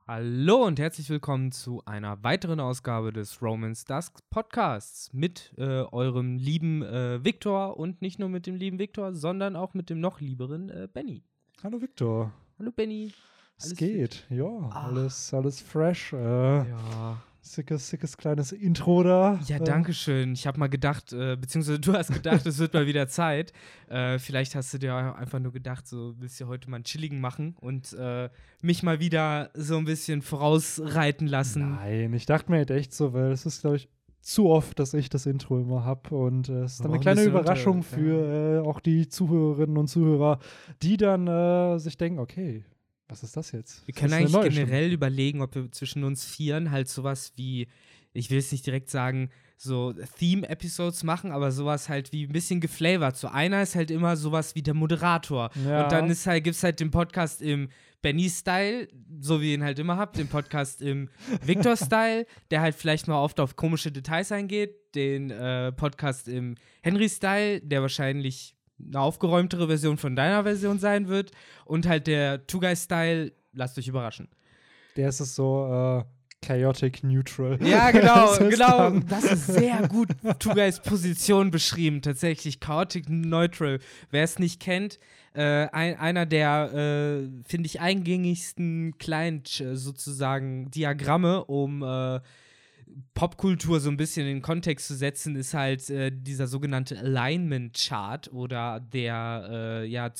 Hallo und herzlich willkommen zu einer weiteren Ausgabe des Romance Dusk Podcasts mit eurem lieben Viktor und nicht nur mit dem lieben Viktor, sondern auch mit dem noch lieberen Benny. Hallo Viktor. Hallo Benny. Es geht, fit? ja, Ach. alles fresh. Ja. Sickes kleines Intro da. Ja, danke schön. Ich habe mal gedacht, beziehungsweise du hast gedacht, es wird mal wieder Zeit. Vielleicht hast du dir einfach nur gedacht, so willst du heute mal einen chilligen machen und mich mal wieder so ein bisschen vorausreiten lassen. Nein, ich dachte mir halt echt so, weil es ist, glaube ich, zu oft, dass ich das Intro immer habe und es ist dann eine kleine Überraschung für auch die Zuhörerinnen und Zuhörer, die dann sich denken, okay, was ist das jetzt? Wir können eigentlich generell überlegen, ob wir zwischen uns Vieren halt sowas wie, ich will es nicht direkt sagen, so Theme-Episodes machen, aber sowas halt wie ein bisschen geflavored. So einer ist halt immer sowas wie der Moderator. Ja. Und dann gibt's halt den Podcast im Benny-Style, so wie ihr ihn halt immer habt, den Podcast im Victor-Style, der halt vielleicht mal oft auf komische Details eingeht, den Podcast im Henry-Style, der wahrscheinlich eine aufgeräumtere Version von deiner Version sein wird, und halt der Two-Guys-Style, lasst euch überraschen. Der ist es so chaotic neutral. Ja, genau. Das ist sehr gut Two-Guys Position beschrieben, tatsächlich. Chaotic neutral. Wer es nicht kennt, einer der, finde ich, eingängigsten kleinen sozusagen Diagramme, um Popkultur so ein bisschen in den Kontext zu setzen, ist halt dieser sogenannte Alignment-Chart oder der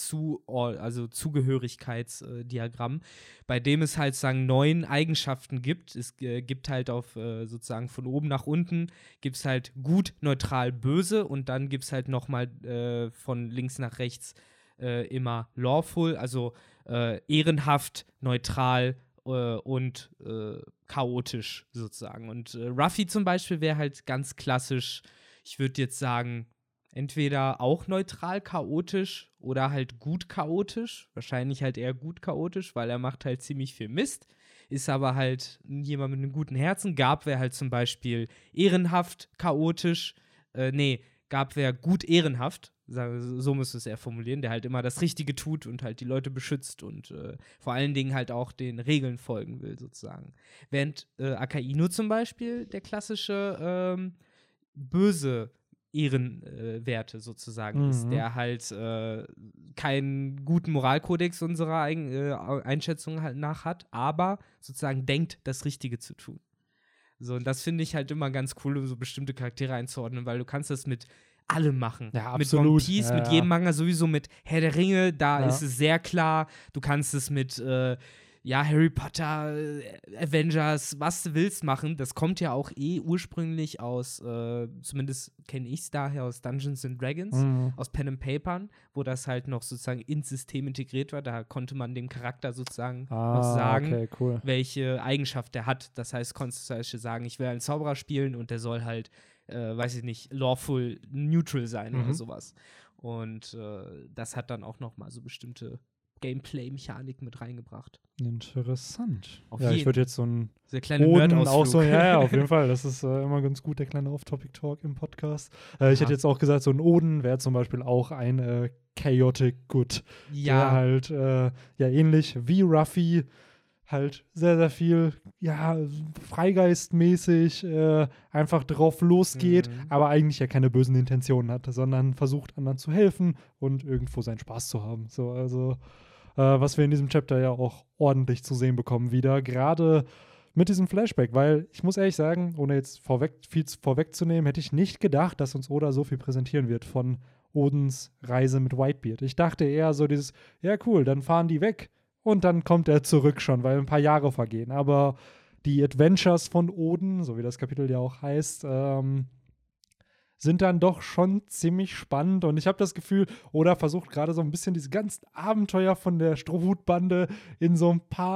Zugehörigkeitsdiagramm, bei dem es halt sozusagen 9 Eigenschaften gibt. Es gibt halt auf sozusagen von oben nach unten gibt es halt gut, neutral, böse, und dann gibt es halt nochmal von links nach rechts immer lawful, also ehrenhaft, neutral und chaotisch sozusagen. Und Ruffy zum Beispiel wäre halt ganz klassisch, ich würde jetzt sagen, entweder auch neutral chaotisch oder halt gut chaotisch. Wahrscheinlich halt eher gut chaotisch, weil er macht halt ziemlich viel Mist, ist aber halt jemand mit einem guten Herzen. Gab wäre halt zum Beispiel ehrenhaft chaotisch, Gab wäre gut ehrenhaft, so müsste es eher formulieren, der halt immer das Richtige tut und halt die Leute beschützt und vor allen Dingen halt auch den Regeln folgen will, sozusagen. Während Akainu zum Beispiel der klassische böse Ehrenwerte sozusagen ist, der halt keinen guten Moralkodex unserer Einschätzung halt nach hat, aber sozusagen denkt, das Richtige zu tun. So, und das finde ich halt immer ganz cool, um so bestimmte Charaktere einzuordnen, weil du kannst das mit allem machen. Ja, mit absolut. One Piece, mit jedem Manga, sowieso mit Herr der Ringe, da ist es sehr klar. Du kannst es mit Harry Potter, Avengers, was du willst machen. Das kommt ja auch ursprünglich aus, zumindest kenne ich es daher, aus Dungeons and Dragons, aus Pen and Papern, wo das halt noch sozusagen ins System integriert war. Da konnte man dem Charakter sozusagen noch sagen, okay, cool, welche Eigenschaft er hat. Das heißt, konntest du zum Beispiel sagen, ich will einen Zauberer spielen und der soll halt weiß ich nicht, lawful neutral sein oder sowas. Und das hat dann auch noch mal so bestimmte Gameplay-Mechanik mit reingebracht. Interessant. Ja, ich würde jetzt so ein sehr kleine Nerd-Ausflug. Auch so, ja, auf jeden Fall. Das ist immer ganz gut, der kleine Off-Topic-Talk im Podcast. Ich hätte jetzt auch gesagt, so ein Oden wäre zum Beispiel auch ein Chaotic Good. Ja. Der halt, ähnlich wie Ruffy halt sehr, sehr viel, freigeistmäßig einfach drauf losgeht, aber eigentlich ja keine bösen Intentionen hat, sondern versucht, anderen zu helfen und irgendwo seinen Spaß zu haben. So, also was wir in diesem Chapter ja auch ordentlich zu sehen bekommen wieder, gerade mit diesem Flashback, weil ich muss ehrlich sagen, ohne jetzt viel vorwegzunehmen, hätte ich nicht gedacht, dass uns Oda so viel präsentieren wird von Odens Reise mit Whitebeard. Ich dachte eher so dieses, ja cool, dann fahren die weg und dann kommt er zurück schon, weil ein paar Jahre vergehen. Aber die Adventures von Oden, so wie das Kapitel ja auch heißt, sind dann doch schon ziemlich spannend. Und ich habe das Gefühl, Oda versucht gerade so ein bisschen diese ganzen Abenteuer von der Strohhutbande in so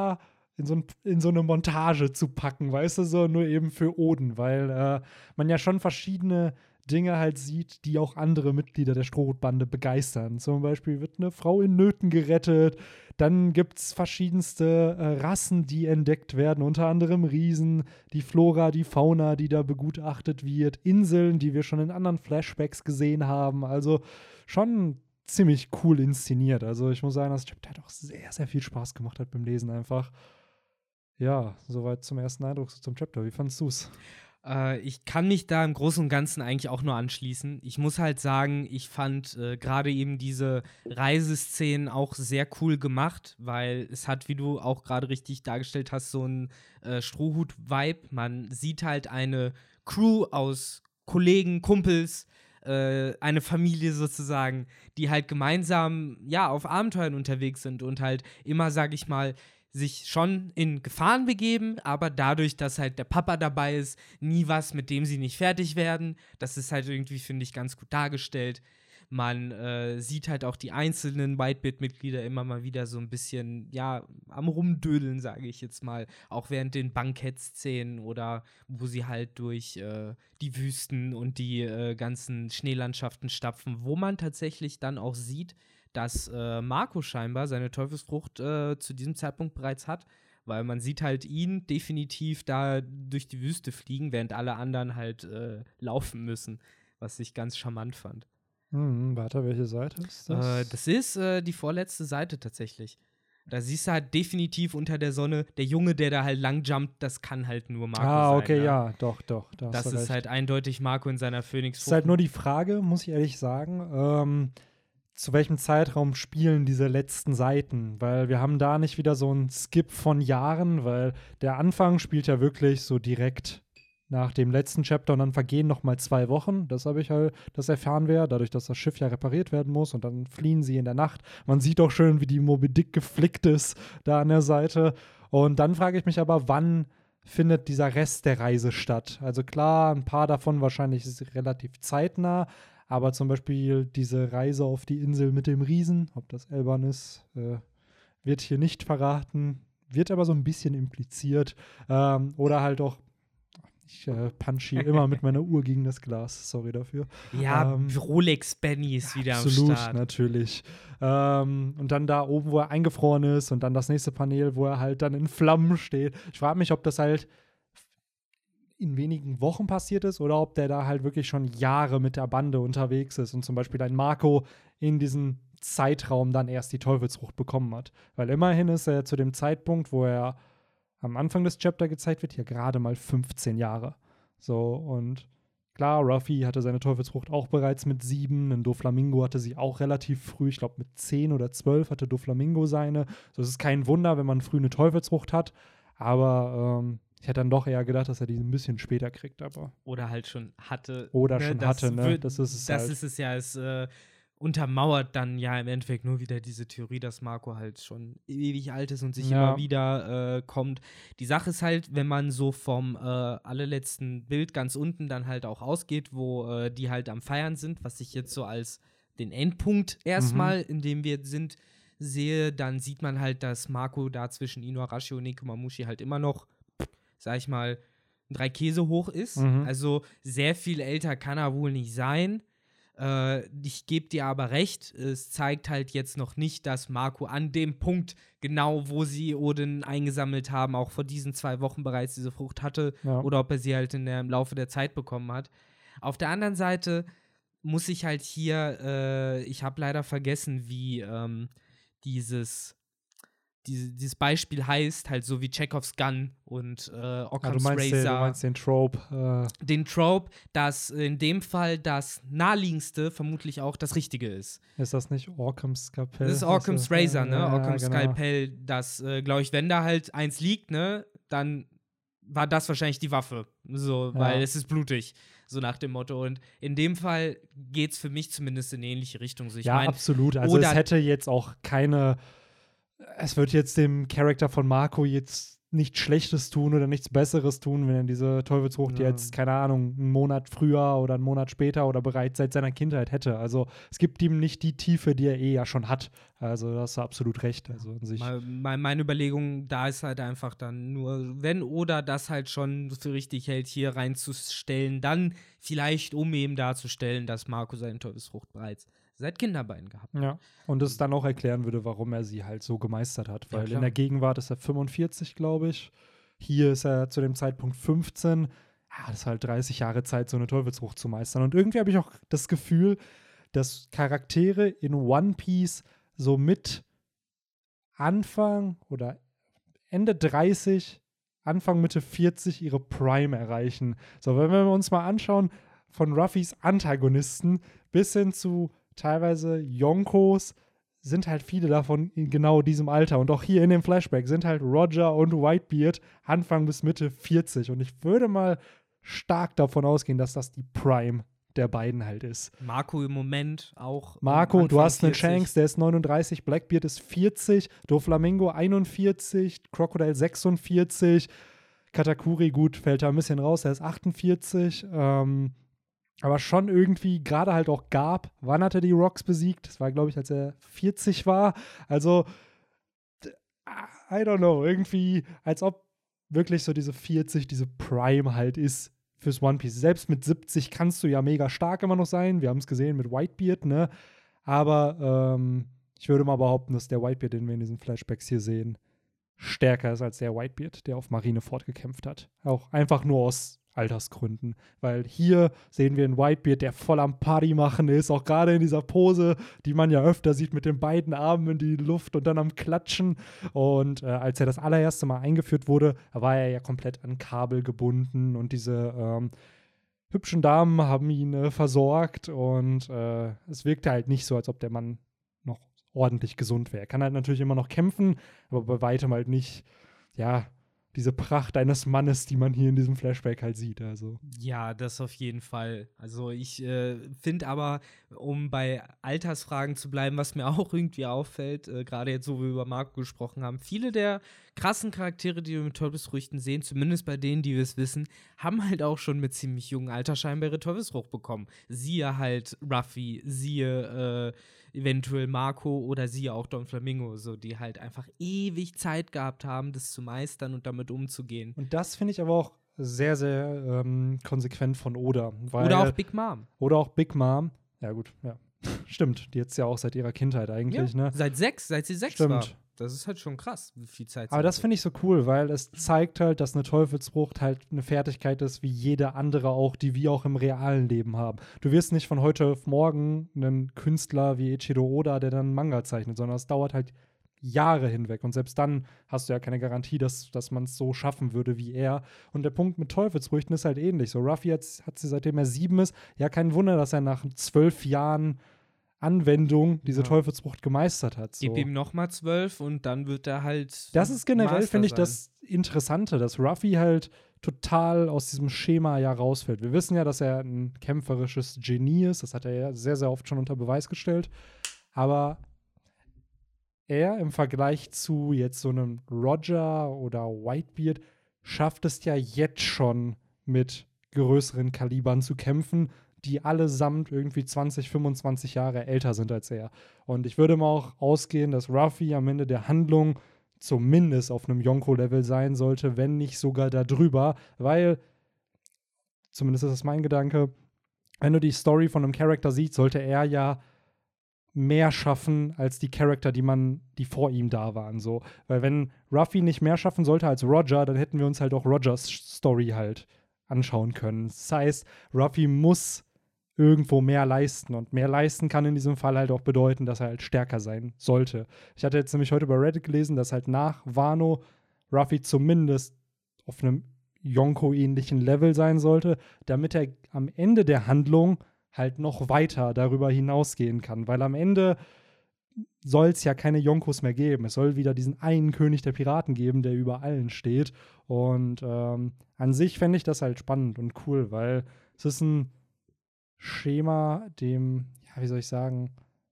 eine Montage zu packen, weißt du, so nur eben für Oden, weil man ja schon verschiedene Dinge halt sieht, die auch andere Mitglieder der Strohhutbande begeistern. Zum Beispiel wird eine Frau in Nöten gerettet, dann gibt es verschiedenste Rassen, die entdeckt werden, unter anderem Riesen, die Flora, die Fauna, die da begutachtet wird, Inseln, die wir schon in anderen Flashbacks gesehen haben, also schon ziemlich cool inszeniert. Also ich muss sagen, dass Chapter halt auch sehr, sehr viel Spaß gemacht hat beim Lesen einfach. Ja, soweit zum ersten Eindruck zum Chapter. Wie fandst du's? Ich kann mich da im Großen und Ganzen eigentlich auch nur anschließen. Ich muss halt sagen, ich fand gerade eben diese Reiseszenen auch sehr cool gemacht, weil es hat, wie du auch gerade richtig dargestellt hast, so einen Strohhut-Vibe. Man sieht halt eine Crew aus Kollegen, Kumpels, eine Familie sozusagen, die halt gemeinsam, ja, auf Abenteuern unterwegs sind und halt immer, sag ich mal, sich schon in Gefahren begeben, aber dadurch, dass halt der Papa dabei ist, nie was, mit dem sie nicht fertig werden. Das ist halt irgendwie, finde ich, ganz gut dargestellt. Man sieht halt auch die einzelnen Whitebeard-Mitglieder immer mal wieder so ein bisschen, ja, am Rumdödeln, sage ich jetzt mal. Auch während den Bankett-Szenen oder wo sie halt durch die Wüsten und die ganzen Schneelandschaften stapfen, wo man tatsächlich dann auch sieht, dass Marco scheinbar seine Teufelsfrucht zu diesem Zeitpunkt bereits hat, weil man sieht halt ihn definitiv da durch die Wüste fliegen, während alle anderen halt laufen müssen, was ich ganz charmant fand. Warte, welche Seite ist das? Das ist die vorletzte Seite tatsächlich. Da siehst du halt definitiv unter der Sonne, der Junge, der da halt lang jumpt, das kann halt nur Marco sein. Ah, okay, ne? ja, doch. Das ist halt eindeutig Marco in seiner Phönixfrucht. Es ist halt nur die Frage, muss ich ehrlich sagen, zu welchem Zeitraum spielen diese letzten Seiten? Weil wir haben da nicht wieder so einen Skip von Jahren, weil der Anfang spielt ja wirklich so direkt nach dem letzten Chapter und dann vergehen noch mal 2 Wochen. Das erfahren wir, dadurch, dass das Schiff ja repariert werden muss und dann fliehen sie in der Nacht. Man sieht auch schön, wie die Moby Dick geflickt ist da an der Seite. Und dann frage ich mich aber, wann findet dieser Rest der Reise statt? Also klar, ein paar davon wahrscheinlich relativ zeitnah, aber zum Beispiel diese Reise auf die Insel mit dem Riesen, ob das Elban ist, wird hier nicht verraten, wird aber so ein bisschen impliziert. Oder halt auch, ich punch hier immer mit meiner Uhr gegen das Glas, sorry dafür. Ja, Rolex Benny ist wieder am Absolut, Start. natürlich. Und dann da oben, wo er eingefroren ist und dann das nächste Panel, wo er halt dann in Flammen steht. Ich frage mich, ob das halt in wenigen Wochen passiert ist oder ob der da halt wirklich schon Jahre mit der Bande unterwegs ist und zum Beispiel ein Marco in diesem Zeitraum dann erst die Teufelsfrucht bekommen hat. Weil immerhin ist er zu dem Zeitpunkt, wo er am Anfang des Chapter gezeigt wird, ja gerade mal 15 Jahre. So, und klar, Ruffy hatte seine Teufelsfrucht auch bereits mit 7, ein Doflamingo hatte sie auch relativ früh, ich glaube mit 10 oder 12 hatte Doflamingo seine. So, es ist kein Wunder, wenn man früh eine Teufelsfrucht hat, aber ich hätte dann doch eher gedacht, dass er die ein bisschen später kriegt, aber. Oder halt schon hatte. Oder schon hatte, ne? Das ist es das halt. ist es ja, es untermauert dann ja im Endeffekt nur wieder diese Theorie, dass Marco halt schon ewig alt ist und sich immer wieder kommt. Die Sache ist halt, wenn man so vom allerletzten Bild ganz unten dann halt auch ausgeht, wo die halt am Feiern sind, was ich jetzt so als den Endpunkt erstmal, in dem wir sind, sehe, dann sieht man halt, dass Marco da zwischen Inuarashi und Nekomamushi halt immer noch, sag ich mal, 3 Käse hoch ist. Also sehr viel älter kann er wohl nicht sein. Ich gebe dir aber recht, es zeigt halt jetzt noch nicht, dass Marco an dem Punkt, genau wo sie Oden eingesammelt haben, auch vor diesen 2 Wochen bereits diese Frucht hatte oder ob er sie halt im Laufe der Zeit bekommen hat. Auf der anderen Seite muss ich halt hier, ich habe leider vergessen, wie dieses Beispiel heißt, halt so wie Chekhovs Gun und Occam's Razor. Du meinst den Trope. Den Trope, dass in dem Fall das naheliegendste vermutlich auch das Richtige ist. Ist das nicht Occam's Skalpell? Das ist Occam's Razor, ne? Occam's genau. Skalpell, das, glaube ich, wenn da halt eins liegt, ne, dann war das wahrscheinlich die Waffe. So, weil es ist blutig. So nach dem Motto. Und in dem Fall geht's für mich zumindest in eine ähnliche Richtung. So, ich mein, absolut. Also es hätte jetzt auch es wird jetzt dem Charakter von Marco jetzt nichts Schlechtes tun oder nichts Besseres tun, wenn er diese Teufelsfrucht jetzt, keine Ahnung, einen Monat früher oder einen Monat später oder bereits seit seiner Kindheit hätte. Also es gibt ihm nicht die Tiefe, die er ja schon hat. Also da hast du absolut recht. Also an sich. Meine Überlegung, da ist halt einfach dann nur, wenn oder das halt schon für richtig hält, hier reinzustellen, dann vielleicht, um eben darzustellen, dass Marco seine Teufelsfrucht bereits seit Kinderbeinen gehabt. Ja, und es dann auch erklären würde, warum er sie halt so gemeistert hat. Weil in der Gegenwart ist er 45, glaube ich. Hier ist er zu dem Zeitpunkt 15. Ja, das ist halt 30 Jahre Zeit, so eine Teufelsfrucht zu meistern. Und irgendwie habe ich auch das Gefühl, dass Charaktere in One Piece so mit Anfang oder Ende 30 Anfang, Mitte 40 ihre Prime erreichen. So, wenn wir uns mal anschauen, von Ruffys Antagonisten bis hin zu teilweise Yonkos, sind halt viele davon in genau diesem Alter. Und auch hier in dem Flashback sind halt Roger und Whitebeard Anfang bis Mitte 40. Und ich würde mal stark davon ausgehen, dass das die Prime der beiden halt ist. Marco im Moment auch. Marco, du hast einen Shanks, der ist 39, Blackbeard ist 40, Doflamingo 41, Crocodile 46, Katakuri, gut, fällt da ein bisschen raus, er ist 48. Aber schon irgendwie, gerade halt auch Garb, wann hat er die Rocks besiegt? Das war, glaube ich, als er 40 war. Also, I don't know, irgendwie, als ob wirklich so diese 40, diese Prime halt ist fürs One Piece. Selbst mit 70 kannst du ja mega stark immer noch sein. Wir haben es gesehen mit Whitebeard, ne? Aber ich würde mal behaupten, dass der Whitebeard, den wir in diesen Flashbacks hier sehen, stärker ist als der Whitebeard, der auf Marineford gekämpft hat. Auch einfach nur aus Altersgründen. Weil hier sehen wir einen Whitebeard, der voll am Party machen ist, auch gerade in dieser Pose, die man ja öfter sieht, mit den beiden Armen in die Luft und dann am Klatschen. Und als er das allererste Mal eingeführt wurde, war er ja komplett an Kabel gebunden und diese hübschen Damen haben ihn versorgt und es wirkte halt nicht so, als ob der Mann noch ordentlich gesund wäre. Er kann halt natürlich immer noch kämpfen, aber bei weitem halt nicht, ja, diese Pracht eines Mannes, die man hier in diesem Flashback halt sieht. Also. Ja, das auf jeden Fall. Also ich finde aber, um bei Altersfragen zu bleiben, was mir auch irgendwie auffällt, gerade jetzt, wo wir über Marco gesprochen haben, viele der krassen Charaktere, die wir mit Teufelsfrüchten sehen, zumindest bei denen, die wir es wissen, haben halt auch schon mit ziemlich jungem Alter scheinbar ihre Teufelsfrucht bekommen. Siehe halt Ruffy, siehe eventuell Marco oder siehe auch Don Flamingo, so, die halt einfach ewig Zeit gehabt haben, das zu meistern und damit umzugehen. Und das finde ich aber auch sehr, sehr konsequent von Oda. Oder auch Big Mom. Oder auch Big Mom. Ja, gut, ja. Stimmt, die jetzt ja auch seit ihrer Kindheit eigentlich, ja, ne? Seit sie 6 Stimmt. war. Das ist halt schon krass, wie viel Zeit sie Aber das hatte. finde ich so cool, weil es zeigt halt, dass eine Teufelsfrucht halt eine Fertigkeit ist, wie jede andere auch, die wir auch im realen Leben haben. Du wirst nicht von heute auf morgen einen Künstler wie Eiichiro Oda, der dann Manga zeichnet, sondern es dauert halt Jahre hinweg. Und selbst dann hast du ja keine Garantie, dass man es so schaffen würde wie er. Und der Punkt mit Teufelsfrüchten ist halt ähnlich. So, Ruffy hat sie, seitdem er 7 ist, ja, kein Wunder, dass er nach 12 Jahren Anwendung diese Teufelsfrucht gemeistert hat. So. Gib ihm nochmal 12 und dann wird er halt. Das ist generell, finde ich, sein. das Interessante, dass Ruffy halt total aus diesem Schema ja rausfällt. Wir wissen ja, dass er ein kämpferisches Genie ist. Das hat er ja sehr, sehr oft schon unter Beweis gestellt. Aber er im Vergleich zu jetzt so einem Roger oder Whitebeard schafft es ja jetzt schon mit größeren Kalibern zu kämpfen, die allesamt irgendwie 20, 25 Jahre älter sind als er. Und ich würde mal auch ausgehen, dass Ruffy am Ende der Handlung zumindest auf einem Yonko-Level sein sollte, wenn nicht sogar darüber, weil, zumindest ist das mein Gedanke, wenn du die Story von einem Charakter siehst, sollte er ja mehr schaffen als die Charakter, die vor ihm da waren. So. Weil wenn Ruffy nicht mehr schaffen sollte als Roger, dann hätten wir uns halt auch Rogers Story halt anschauen können. Das heißt, Ruffy muss irgendwo mehr leisten. Und mehr leisten kann in diesem Fall halt auch bedeuten, dass er halt stärker sein sollte. Ich hatte jetzt nämlich heute bei Reddit gelesen, dass halt nach Wano Ruffy zumindest auf einem Yonko-ähnlichen Level sein sollte, damit er am Ende der Handlung halt noch weiter darüber hinausgehen kann. Weil am Ende soll es ja keine Yonkos mehr geben. Es soll wieder diesen einen König der Piraten geben, der über allen steht. Und an sich fände ich das halt spannend und cool, weil es ist ein Schema, dem, ja, wie soll ich sagen,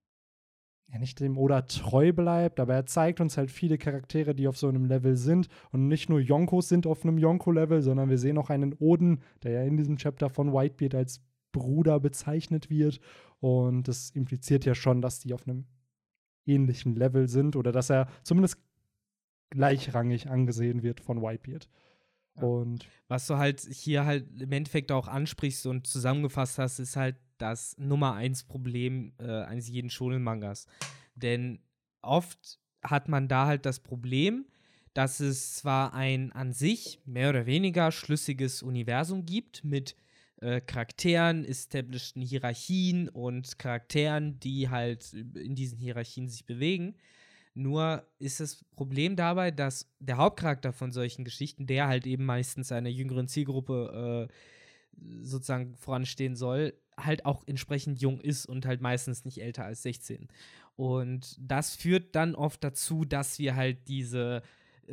ja, nicht dem Oda treu bleibt, aber er zeigt uns halt viele Charaktere, die auf so einem Level sind. Und nicht nur Yonkos sind auf einem Yonko-Level, sondern wir sehen auch einen Oden, der ja in diesem Chapter von Whitebeard als Bruder bezeichnet wird. Und das impliziert ja schon, dass die auf einem ähnlichen Level sind oder dass er zumindest gleichrangig angesehen wird von Whitebeard. Ja. Und was du halt hier halt im Endeffekt auch ansprichst und zusammengefasst hast, ist halt das Nummer 1 Problem eines jeden Shonen-Mangas. Denn oft hat man da halt das Problem, dass es zwar ein an sich mehr oder weniger schlüssiges Universum gibt mit Charakteren, establisheden Hierarchien und Charakteren, die halt in diesen Hierarchien sich bewegen. Nur ist das Problem dabei, dass der Hauptcharakter von solchen Geschichten, der halt eben meistens einer jüngeren Zielgruppe sozusagen voranstehen soll, halt auch entsprechend jung ist und halt meistens nicht älter als 16. Und das führt dann oft dazu, dass wir halt diese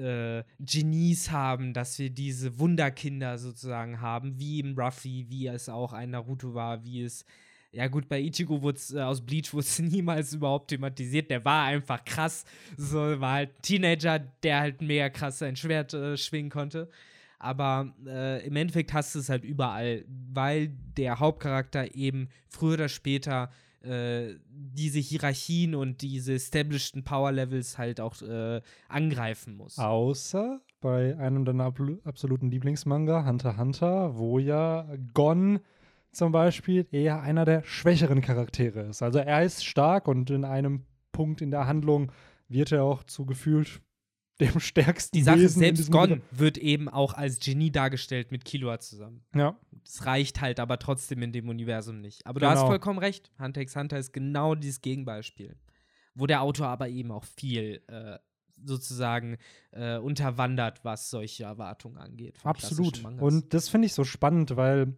Genies haben, dass wir diese Wunderkinder sozusagen haben, wie im Ruffy, wie es auch ein Naruto war, wie es ja gut, bei Ichigo aus Bleach wurde es niemals überhaupt thematisiert. Der war einfach krass. So, war halt ein Teenager, der halt mega krass sein Schwert schwingen konnte. Aber im Endeffekt hast du es halt überall, weil der Hauptcharakter eben früher oder später diese Hierarchien und diese established Power Levels halt auch angreifen muss. Außer bei einem deiner absoluten Lieblingsmanga, Hunter x Hunter, wo ja Gon zum Beispiel eher einer der schwächeren Charaktere ist. Also er ist stark und in einem Punkt in der Handlung wird er auch zu gefühlt dem stärksten Die Sache ist, Wesen in selbst diesem Gon wird eben auch als Genie dargestellt mit Killua zusammen. Ja. Das reicht halt aber trotzdem in dem Universum nicht. Aber Genau. du hast vollkommen recht. Hunter x Hunter ist genau dieses Gegenbeispiel. Wo der Autor aber eben auch viel sozusagen unterwandert, was solche Erwartungen angeht. Absolut. Und das finde ich so spannend, weil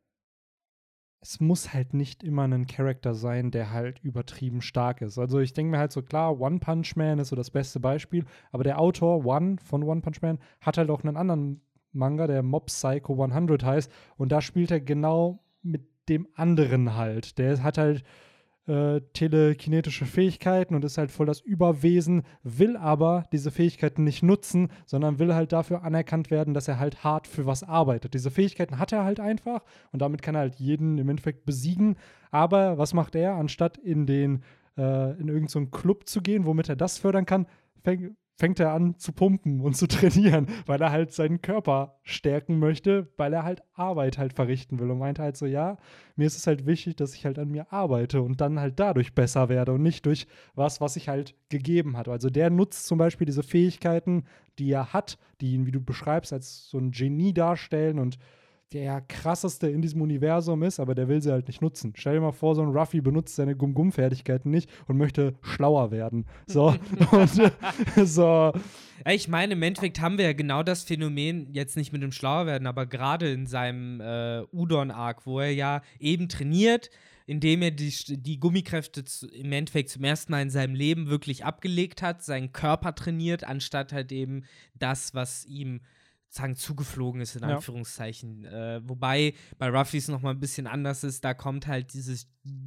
es muss halt nicht immer ein Charakter sein, der halt übertrieben stark ist. Also ich denke mir halt so, klar, One Punch Man ist so das beste Beispiel, aber der Autor von One Punch Man hat halt auch einen anderen Manga, der Mob Psycho 100 heißt, und da spielt er genau mit dem anderen halt. Der hat halt telekinetische Fähigkeiten und ist halt voll das Überwesen, will aber diese Fähigkeiten nicht nutzen, sondern will halt dafür anerkannt werden, dass er halt hart für was arbeitet. Diese Fähigkeiten hat er halt einfach und damit kann er halt jeden im Endeffekt besiegen. Aber was macht er? Anstatt in irgendeinen so Club zu gehen, womit er das fördern kann, fängt er an zu pumpen und zu trainieren, weil er halt seinen Körper stärken möchte, weil er halt Arbeit halt verrichten will und meinte halt so, ja, mir ist es halt wichtig, dass ich halt an mir arbeite und dann halt dadurch besser werde und nicht durch was ich halt gegeben hat. Also der nutzt zum Beispiel diese Fähigkeiten, die er hat, die ihn, wie du beschreibst, als so ein Genie darstellen und der krasseste in diesem Universum ist, aber der will sie halt nicht nutzen. Stell dir mal vor, so ein Ruffy benutzt seine Gum-Gum-Fertigkeiten nicht und möchte schlauer werden. So. Und so. Ja, ich meine, im Endeffekt haben wir ja genau das Phänomen, jetzt nicht mit dem Schlauerwerden, aber gerade in seinem Udon-Arc, wo er ja eben trainiert, indem er die Gummikräfte im Endeffekt zum ersten Mal in seinem Leben wirklich abgelegt hat, seinen Körper trainiert, anstatt halt eben das, was ihm sagen, zugeflogen ist, in Anführungszeichen. Wobei bei Ruffy es noch mal ein bisschen anders ist. Da kommt halt dieses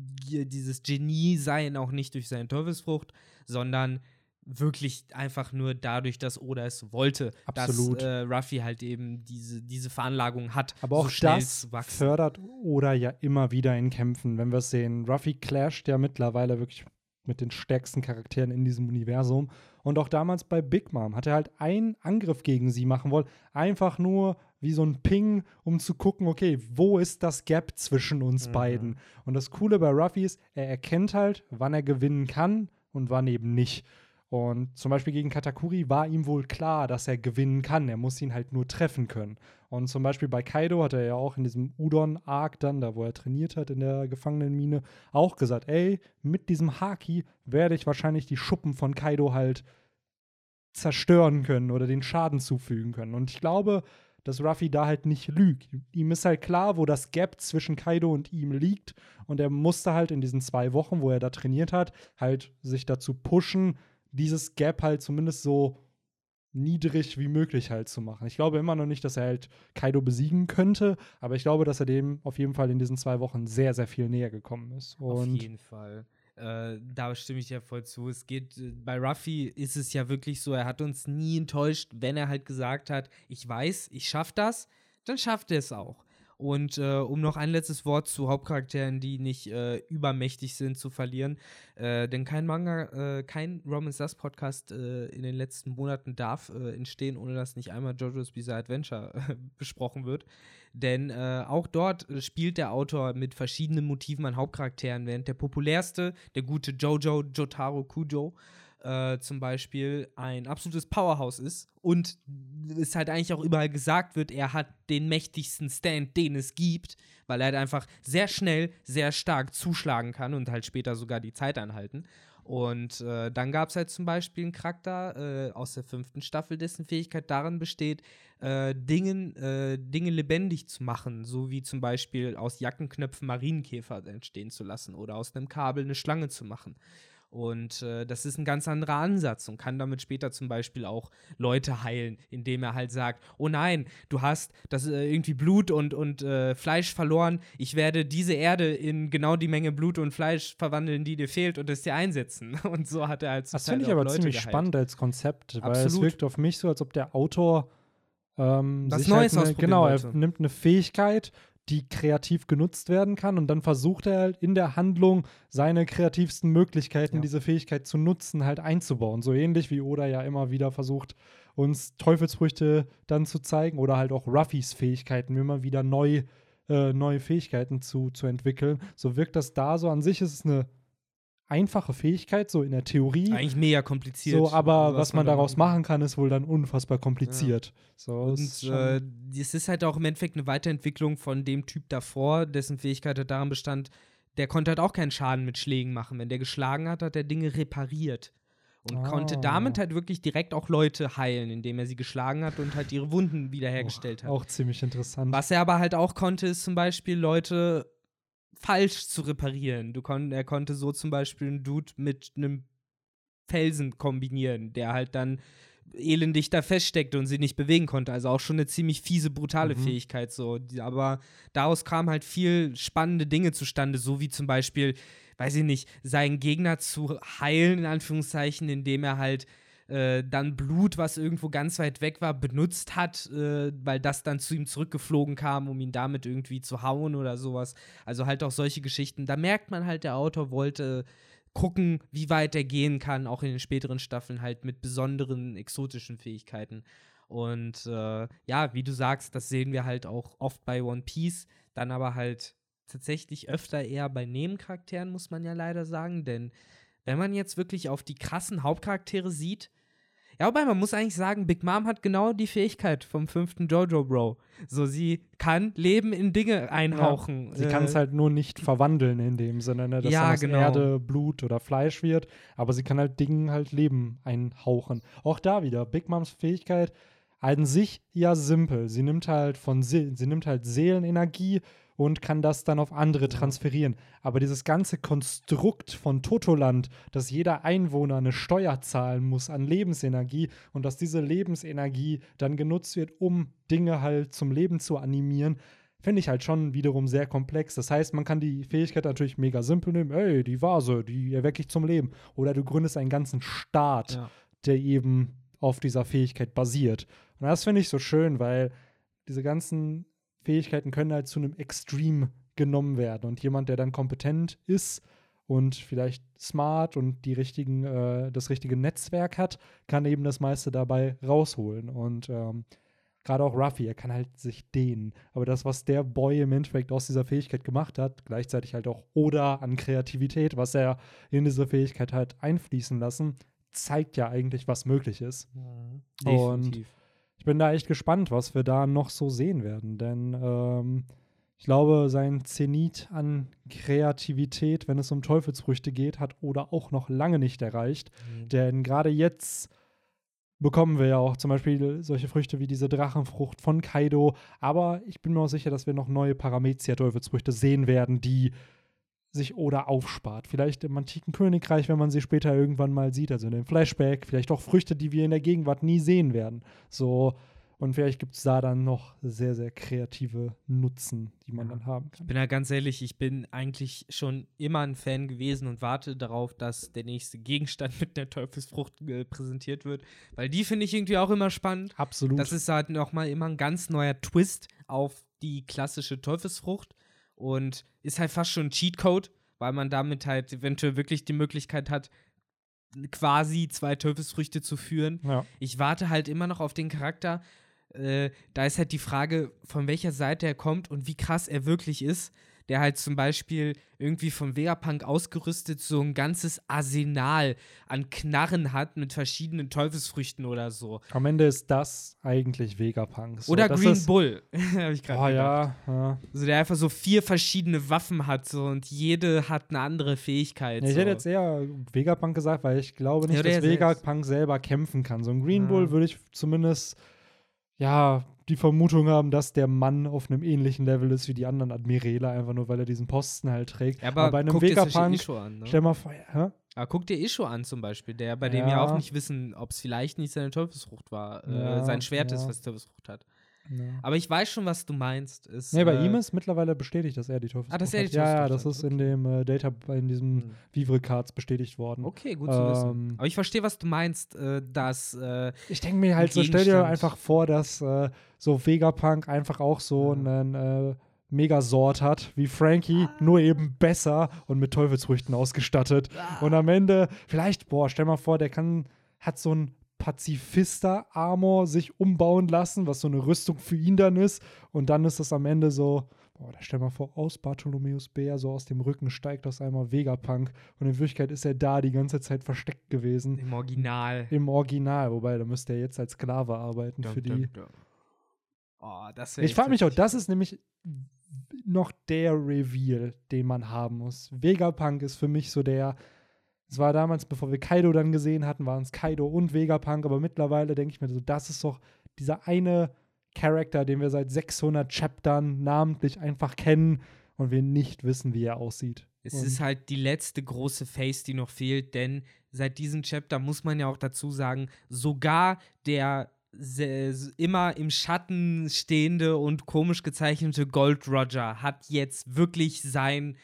Genie-Sein auch nicht durch seine Teufelsfrucht, sondern wirklich einfach nur dadurch, dass Oda es wollte, Absolut. dass Ruffy halt eben diese Veranlagung hat, aber so auch schnell das zu wachsen. Fördert Oda ja immer wieder in Kämpfen, wenn wir es sehen. Ruffy clasht ja mittlerweile wirklich mit den stärksten Charakteren in diesem Universum. Und auch damals bei Big Mom hat er halt einen Angriff gegen sie machen wollen. Einfach nur wie so ein Ping, um zu gucken, okay, wo ist das Gap zwischen uns beiden? Und das Coole bei Ruffy ist, er erkennt halt, wann er gewinnen kann und wann eben nicht. Und zum Beispiel gegen Katakuri war ihm wohl klar, dass er gewinnen kann. Er muss ihn halt nur treffen können. Und zum Beispiel bei Kaido hat er ja auch in diesem Udon-Arc dann, da wo er trainiert hat in der Gefangenenmine, auch gesagt, ey, mit diesem Haki werde ich wahrscheinlich die Schuppen von Kaido halt zerstören können oder den Schaden zufügen können. Und ich glaube, dass Ruffy da halt nicht lügt. Ihm ist halt klar, wo das Gap zwischen Kaido und ihm liegt. Und er musste halt in diesen 2 Wochen, wo er da trainiert hat, halt sich dazu pushen, dieses Gap halt zumindest so niedrig wie möglich halt zu machen. Ich glaube immer noch nicht, dass er halt Kaido besiegen könnte, aber ich glaube, dass er dem auf jeden Fall in diesen 2 Wochen sehr, sehr viel näher gekommen ist. Auf jeden Fall. Da stimme ich ja voll zu. Es geht, bei Ruffy ist es ja wirklich so, er hat uns nie enttäuscht, wenn er halt gesagt hat, ich weiß, ich schaff das, dann schafft er es auch. Und um noch ein letztes Wort zu Hauptcharakteren, die nicht übermächtig sind, zu verlieren, denn kein Manga, kein Romance Das Podcast in den letzten Monaten darf entstehen, ohne dass nicht einmal JoJo's Bizarre Adventure besprochen wird. Denn auch dort spielt der Autor mit verschiedenen Motiven an Hauptcharakteren, während der populärste, der gute Jotaro Kujo, zum Beispiel ein absolutes Powerhouse ist und es halt eigentlich auch überall gesagt wird, er hat den mächtigsten Stand, den es gibt, weil er halt einfach sehr schnell, sehr stark zuschlagen kann und halt später sogar die Zeit anhalten. Und dann gab es halt zum Beispiel einen Charakter aus der 5. Staffel, dessen Fähigkeit darin besteht, Dinge lebendig zu machen, so wie zum Beispiel aus Jackenknöpfen Marienkäfer entstehen zu lassen oder aus einem Kabel eine Schlange zu machen. Und das ist ein ganz anderer Ansatz und kann damit später zum Beispiel auch Leute heilen, indem er halt sagt, oh nein, du hast das irgendwie Blut und Fleisch verloren, ich werde diese Erde in genau die Menge Blut und Fleisch verwandeln, die dir fehlt und es dir einsetzen. Und so hat er halt Das finde ich aber Leute ziemlich geheilt. spannend als Konzept, weil Absolut. es wirkt auf mich so, als ob der Autor Was sich Neues halt ausprobieren genau, wollte. er nimmt eine Fähigkeit, die kreativ genutzt werden kann und dann versucht er halt in der Handlung seine kreativsten Möglichkeiten, Ja. diese Fähigkeit zu nutzen, halt einzubauen. So ähnlich wie Oda ja immer wieder versucht, uns Teufelsfrüchte dann zu zeigen oder halt auch Ruffys Fähigkeiten, immer wieder neue Fähigkeiten zu entwickeln. So wirkt das da so. An sich ist es eine einfache Fähigkeit, so in der Theorie. Eigentlich mega kompliziert. So, aber was man da daraus machen kann, ist wohl dann unfassbar kompliziert. So, Und ist schon- es ist halt auch im Endeffekt eine Weiterentwicklung von dem Typ davor, dessen Fähigkeit halt darin bestand, der konnte halt auch keinen Schaden mit Schlägen machen. Wenn der geschlagen hat, hat er Dinge repariert. Und konnte damit halt wirklich direkt auch Leute heilen, indem er sie geschlagen hat und halt ihre Wunden wiederhergestellt hat. Auch ziemlich interessant. Was er aber halt auch konnte, ist zum Beispiel Leute falsch zu reparieren. Er konnte so zum Beispiel einen Dude mit einem Felsen kombinieren, der halt dann elendig da feststeckte und sie nicht bewegen konnte. Also auch schon eine ziemlich fiese, brutale Fähigkeit so. Aber daraus kamen halt viel spannende Dinge zustande, so wie zum Beispiel, weiß ich nicht, seinen Gegner zu heilen, in Anführungszeichen, indem er halt dann Blut, was irgendwo ganz weit weg war, benutzt hat, weil das dann zu ihm zurückgeflogen kam, um ihn damit irgendwie zu hauen oder sowas. Also halt auch solche Geschichten. Da merkt man halt, der Autor wollte gucken, wie weit er gehen kann, auch in den späteren Staffeln halt mit besonderen, exotischen Fähigkeiten. Und ja, wie du sagst, das sehen wir halt auch oft bei One Piece, dann aber halt tatsächlich öfter eher bei Nebencharakteren, muss man ja leider sagen, denn wenn man jetzt wirklich auf die krassen Hauptcharaktere sieht, ja, wobei man muss eigentlich sagen, Big Mom hat genau die Fähigkeit vom 5. Jojo Bro. So, sie kann Leben in Dinge einhauchen. Ja, sie kann es halt nur nicht verwandeln in dem Sinne, ne, dass Ja, dann aus genau. Erde Blut oder Fleisch wird, aber sie kann halt Dingen halt Leben einhauchen. Auch da wieder, Big Moms Fähigkeit an sich ja simpel. Sie nimmt halt Seelenenergie und kann das dann auf andere transferieren. Aber dieses ganze Konstrukt von Totoland, dass jeder Einwohner eine Steuer zahlen muss an Lebensenergie und dass diese Lebensenergie dann genutzt wird, um Dinge halt zum Leben zu animieren, finde ich halt schon wiederum sehr komplex. Das heißt, man kann die Fähigkeit natürlich mega simpel nehmen. Ey, die Vase, die erwecke ich zum Leben. Oder du gründest einen ganzen Staat, der eben auf dieser Fähigkeit basiert. Und das finde ich so schön, weil diese ganzen Fähigkeiten können halt zu einem Extreme genommen werden. Und jemand, der dann kompetent ist und vielleicht smart und das richtige Netzwerk hat, kann eben das meiste dabei rausholen. Und gerade auch Ruffy, er kann halt sich dehnen. Aber das, was der Boy im Endeffekt aus dieser Fähigkeit gemacht hat, gleichzeitig halt auch Oda an Kreativität, was er in diese Fähigkeit halt einfließen lassen, zeigt ja eigentlich, was möglich ist. Definitiv. Und ich bin da echt gespannt, was wir da noch so sehen werden, denn ich glaube, sein Zenit an Kreativität, wenn es um Teufelsfrüchte geht, hat Oda auch noch lange nicht erreicht. Denn gerade jetzt bekommen wir ja auch zum Beispiel solche Früchte wie diese Drachenfrucht von Kaido. Aber ich bin mir auch sicher, dass wir noch neue Paramezia-Teufelsfrüchte sehen werden, die sich Oda aufspart. Vielleicht im antiken Königreich, wenn man sie später irgendwann mal sieht, also in dem Flashback. Vielleicht auch Früchte, die wir in der Gegenwart nie sehen werden. So, und vielleicht gibt es da dann noch sehr, sehr kreative Nutzen, die man dann haben kann. Ich bin ja ganz ehrlich, ich bin eigentlich schon immer ein Fan gewesen und warte darauf, dass der nächste Gegenstand mit der Teufelsfrucht präsentiert wird, weil die finde ich irgendwie auch immer spannend. Absolut. Das ist halt nochmal immer ein ganz neuer Twist auf die klassische Teufelsfrucht und ist halt fast schon ein Cheatcode, weil man damit halt eventuell wirklich die Möglichkeit hat, quasi 2 Teufelsfrüchte zu führen. Ja. Ich warte halt immer noch auf den Charakter. Da ist halt die Frage, von welcher Seite er kommt und wie krass er wirklich ist. der halt zum Beispiel irgendwie von Vegapunk ausgerüstet so ein ganzes Arsenal an Knarren hat mit verschiedenen Teufelsfrüchten oder so. Am Ende ist das eigentlich Vegapunk. So, Oder das Green ist, Bull, habe ich gerade gedacht. ja. Also der einfach so 4 verschiedene Waffen hat so, und jede hat eine andere Fähigkeit. Ja, ich so. hätte jetzt eher Vegapunk gesagt, weil ich glaube nicht, Ja, der dass Vegapunk selber kämpfen kann. So ein Green Ja. Bull würde ich zumindest, ja, die Vermutung haben, dass der Mann auf einem ähnlichen Level ist wie die anderen Admirale, einfach nur, weil er diesen Posten halt trägt. Ja, aber bei einem guck dir Vegapunk, Isho an, ne? stell mal vor, Aber guck dir Isho an zum Beispiel, der bei dem Ja. ja auch nicht wissen, ob es vielleicht nicht seine Teufelsfrucht war, Ja, sein Schwert ist, ja. was Teufelsfrucht hat. Ja. Aber ich weiß schon, was du meinst. Nee, bei ihm ist mittlerweile bestätigt, dass er die Teufelsfrucht dass er die hat. Ja, Teufelsfrucht das ist hat, in dem in diesem Hm. Vivre-Cards bestätigt worden. Okay, gut zu wissen. Aber ich verstehe, was du meinst, dass Ich denke mir halt so, stell dir Gegenstand- einfach vor, dass so Vegapunk einfach auch so Ja. einen Megasword hat, wie Frankie, nur eben besser und mit Teufelsfrüchten ausgestattet. Und am Ende, vielleicht, stell mal vor, hat so ein Pazifista-Armor sich umbauen lassen, was so eine Rüstung für ihn dann ist. Und dann ist das am Ende so, stell mal vor, aus Bartholomäus Bär, so aus dem Rücken steigt aus einmal Vegapunk. Und in Wirklichkeit ist er da die ganze Zeit versteckt gewesen. im Original. Im Original, wobei, da müsste er jetzt als Sklave arbeiten für die. Oh, das wäre Ich frage mich auch, das ist nämlich noch der Reveal, den man haben muss. Vegapunk ist für mich so es war damals, bevor wir Kaido dann gesehen hatten, waren es Kaido und Vegapunk, aber mittlerweile denke ich mir so, das ist doch dieser eine Charakter, den wir seit 600 Chaptern namentlich einfach kennen und wir nicht wissen, wie er aussieht. Es ist halt die letzte große Face, die noch fehlt, denn seit diesem Chapter muss man ja auch dazu sagen, sogar der immer im Schatten stehende und komisch gezeichnete Gold Roger hat jetzt wirklich sein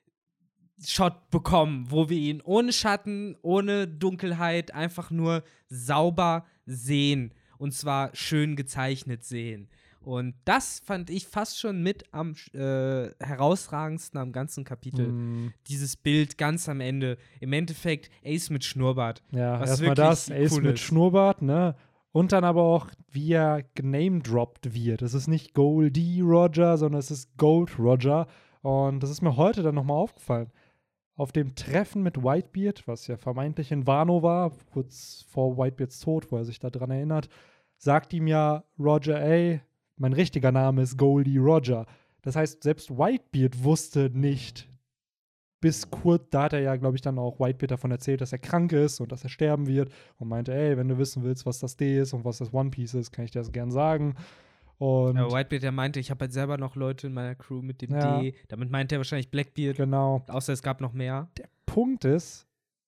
Shot bekommen, wo wir ihn ohne Schatten, ohne Dunkelheit einfach nur sauber sehen. Und zwar schön gezeichnet sehen. Und das fand ich fast schon mit am herausragendsten am ganzen Kapitel. Dieses Bild ganz am Ende. Im Endeffekt Ace mit Schnurrbart. Ja, was erstmal wirklich das, Ace cool mit ist. Schnurrbart, ne? Und dann aber auch, wie er genamedroppt wird. Es ist nicht Goldie Roger, sondern es ist Gold Roger. Und das ist mir heute dann nochmal aufgefallen. Auf dem Treffen mit Whitebeard, was ja vermeintlich in Wano war, kurz vor Whitebeards Tod, wo er sich daran erinnert, sagt ihm ja Roger, ey, mein richtiger Name ist Goldie Roger. Das heißt, selbst Whitebeard wusste nicht, bis kurz, da hat er ja, glaube ich, dann auch Whitebeard davon erzählt, dass er krank ist und dass er sterben wird und meinte, ey, wenn du wissen willst, was das D ist und was das One Piece ist, kann ich dir das gern sagen. Und Ja, Whitebeard, der meinte, ich habe halt selber noch Leute in meiner Crew mit dem Ja. D. Damit meinte er wahrscheinlich Blackbeard. genau. Außer es gab noch mehr. Der Punkt ist,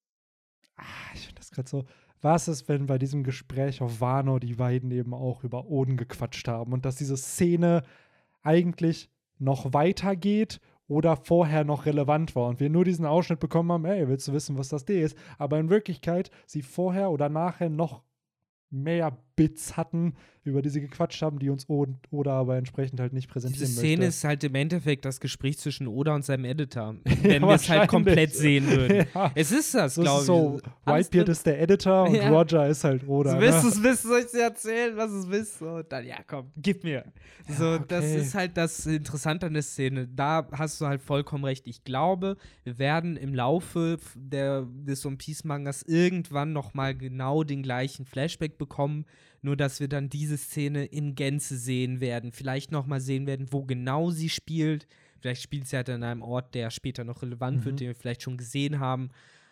ich finde das gerade so, was ist, wenn bei diesem Gespräch auf Wano die beiden eben auch über Oden gequatscht haben und dass diese Szene eigentlich noch weitergeht oder vorher noch relevant war und wir nur diesen Ausschnitt bekommen haben, ey, willst du wissen, was das D ist? Aber in Wirklichkeit sie vorher oder nachher noch mehr Bits hatten, über die sie gequatscht haben, die uns Oda aber entsprechend halt nicht präsentieren Diese Szene möchte. ist halt im Endeffekt das Gespräch zwischen Oda und seinem Editor. Wenn wir es halt komplett sehen würden. Ja. Es ist das, So ist glaube es ich. so, Alles Whitebeard drin. ist der Editor und Ja. Roger ist halt Oda. Du willst ne? es wissen, soll ich dir erzählen, was es wisst? So, dann, ja, komm, gib mir. So, okay. das ist halt das Interessante an der Szene. Da hast du halt vollkommen recht. Ich glaube, wir werden im Laufe des One Piece Mangas irgendwann noch mal genau den gleichen Flashback bekommen, nur dass wir dann diese Szene in Gänze sehen werden. Vielleicht noch mal sehen werden, wo genau sie spielt. Vielleicht spielt sie halt an einem Ort, der später noch relevant wird, den wir vielleicht schon gesehen haben.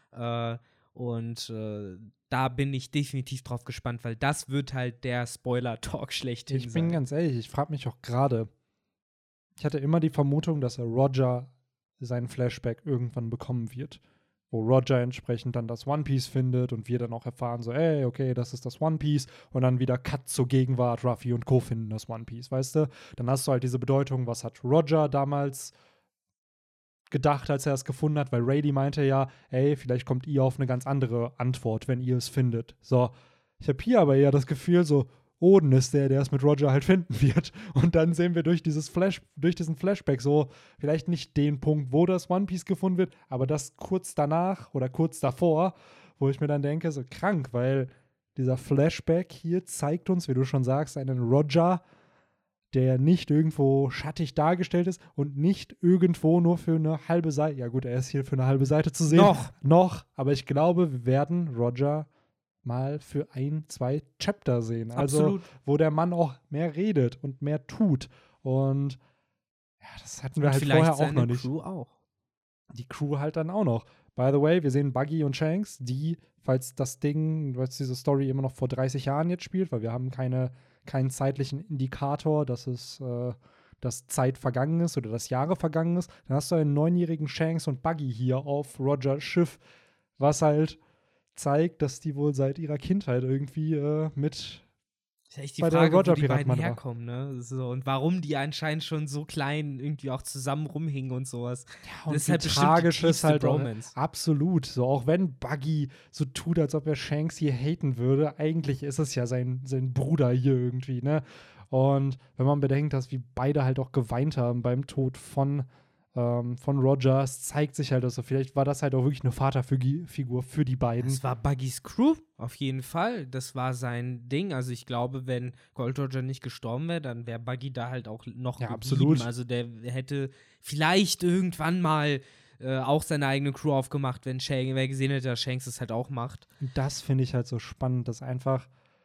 Da bin ich definitiv drauf gespannt, weil das wird halt der Spoiler-Talk schlechthin Ich sein. bin ganz ehrlich, ich frage mich auch gerade, ich hatte immer die Vermutung, dass er Roger seinen Flashback irgendwann bekommen wird, wo Roger entsprechend dann das One Piece findet und wir dann auch erfahren, so, ey, okay, das ist das One Piece und dann wieder Cut zur Gegenwart, Ruffy und Co. finden das One Piece, weißt du? Dann hast du halt diese Bedeutung, was hat Roger damals gedacht, als er es gefunden hat, weil Rady meinte ja, ey, vielleicht kommt ihr auf eine ganz andere Antwort, wenn ihr es findet. So, ich habe hier aber eher das Gefühl, so, Oden ist der es mit Roger halt finden wird. Und dann sehen wir durch diesen Flashback so, vielleicht nicht den Punkt, wo das One Piece gefunden wird, aber das kurz danach oder kurz davor, wo ich mir dann denke, so krank, weil dieser Flashback hier zeigt uns, wie du schon sagst, einen Roger, der nicht irgendwo schattig dargestellt ist und nicht irgendwo nur für eine halbe Seite. Ja gut, er ist hier für eine halbe Seite zu sehen. Noch. Aber ich glaube, wir werden Roger mal für 1, 2 Chapter sehen. Absolut. Also, wo der Mann auch mehr redet und mehr tut. Und ja, das hatten wir Und halt vielleicht vorher auch seine noch nicht. Crew auch. Die Crew halt dann auch noch. By the way, wir sehen Buggy und Shanks, die, falls diese Story immer noch vor 30 Jahren jetzt spielt, weil wir haben keinen zeitlichen Indikator, dass Zeit vergangen ist oder dass Jahre vergangen ist, dann hast du einen 9-jährigen Shanks und Buggy hier auf Rogers Schiff, was halt zeigt, dass die wohl seit ihrer Kindheit irgendwie mit ist ja echt die bei der Frage, wo die Roger-Piratenbande beiden war. herkommen, ne? So, und warum die anscheinend schon so klein irgendwie auch zusammen rumhingen und sowas. Ja, und Das ist wie halt bestimmt tragisch die ist halt auch, Bromance. absolut. So, auch wenn Buggy so tut, als ob er Shanks hier haten würde, eigentlich ist es ja sein Bruder hier irgendwie, ne? Und wenn man bedenkt, dass wir beide halt auch geweint haben beim Tod von Rogers, zeigt sich halt, also vielleicht war das halt auch wirklich eine Vaterfigur für die beiden. Das war Buggys Crew, auf jeden Fall. Das war sein Ding. Also ich glaube, wenn Gold Roger nicht gestorben wäre, dann wäre Buggy da halt auch noch Ja, geblieben. absolut. Also der hätte vielleicht irgendwann mal auch seine eigene Crew aufgemacht, wenn wer gesehen hätte, dass Shanks es halt auch macht. Und das finde ich halt so spannend, dass einfach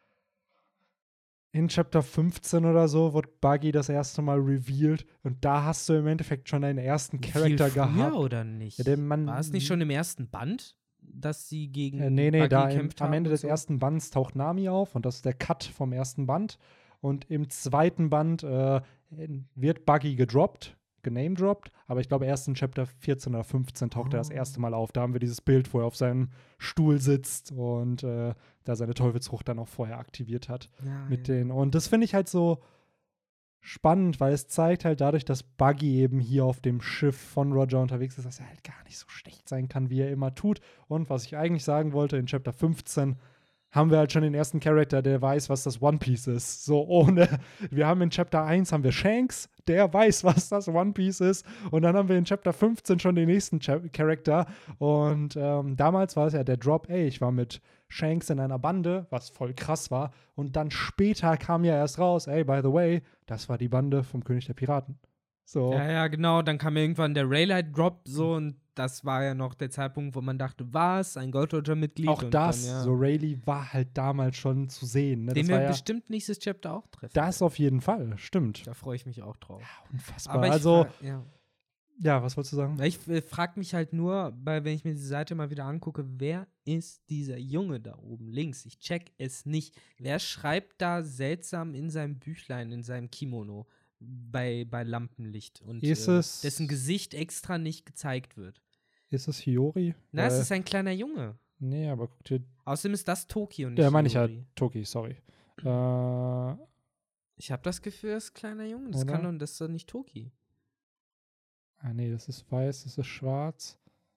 in Chapter 15 oder so wird Buggy das erste Mal revealed und da hast du im Endeffekt schon deinen ersten Charakter gehabt. Ja, oder nicht? Ja, war es nicht schon im ersten Band, dass sie gegen nee, Buggy da gekämpft haben? am Ende und des so? ersten Bands taucht Nami auf und das ist der Cut vom ersten Band. Und im zweiten Band wird Buggy genamedroppt, aber ich glaube erst in Chapter 14 oder 15 taucht er das erste Mal auf. Da haben wir dieses Bild, wo er auf seinem Stuhl sitzt und da seine Teufelsfrucht dann auch vorher aktiviert hat. Und das finde ich halt so spannend, weil es zeigt halt dadurch, dass Buggy eben hier auf dem Schiff von Roger unterwegs ist, dass er halt gar nicht so schlecht sein kann, wie er immer tut. Und was ich eigentlich sagen wollte, in Chapter 15 haben wir halt schon den ersten Charakter, der weiß, was das One Piece ist. Wir haben in Chapter 1 haben wir Shanks, der weiß, was das One Piece ist. Und dann haben wir in Chapter 15 schon den nächsten Charakter. Und damals war es ja der Drop, ich war mit Shanks in einer Bande, was voll krass war. Und dann später kam ja erst raus, by the way, das war die Bande vom König der Piraten. So. Ja, genau. Dann kam irgendwann der Raylight-Drop so und das war ja noch der Zeitpunkt, wo man dachte, was? Ein Gold Roger-Mitglied? Auch und das, dann, ja. so Rayleigh war halt damals schon zu sehen. Ne? Den das wir bestimmt nächstes Chapter auch treffen. Das auf jeden Fall, stimmt. Da freue ich mich auch drauf. Ja, unfassbar. Aber ja, was wolltest du sagen? Ich frage mich halt nur, wenn ich mir die Seite mal wieder angucke, wer ist dieser Junge da oben links? Ich check es nicht. Wer schreibt da seltsam in seinem Büchlein, in seinem Kimono bei Lampenlicht und dessen Gesicht extra nicht gezeigt wird? Ist es Hiyori? Na, es ist ein kleiner Junge. Nee, aber guck dir. Außerdem ist das Toki und nicht Ja, meine ich ja, Hiyori. Toki, sorry. Ich habe das Gefühl, das ist ein kleiner Junge. Das ist doch nicht Toki. Nee, das ist weiß, das ist schwarz.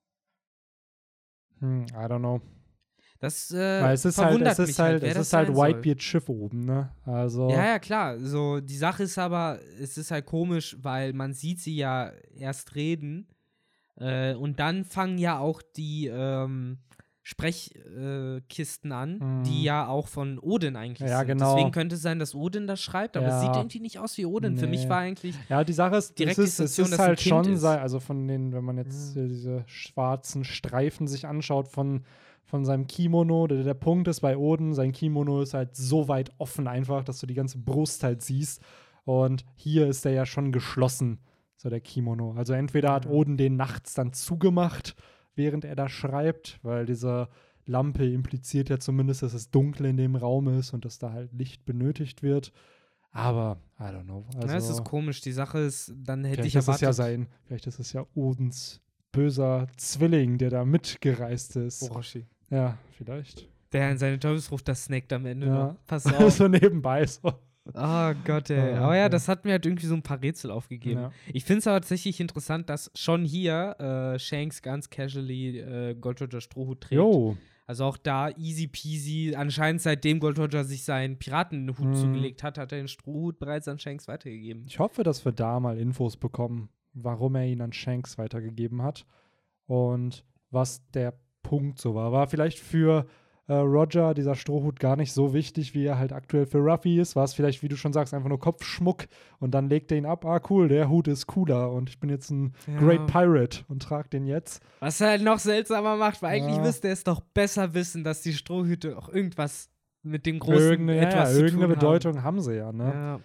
I don't know. Das weil es ist verwundert halt, mich halt, es ist halt Whitebeard Schiff oben, ne? Also. Ja, klar. So, die Sache ist aber, es ist halt komisch, weil man sieht sie ja erst reden und dann fangen ja auch die Sprechkisten an, die ja auch von Odin eigentlich sind. Genau. Deswegen könnte es sein, dass Odin das schreibt, aber es sieht irgendwie nicht aus wie Odin. Nee. Für mich war eigentlich ja, die Sache ist, direkt es ist halt schon, also von den, wenn man jetzt diese schwarzen Streifen sich anschaut von seinem Kimono, der Punkt ist bei Odin, sein Kimono ist halt so weit offen einfach, dass du die ganze Brust halt siehst und hier ist der ja schon geschlossen, so der Kimono. Also entweder hat Odin den nachts dann zugemacht, während er da schreibt, weil diese Lampe impliziert ja zumindest, dass es dunkel in dem Raum ist und dass da halt Licht benötigt wird. Aber, I don't know. Also, es ist komisch. Die Sache ist, dann hätte ich erwartet. Vielleicht ist es ja Odins böser Zwilling, der da mitgereist ist. Orochi. Ja, vielleicht. Der in seine Teufelsfrucht das snackt am Ende. Ja. Pass auf. so nebenbei so. Oh Gott, ey. Aber ja, das hat mir halt irgendwie so ein paar Rätsel aufgegeben. Ja. Ich finde es aber tatsächlich interessant, dass schon hier Shanks ganz casually Gold Roger Strohhut trägt. Jo. Also auch da easy peasy. Anscheinend seitdem Gold Roger sich seinen Piratenhut zugelegt hat, hat er den Strohhut bereits an Shanks weitergegeben. Ich hoffe, dass wir da mal Infos bekommen, warum er ihn an Shanks weitergegeben hat und was der Punkt so war. War vielleicht für Roger, dieser Strohhut, gar nicht so wichtig, wie er halt aktuell für Ruffy ist. War es vielleicht, wie du schon sagst, einfach nur Kopfschmuck und dann legt er ihn ab. Ah, cool, der Hut ist cooler und ich bin jetzt ein Great Pirate und trage den jetzt. Was er halt noch seltsamer macht, weil eigentlich müsste er es doch besser wissen, dass die Strohhüte auch irgendwas mit dem großen etwas zu tun irgendeine Bedeutung haben sie ja, ne?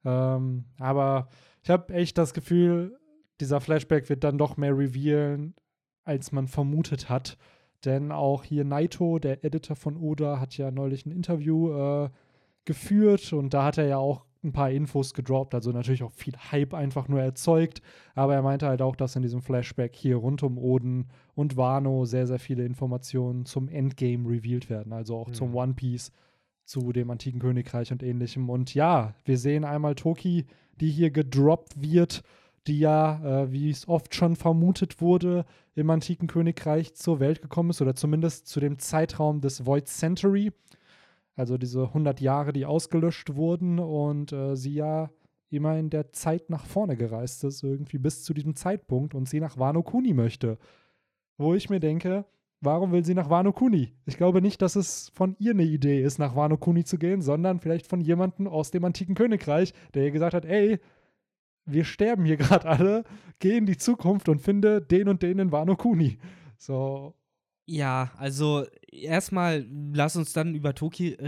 Aber ich habe echt das Gefühl, dieser Flashback wird dann doch mehr revealen, als man vermutet hat. Denn auch hier Naito, der Editor von Oda, hat ja neulich ein Interview geführt und da hat er ja auch ein paar Infos gedroppt, also natürlich auch viel Hype einfach nur erzeugt, aber er meinte halt auch, dass in diesem Flashback hier rund um Oden und Wano sehr, sehr viele Informationen zum Endgame revealed werden, also auch zum One Piece, zu dem antiken Königreich und ähnlichem. Und ja, wir sehen einmal Toki, die hier gedroppt wird, die ja, wie es oft schon vermutet wurde, im antiken Königreich zur Welt gekommen ist oder zumindest zu dem Zeitraum des Void Century, also diese 100 Jahre, die ausgelöscht wurden und sie ja immer in der Zeit nach vorne gereist ist, irgendwie bis zu diesem Zeitpunkt und sie nach Wano Kuni möchte. Wo ich mir denke, warum will sie nach Wano Kuni? Ich glaube nicht, dass es von ihr eine Idee ist, nach Wano Kuni zu gehen, sondern vielleicht von jemandem aus dem antiken Königreich, der ihr gesagt hat, ey, wir sterben hier gerade alle, geh in die Zukunft und finde den und den in Wano Kuni. So. Ja, also erstmal lass uns dann über Toki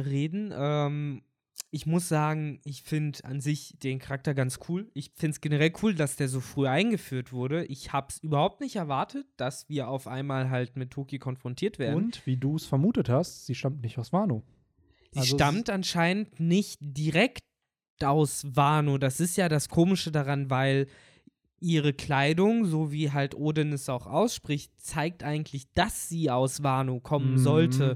reden. Ich muss sagen, ich finde an sich den Charakter ganz cool. Ich finde es generell cool, dass der so früh eingeführt wurde. Ich habe es überhaupt nicht erwartet, dass wir auf einmal halt mit Toki konfrontiert werden. Und wie du es vermutet hast, sie stammt nicht aus Wano. Sie stammt anscheinend nicht direkt aus Wano. Das ist ja das Komische daran, weil ihre Kleidung, so wie halt Oden es auch ausspricht, zeigt eigentlich, dass sie aus Wano kommen sollte.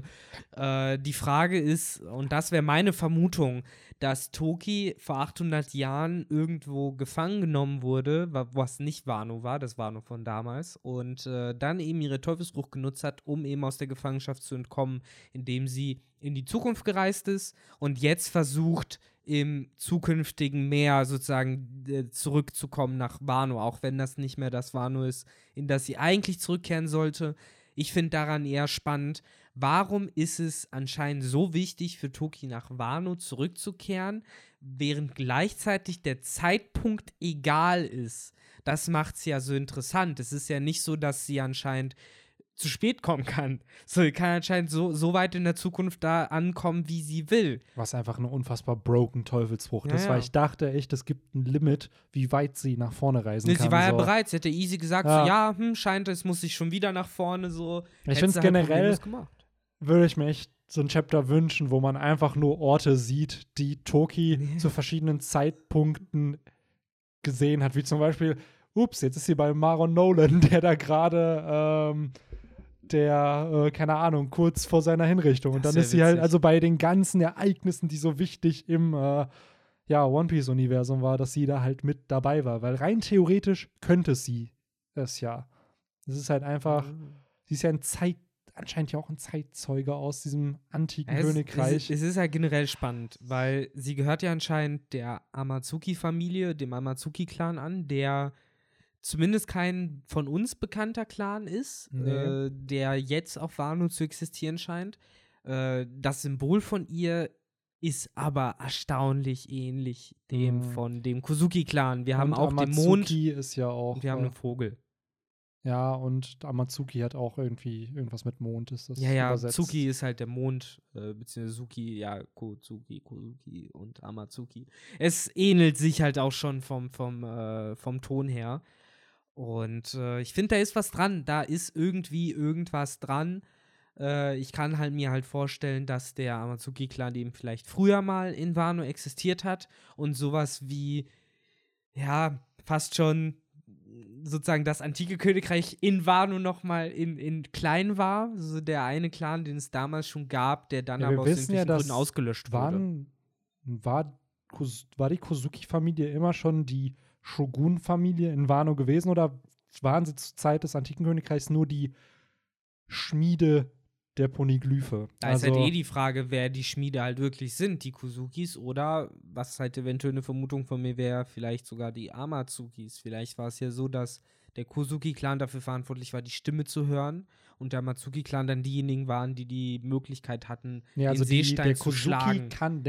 Die Frage ist, und das wäre meine Vermutung, dass Toki vor 800 Jahren irgendwo gefangen genommen wurde, was nicht Wano war, das Wano von damals, und dann eben ihre Teufelsfrucht genutzt hat, um eben aus der Gefangenschaft zu entkommen, indem sie in die Zukunft gereist ist und jetzt versucht, im zukünftigen Meer sozusagen zurückzukommen nach Wano, auch wenn das nicht mehr das Wano ist, in das sie eigentlich zurückkehren sollte. Ich finde daran eher spannend, warum ist es anscheinend so wichtig für Toki nach Wano zurückzukehren, während gleichzeitig der Zeitpunkt egal ist. Das macht es ja so interessant. Es ist ja nicht so, dass sie anscheinend zu spät kommen kann. So, sie kann anscheinend so weit in der Zukunft da ankommen, wie sie will. Was einfach eine unfassbar broken Teufelsfrucht ist, weil ich dachte echt, es gibt ein Limit, wie weit sie nach vorne reisen kann. Sie war ja bereit, sie hätte easy gesagt, scheint, es muss ich schon wieder nach vorne, so. Ich finde es generell, würde ich mir echt so ein Chapter wünschen, wo man einfach nur Orte sieht, die Toki zu verschiedenen Zeitpunkten gesehen hat, wie zum Beispiel, jetzt ist sie bei Maron Nolan, der da gerade keine Ahnung, kurz vor seiner Hinrichtung. Und dann ist sie halt also bei den ganzen Ereignissen, die so wichtig im One Piece-Universum war, dass sie da halt mit dabei war. Weil rein theoretisch könnte sie es ja. Es ist halt einfach, sie ist ja anscheinend ja auch ein Zeitzeuge aus diesem antiken Königreich. Es ist halt generell spannend, weil sie gehört ja anscheinend der Amazuki-Familie, dem Amazuki-Clan an, der zumindest kein von uns bekannter Clan ist, der jetzt auf Wano zu existieren scheint. Das Symbol von ihr ist aber erstaunlich ähnlich dem von dem Kozuki-Clan. Wir haben auch Amazuki den Mond. Ist ja auch. Wir haben einen Vogel. Ja, und Amazuki hat auch irgendwie irgendwas mit Mond, ist das übersetzt. Tsuki ist halt der Mond, beziehungsweise Suki, Kozuki und Amazuki. Es ähnelt sich halt auch schon vom Ton her. Und ich finde, da ist was dran. Da ist irgendwie irgendwas dran. Ich kann halt mir halt vorstellen, dass der Amazuki-Clan eben vielleicht früher mal in Wano existiert hat und sowas wie, fast schon sozusagen das antike Königreich in Wano nochmal in klein war. So der eine Clan, den es damals schon gab, der dann aber aus irgendwelchen Gründen ausgelöscht wurde. War die Kozuki-Familie immer schon die Shogun-Familie in Wano gewesen oder waren sie zur Zeit des antiken Königreichs nur die Schmiede der Poneglyphe? Da ist halt die Frage, wer die Schmiede halt wirklich sind, die Kozukis oder, was halt eventuell eine Vermutung von mir wäre, vielleicht sogar die Amazukis. Vielleicht war es ja so, dass der Kozuki-Clan dafür verantwortlich war, die Stimme zu hören und der Matsuki-Clan dann diejenigen waren, die die Möglichkeit hatten, also den Seestein zu schlagen.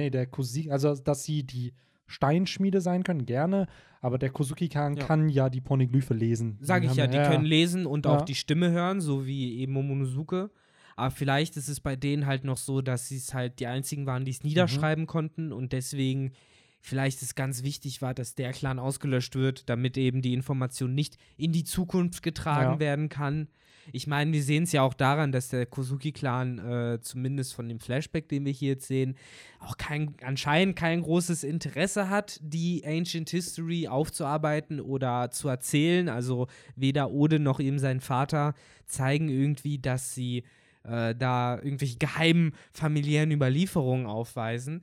Also dass sie die Steinschmiede sein können, gerne, aber der Kozuki-Clan kann ja die Poneglyphe lesen. Sag ich ja, die können lesen und auch Ja. die Stimme hören, so wie eben Momonosuke. Aber vielleicht ist es bei denen halt noch so, dass sie es halt die einzigen waren, die es niederschreiben konnten und deswegen vielleicht es ganz wichtig war, dass der Clan ausgelöscht wird, damit eben die Information nicht in die Zukunft getragen werden kann. Ich meine, wir sehen es ja auch daran, dass der Kozuki-Clan zumindest von dem Flashback, den wir hier jetzt sehen, auch anscheinend kein großes Interesse hat, die Ancient History aufzuarbeiten oder zu erzählen. Also weder Oden noch eben sein Vater zeigen irgendwie, dass sie da irgendwelche geheimen familiären Überlieferungen aufweisen.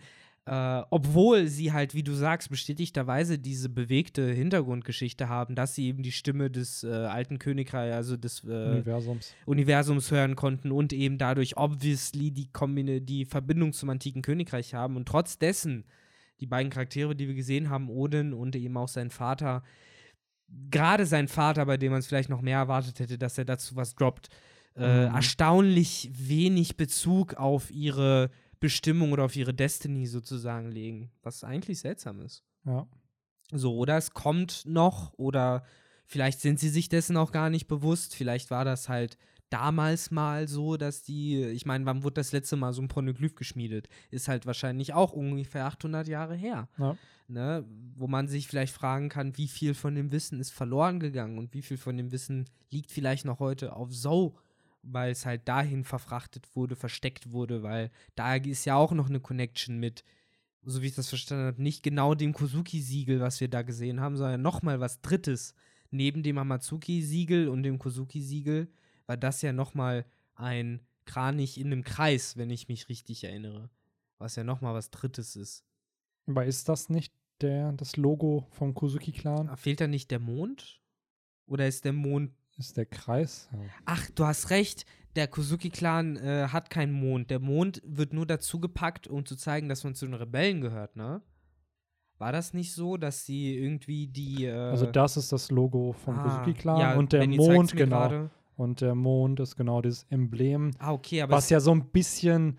Obwohl sie halt, wie du sagst, bestätigterweise diese bewegte Hintergrundgeschichte haben, dass sie eben die Stimme des alten Königreichs, also des Universums hören konnten und eben dadurch obviously die Verbindung zum antiken Königreich haben. Und trotz dessen, die beiden Charaktere, die wir gesehen haben, Oden und eben auch sein Vater, gerade sein Vater, bei dem man es vielleicht noch mehr erwartet hätte, dass er dazu was droppt, erstaunlich wenig Bezug auf ihre Bestimmung oder auf ihre Destiny sozusagen legen, was eigentlich seltsam ist. Ja. So, oder es kommt noch, oder vielleicht sind sie sich dessen auch gar nicht bewusst, vielleicht war das halt damals mal so, dass ich meine, wann wurde das letzte Mal so ein Poneglyph geschmiedet? Ist halt wahrscheinlich auch ungefähr 800 Jahre her. Ja. Ne? Wo man sich vielleicht fragen kann, wie viel von dem Wissen ist verloren gegangen und wie viel von dem Wissen liegt vielleicht noch heute auf Zou, weil es halt dahin verfrachtet wurde, versteckt wurde, weil da ist ja auch noch eine Connection mit, so wie ich das verstanden habe, nicht genau dem Kozuki-Siegel, was wir da gesehen haben, sondern nochmal was Drittes. Neben dem Hamazuki-Siegel und dem Kozuki-Siegel war das ja nochmal ein Kranich in einem Kreis, wenn ich mich richtig erinnere. Was ja nochmal was Drittes ist. Aber ist das nicht das Logo vom Kozuki-Clan? Fehlt da nicht der Mond? Oder ist der Mond ist der Kreis? Ja. Ach, du hast recht. Der Kozuki-Clan hat keinen Mond. Der Mond wird nur dazu gepackt, um zu zeigen, dass man zu den Rebellen gehört, ne? War das nicht so, dass sie irgendwie die Also das ist das Logo vom Kozuki-Clan ja, und der Mond, genau. Grade. Und der Mond ist genau dieses Emblem, okay, aber was ja so ein bisschen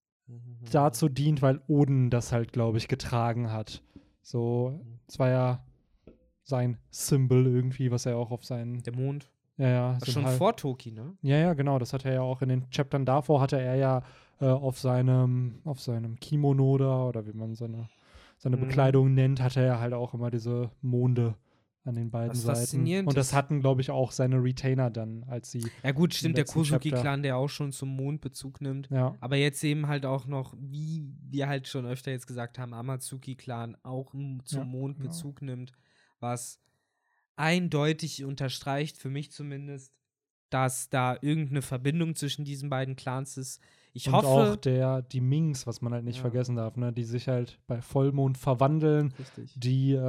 dazu dient, weil Oden das halt, glaube ich, getragen hat. So, es war ja sein Symbol irgendwie, was er auch auf seinen... Der Mond. Ja. Schon halt vor Toki, ne? Ja, genau. Das hatte er ja auch in den Chaptern davor, hatte er ja auf seinem Kimono da, oder wie man seine Bekleidung nennt, hatte er halt auch immer diese Monde an den beiden Seiten. Und das hatten, glaube ich, auch seine Retainer dann, als sie. Ja, gut, stimmt, der Kozuki-Clan, der auch schon zum Mond Bezug nimmt. Ja. Aber jetzt eben halt auch noch, wie wir halt schon öfter jetzt gesagt haben, Hamazuki-Clan auch zum Mond Bezug nimmt, was eindeutig unterstreicht, für mich zumindest, dass da irgendeine Verbindung zwischen diesen beiden Clans ist. Ich hoffe. Und auch die Minks, was man halt nicht vergessen darf, ne, die sich halt bei Vollmond verwandeln. Richtig. Die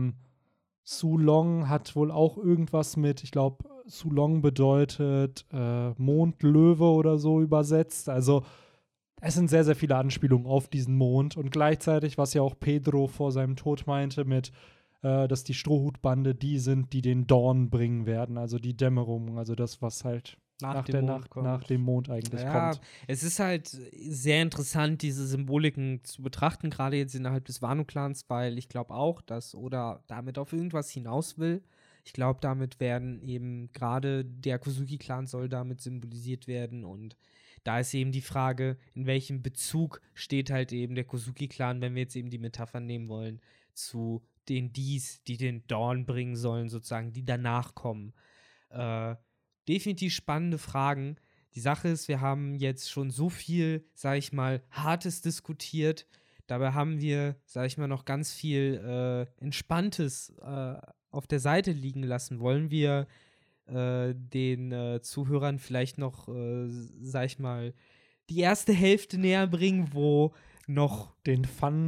Sulong hat wohl auch irgendwas mit, ich glaube, Sulong bedeutet Mondlöwe oder so übersetzt. Also es sind sehr, sehr viele Anspielungen auf diesen Mond. Und gleichzeitig, was ja auch Pedro vor seinem Tod meinte, mit dass die Strohhutbande die sind, die den Dawn bringen werden, also die Dämmerung, also das, was halt nach der Nacht, nach dem Mond eigentlich kommt. Es ist halt sehr interessant, diese Symboliken zu betrachten, gerade jetzt innerhalb des Wano-Clans, weil ich glaube auch, dass Oda damit auf irgendwas hinaus will. Ich glaube, damit werden eben gerade der Kozuki-Clan soll damit symbolisiert werden und da ist eben die Frage, in welchem Bezug steht halt eben der Kozuki-Clan, wenn wir jetzt eben die Metapher nehmen wollen, zu den Dies, die den Dawn bringen sollen, sozusagen, die danach kommen. Definitiv spannende Fragen. Die Sache ist, wir haben jetzt schon so viel, sag ich mal, Hartes diskutiert. Dabei haben wir, sag ich mal, noch ganz viel Entspanntes auf der Seite liegen lassen. Wollen wir den Zuhörern vielleicht noch, sag ich mal, die erste Hälfte näher bringen, wo noch den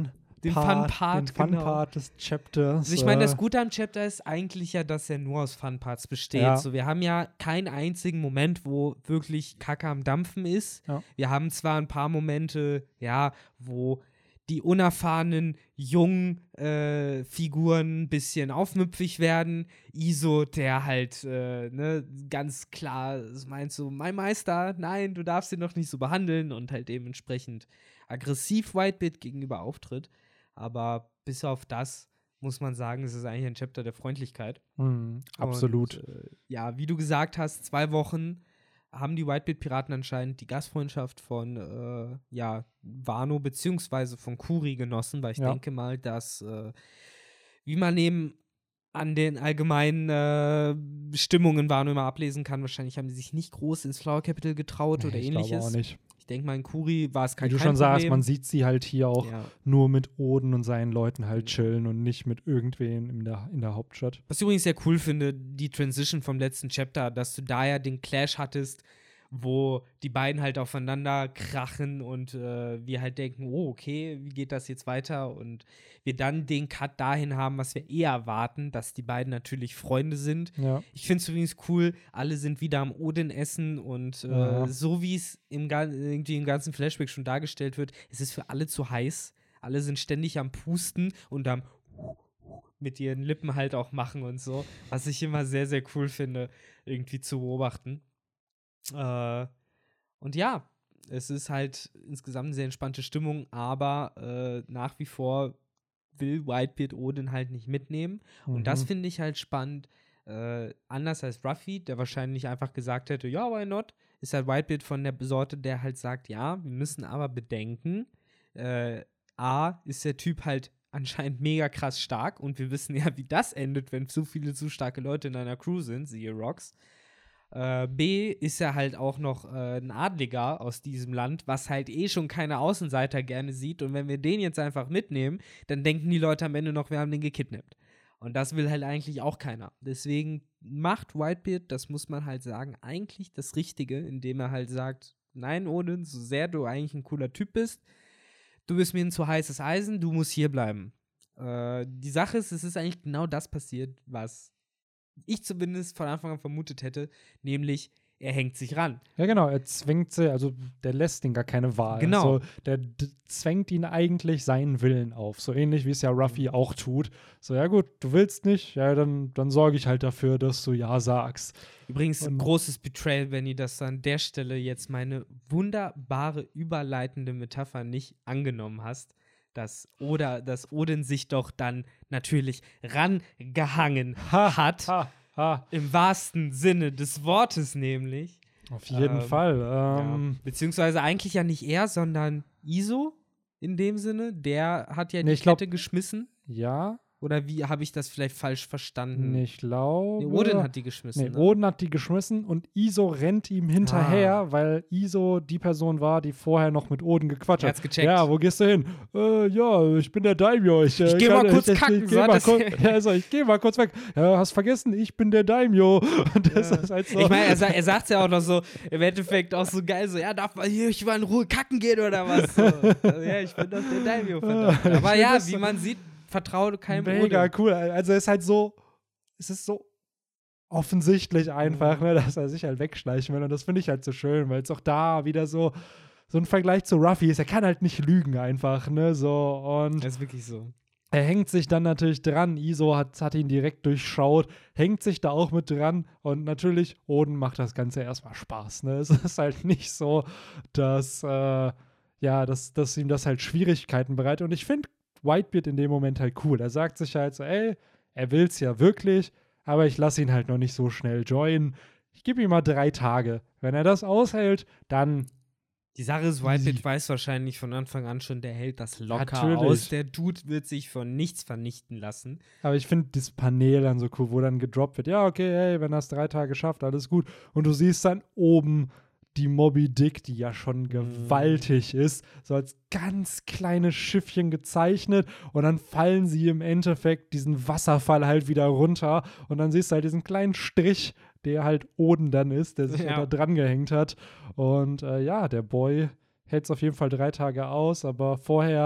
Fun-Part des Chapters. Also ich meine, das Gute am Chapter ist eigentlich ja, dass er nur aus Fun-Parts besteht. Ja. So, wir haben ja keinen einzigen Moment, wo wirklich Kacke am Dampfen ist. Ja. Wir haben zwar ein paar Momente, ja, wo die unerfahrenen, jungen Figuren ein bisschen aufmüpfig werden. Iso, der halt ganz klar meint so, mein Meister, nein, du darfst ihn doch nicht so behandeln und halt dementsprechend aggressiv Whitebeard gegenüber auftritt. Aber bis auf das muss man sagen, es ist eigentlich ein Chapter der Freundlichkeit. Absolut. Und, ja, wie du gesagt hast, 2 Wochen haben die Whitebeard-Piraten anscheinend die Gastfreundschaft von Wano beziehungsweise von Kuri genossen, weil ich denke mal, dass, wie man eben an den allgemeinen Stimmungen Wano immer ablesen kann, wahrscheinlich haben die sich nicht groß ins Flower Capital getraut oder ähnliches. Ich glaube auch nicht. Ich denke mal, in Kuri war es kein Wie du kein schon Problem. sagst, man sieht sie halt hier auch nur mit Oden und seinen Leuten halt chillen und nicht mit irgendwen in der Hauptstadt. Was ich übrigens sehr cool finde, die Transition vom letzten Chapter, dass du da ja den Clash hattest, wo die beiden halt aufeinander krachen und wir halt denken, oh, okay, wie geht das jetzt weiter? Und wir dann den Cut dahin haben, was wir eher erwarten, dass die beiden natürlich Freunde sind. Ja. Ich finde es übrigens cool, alle sind wieder am Odin essen und so wie es irgendwie im ganzen Flashback schon dargestellt wird, es ist für alle zu heiß. Alle sind ständig am Pusten und am mit ihren Lippen halt auch machen und so, was ich immer sehr, sehr cool finde, irgendwie zu beobachten. Und ja, es ist halt insgesamt eine sehr entspannte Stimmung, aber nach wie vor will Whitebeard Odin halt nicht mitnehmen. Und das finde ich halt spannend. Anders als Ruffy, der wahrscheinlich einfach gesagt hätte, ja, why not? Ist halt Whitebeard von der Sorte, der halt sagt, ja, wir müssen aber bedenken, A, ist der Typ halt anscheinend mega krass stark und wir wissen ja, wie das endet, wenn so viele zu starke Leute in einer Crew sind, siehe Rocks. B, ist er halt auch noch ein Adliger aus diesem Land, was halt schon keine Außenseiter gerne sieht. Und wenn wir den jetzt einfach mitnehmen, dann denken die Leute am Ende noch, wir haben den gekidnappt. Und das will halt eigentlich auch keiner. Deswegen macht Whitebeard, das muss man halt sagen, eigentlich das Richtige, indem er halt sagt, nein, Odin, so sehr du eigentlich ein cooler Typ bist, du bist mir ein zu heißes Eisen, du musst hier bleiben. Die Sache ist, es ist eigentlich genau das passiert, was ich zumindest von Anfang an vermutet hätte, nämlich er hängt sich ran. Ja, genau, er zwängt sie, also der lässt ihn gar keine Wahl. Genau. So, der zwängt ihn eigentlich seinen Willen auf. So ähnlich wie es ja Ruffy auch tut. So, ja gut, du willst nicht, ja, dann sorge ich halt dafür, dass du ja sagst. Übrigens ein großes Betrayal, Benny, dass du an der Stelle jetzt meine wunderbare, überleitende Metapher nicht angenommen hast. Dass Odin sich doch dann natürlich rangehangen hat. Im wahrsten Sinne des Wortes nämlich. Auf jeden Fall. Ja. Beziehungsweise eigentlich ja nicht er, sondern Iso in dem Sinne. Der hat ja die Kette geschmissen. Ja. Oder wie habe ich das vielleicht falsch verstanden? Ich glaube. Odin hat die geschmissen. Ne? Odin hat die geschmissen und Iso rennt ihm hinterher, weil Iso die Person war, die vorher noch mit Odin gequatscht hat. Er hat's gecheckt. Ja, wo gehst du hin? Ja, ich bin der Daimyo. Ich geh mal kurz kacken. Ich geh mal kurz weg. Ja, hast vergessen, ich bin der Daimyo. Und das ist halt so. Ich meine, er sagt ja auch noch so, im Endeffekt auch so geil, so, ja, darf man hier ich mal in Ruhe kacken gehen oder was? So. Also, ja, ich bin doch der Daimyo, verdammt. Aber ja, wie man sieht, vertraue keinem Mega Odin. cool. Also es ist halt so, es ist so offensichtlich einfach, ne, dass er sich halt wegschleichen will. Und das finde ich halt so schön, weil es auch da wieder so ein Vergleich zu Ruffy ist. Er kann halt nicht lügen einfach, ne, so. Und das ist wirklich so. Er hängt sich dann natürlich dran. Iso hat ihn direkt durchschaut, hängt sich da auch mit dran. Und natürlich, Odin macht das Ganze erstmal Spaß, ne. Es ist halt nicht so, dass ihm das halt Schwierigkeiten bereitet. Und ich finde Whitebeard in dem Moment halt cool. Er sagt sich halt so, ey, er will's ja wirklich, aber ich lasse ihn halt noch nicht so schnell joinen. Ich gebe ihm mal 3 Tage. Wenn er das aushält, dann. Die Sache ist, Whitebeard weiß wahrscheinlich von Anfang an schon, der hält das locker Natürlich aus. Der Dude wird sich von nichts vernichten lassen. Aber ich finde das Panel dann so cool, wo dann gedroppt wird. Ja, okay, hey, wenn er es 3 Tage schafft, alles gut. Und du siehst dann oben die Moby Dick, die ja schon gewaltig ist, so als ganz kleines Schiffchen gezeichnet und dann fallen sie im Endeffekt diesen Wasserfall halt wieder runter und dann siehst du halt diesen kleinen Strich, der halt Odin dann ist, der sich da dran gehängt hat und der Boy hält es auf jeden Fall 3 Tage aus, aber vorher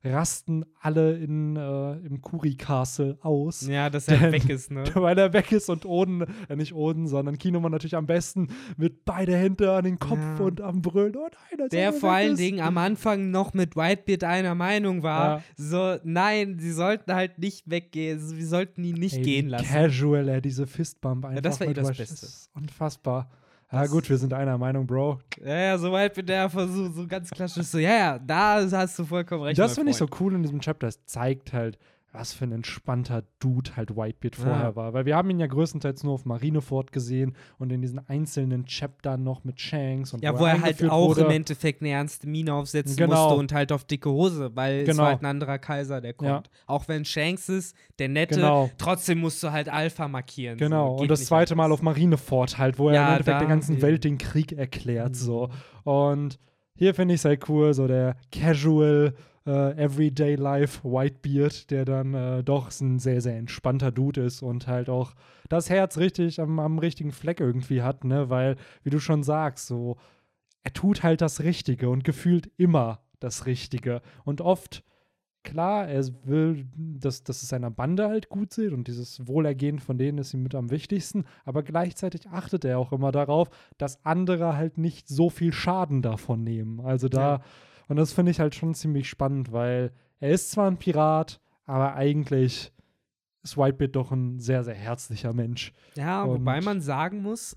rasten alle im Kuri Castle aus. Ja, dass er weg ist, ne? Weil er weg ist und Oden, nicht Oden, sondern Kinemon natürlich am besten mit beide Hände an den Kopf und am Brüllen. Oh nein, der vor allen Dingen am Anfang noch mit Whitebeard einer Meinung war. Ja. So, nein, sie sollten halt nicht weggehen. Wir sollten ihn nicht gehen lassen. Casual, diese Fistbump einfach. Ja, das war das Beste. Das ist unfassbar. Ja gut, wir sind einer Meinung, Bro. Ja, so Whitebeard, der versucht, so ganz klassisch so, ja, da hast du vollkommen recht. Das finde ich so cool in diesem Chapter. Es zeigt halt, was für ein entspannter Dude halt Whitebeard vorher war. Weil wir haben ihn ja größtenteils nur auf Marineford gesehen und in diesen einzelnen Chaptern noch mit Shanks. Und wo er halt auch im Endeffekt eine ernste Miene aufsetzen musste und halt auf dicke Hose, weil es war halt ein anderer Kaiser, der kommt. Ja. Auch wenn Shanks ist, der Nette, trotzdem musst du halt Alpha markieren. Genau, so. Und das zweite Mal auf Marineford halt, wo er im Endeffekt der ganzen Welt den Krieg erklärt. So. Und hier finde ich es halt cool, so der Casual Everyday Life Whitebeard, der dann doch ein sehr, sehr entspannter Dude ist und halt auch das Herz richtig am richtigen Fleck irgendwie hat, ne, weil, wie du schon sagst, so, er tut halt das Richtige und gefühlt immer das Richtige und oft, klar, er will, dass es seiner Bande halt gut sieht und dieses Wohlergehen von denen ist ihm mit am wichtigsten, aber gleichzeitig achtet er auch immer darauf, dass andere halt nicht so viel Schaden davon nehmen, also da und das finde ich halt schon ziemlich spannend, weil er ist zwar ein Pirat, aber eigentlich ist Whitebeard doch ein sehr, sehr herzlicher Mensch. Ja, wobei man sagen muss,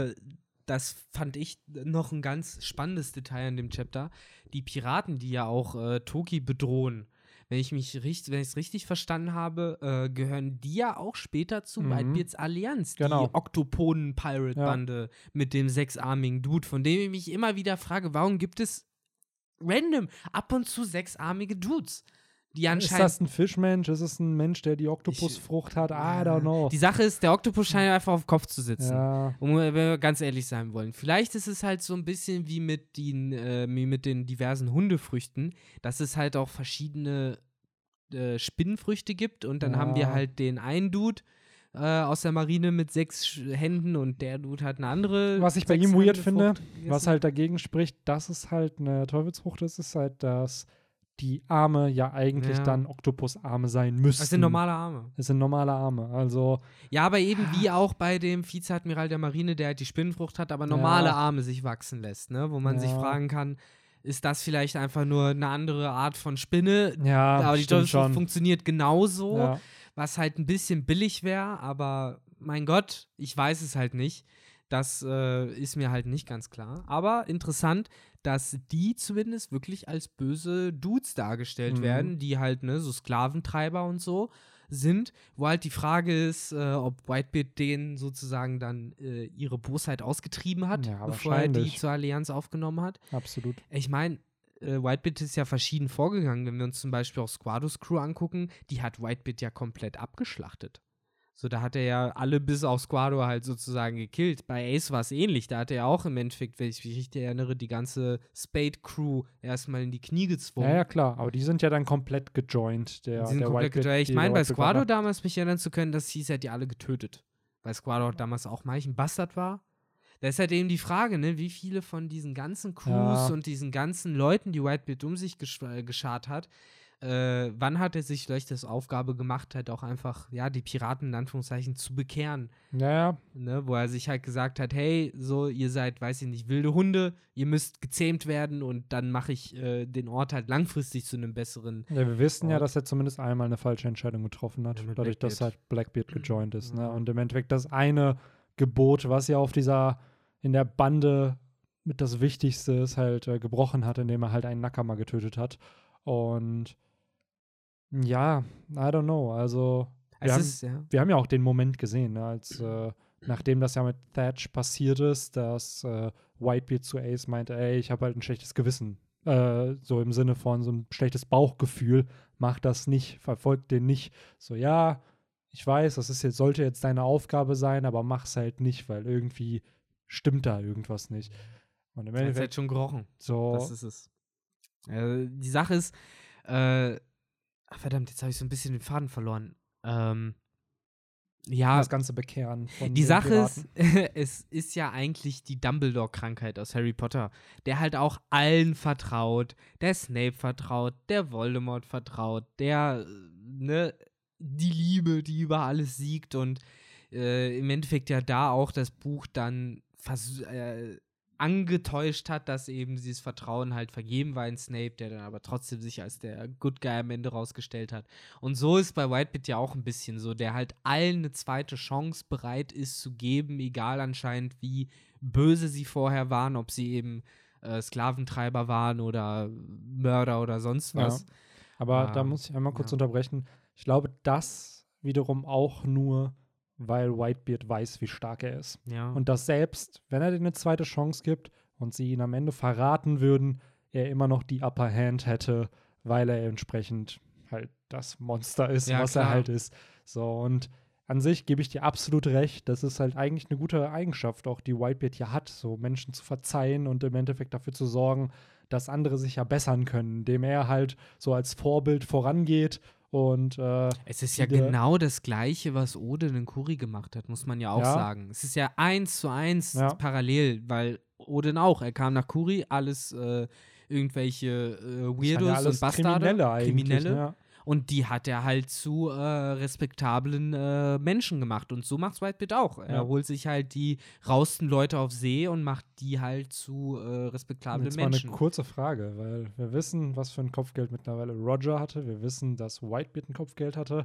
das fand ich noch ein ganz spannendes Detail in dem Chapter. Die Piraten, die ja auch Toki bedrohen, wenn ich es richtig verstanden habe, gehören die ja auch später zu Whitebeards Allianz, die Oktopoden-Pirate-Bande mit dem sechsarmigen Dude, von dem ich mich immer wieder frage, warum gibt es random ab und zu sechsarmige Dudes, die anscheinend. Ist das ein Fischmensch? Ist es ein Mensch, der die Oktopusfrucht hat? I don't know. Die Sache ist, der Oktopus scheint einfach auf dem Kopf zu sitzen. Ja. Und wenn wir ganz ehrlich sein wollen. Vielleicht ist es halt so ein bisschen wie mit den diversen Hundefrüchten, dass es halt auch verschiedene Spinnenfrüchte gibt und dann haben wir halt den einen Dude aus der Marine mit 6 Händen und der Dude hat eine andere. Was ich bei ihm weird finde, was halt dagegen spricht, dass es halt eine Teufelsfrucht ist, ist halt, dass die Arme ja eigentlich dann Oktopusarme sein müssten. Das sind normale Arme. Das sind normale Arme, also. Ja, aber eben wie auch bei dem Vizeadmiral der Marine, der halt die Spinnenfrucht hat, aber normale Arme sich wachsen lässt, ne? Wo man sich fragen kann, ist das vielleicht einfach nur eine andere Art von Spinne? Ja, aber die Teufelsfrucht funktioniert genauso. Ja. Was halt ein bisschen billig wäre, aber mein Gott, ich weiß es halt nicht. Das ist mir halt nicht ganz klar. Aber interessant, dass die zumindest wirklich als böse Dudes dargestellt werden, die halt, ne, so Sklaventreiber und so sind, wo halt die Frage ist, ob Whitebeard denen sozusagen dann ihre Bosheit ausgetrieben hat, bevor er die zur Allianz aufgenommen hat. Absolut. Ich meine, Whitebeard ist ja verschieden vorgegangen. Wenn wir uns zum Beispiel auch Squados Crew angucken, die hat Whitebeard ja komplett abgeschlachtet. So, da hat er ja alle bis auf Squado halt sozusagen gekillt. Bei Ace war es ähnlich. Da hat er auch im Endeffekt, wenn ich mich richtig erinnere, die ganze Spade-Crew erstmal in die Knie gezwungen. Ja, klar. Aber die sind ja dann komplett gejoint. Die sind komplett gejoint. Ich meine, bei Squado damals mich erinnern zu können, das hieß ja, die alle getötet. Weil Squado damals auch mal ein Bastard war. Da ist halt eben die Frage, ne, wie viele von diesen ganzen Crews und diesen ganzen Leuten, die Whitebeard um sich geschart hat, wann hat er sich vielleicht das Aufgabe gemacht, halt auch einfach, ja, die Piraten in Anführungszeichen zu bekehren. Ja. Ne, wo er sich halt gesagt hat, hey, so, ihr seid, weiß ich nicht, wilde Hunde, ihr müsst gezähmt werden und dann mache ich den Ort halt langfristig zu einem besseren Ja, wir wissen Ort. Dass er zumindest einmal eine falsche Entscheidung getroffen hat, dadurch, dass halt Blackbeard gejoint ist. Ne? Und im Endeffekt das eine Gebot, was ja in der Bande mit das Wichtigste ist, halt gebrochen hat, indem er halt einen Nakama getötet hat. Und ja, I don't know. Also, wir haben ja auch den Moment gesehen, ne, als nachdem das ja mit Thatch passiert ist, dass Whitebeard zu Ace meinte, ey, ich habe halt ein schlechtes Gewissen. So im Sinne von so ein schlechtes Bauchgefühl, mach das nicht, verfolgt den nicht. So, ja, ich weiß, sollte jetzt deine Aufgabe sein, aber mach's halt nicht, weil irgendwie stimmt da irgendwas nicht. Und im Endeffekt halt schon gerochen. So. Das ist es. Die Sache ist, verdammt, jetzt habe ich so ein bisschen den Faden verloren. Ja, das ganze Bekehren von die den Sache Piraten. ist, es ist ja eigentlich die Dumbledore-Krankheit aus Harry Potter, der halt auch allen vertraut, der Snape vertraut, der Voldemort vertraut, der, ne, die Liebe, die über alles siegt und im Endeffekt ja da auch das Buch dann angetäuscht hat, dass eben dieses Vertrauen halt vergeben war in Snape, der dann aber trotzdem sich als der Good Guy am Ende rausgestellt hat. Und so ist bei Whitebeard ja auch ein bisschen so, der halt allen eine zweite Chance bereit ist zu geben, egal anscheinend wie böse sie vorher waren, ob sie eben Sklaventreiber waren oder Mörder oder sonst was. Ja. Aber da muss ich einmal kurz unterbrechen. Ich glaube, das wiederum auch nur, weil Whitebeard weiß, wie stark er ist. Ja. Und dass selbst, wenn er dir eine zweite Chance gibt und sie ihn am Ende verraten würden, er immer noch die Upper Hand hätte, weil er entsprechend halt das Monster ist, Ja, was klar. er halt ist. So, und an sich gebe ich dir absolut recht. Das ist halt eigentlich eine gute Eigenschaft, auch die Whitebeard ja hat, so Menschen zu verzeihen und im Endeffekt dafür zu sorgen, dass andere sich ja bessern können, indem er halt so als Vorbild vorangeht und es ist ja viele- genau das Gleiche, was Odin in Kuri gemacht hat, muss man ja auch Ja. sagen. Es ist ja 1:1 Ja. parallel, weil Odin auch, er kam nach Kuri, alles irgendwelche das waren Weirdos ja alles und Bastarde, Kriminelle eigentlich. Kriminelle. Ja. Und die hat er halt zu respektablen Menschen gemacht. Und so macht's Whitebeard auch. Er Ja. holt sich halt die rausten Leute auf See und macht die halt zu respektablen Jetzt mal eine Menschen. kurze Frage, weil wir wissen, was für ein Kopfgeld mittlerweile Roger hatte. Wir wissen, dass Whitebeard ein Kopfgeld hatte.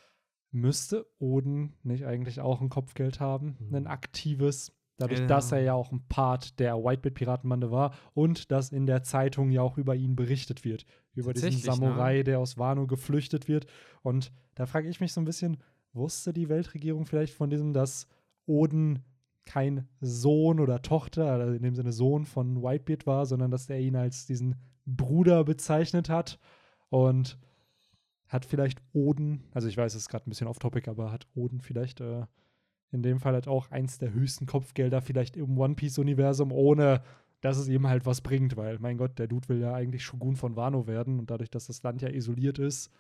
Müsste Odin nicht eigentlich auch ein Kopfgeld haben? Ein aktives? Dadurch, dass er ja auch ein Part der Whitebeard-Piratenbande war und dass in der Zeitung ja auch über ihn berichtet wird. Über diesen Tatsächlich, Samurai, der aus Wano geflüchtet wird. Und da frage ich mich so ein bisschen, wusste die Weltregierung vielleicht von diesem, dass Odin kein Sohn oder Tochter, also in dem Sinne Sohn von Whitebeard war, sondern dass er ihn als diesen Bruder bezeichnet hat und hat vielleicht Odin, also ich weiß, es ist gerade ein bisschen off-topic, aber hat Odin vielleicht in dem Fall halt auch eins der höchsten Kopfgelder vielleicht im One-Piece-Universum, ohne dass es ihm halt was bringt, weil, mein Gott, der Dude will ja eigentlich Shogun von Wano werden und dadurch, dass das Land ja isoliert ist.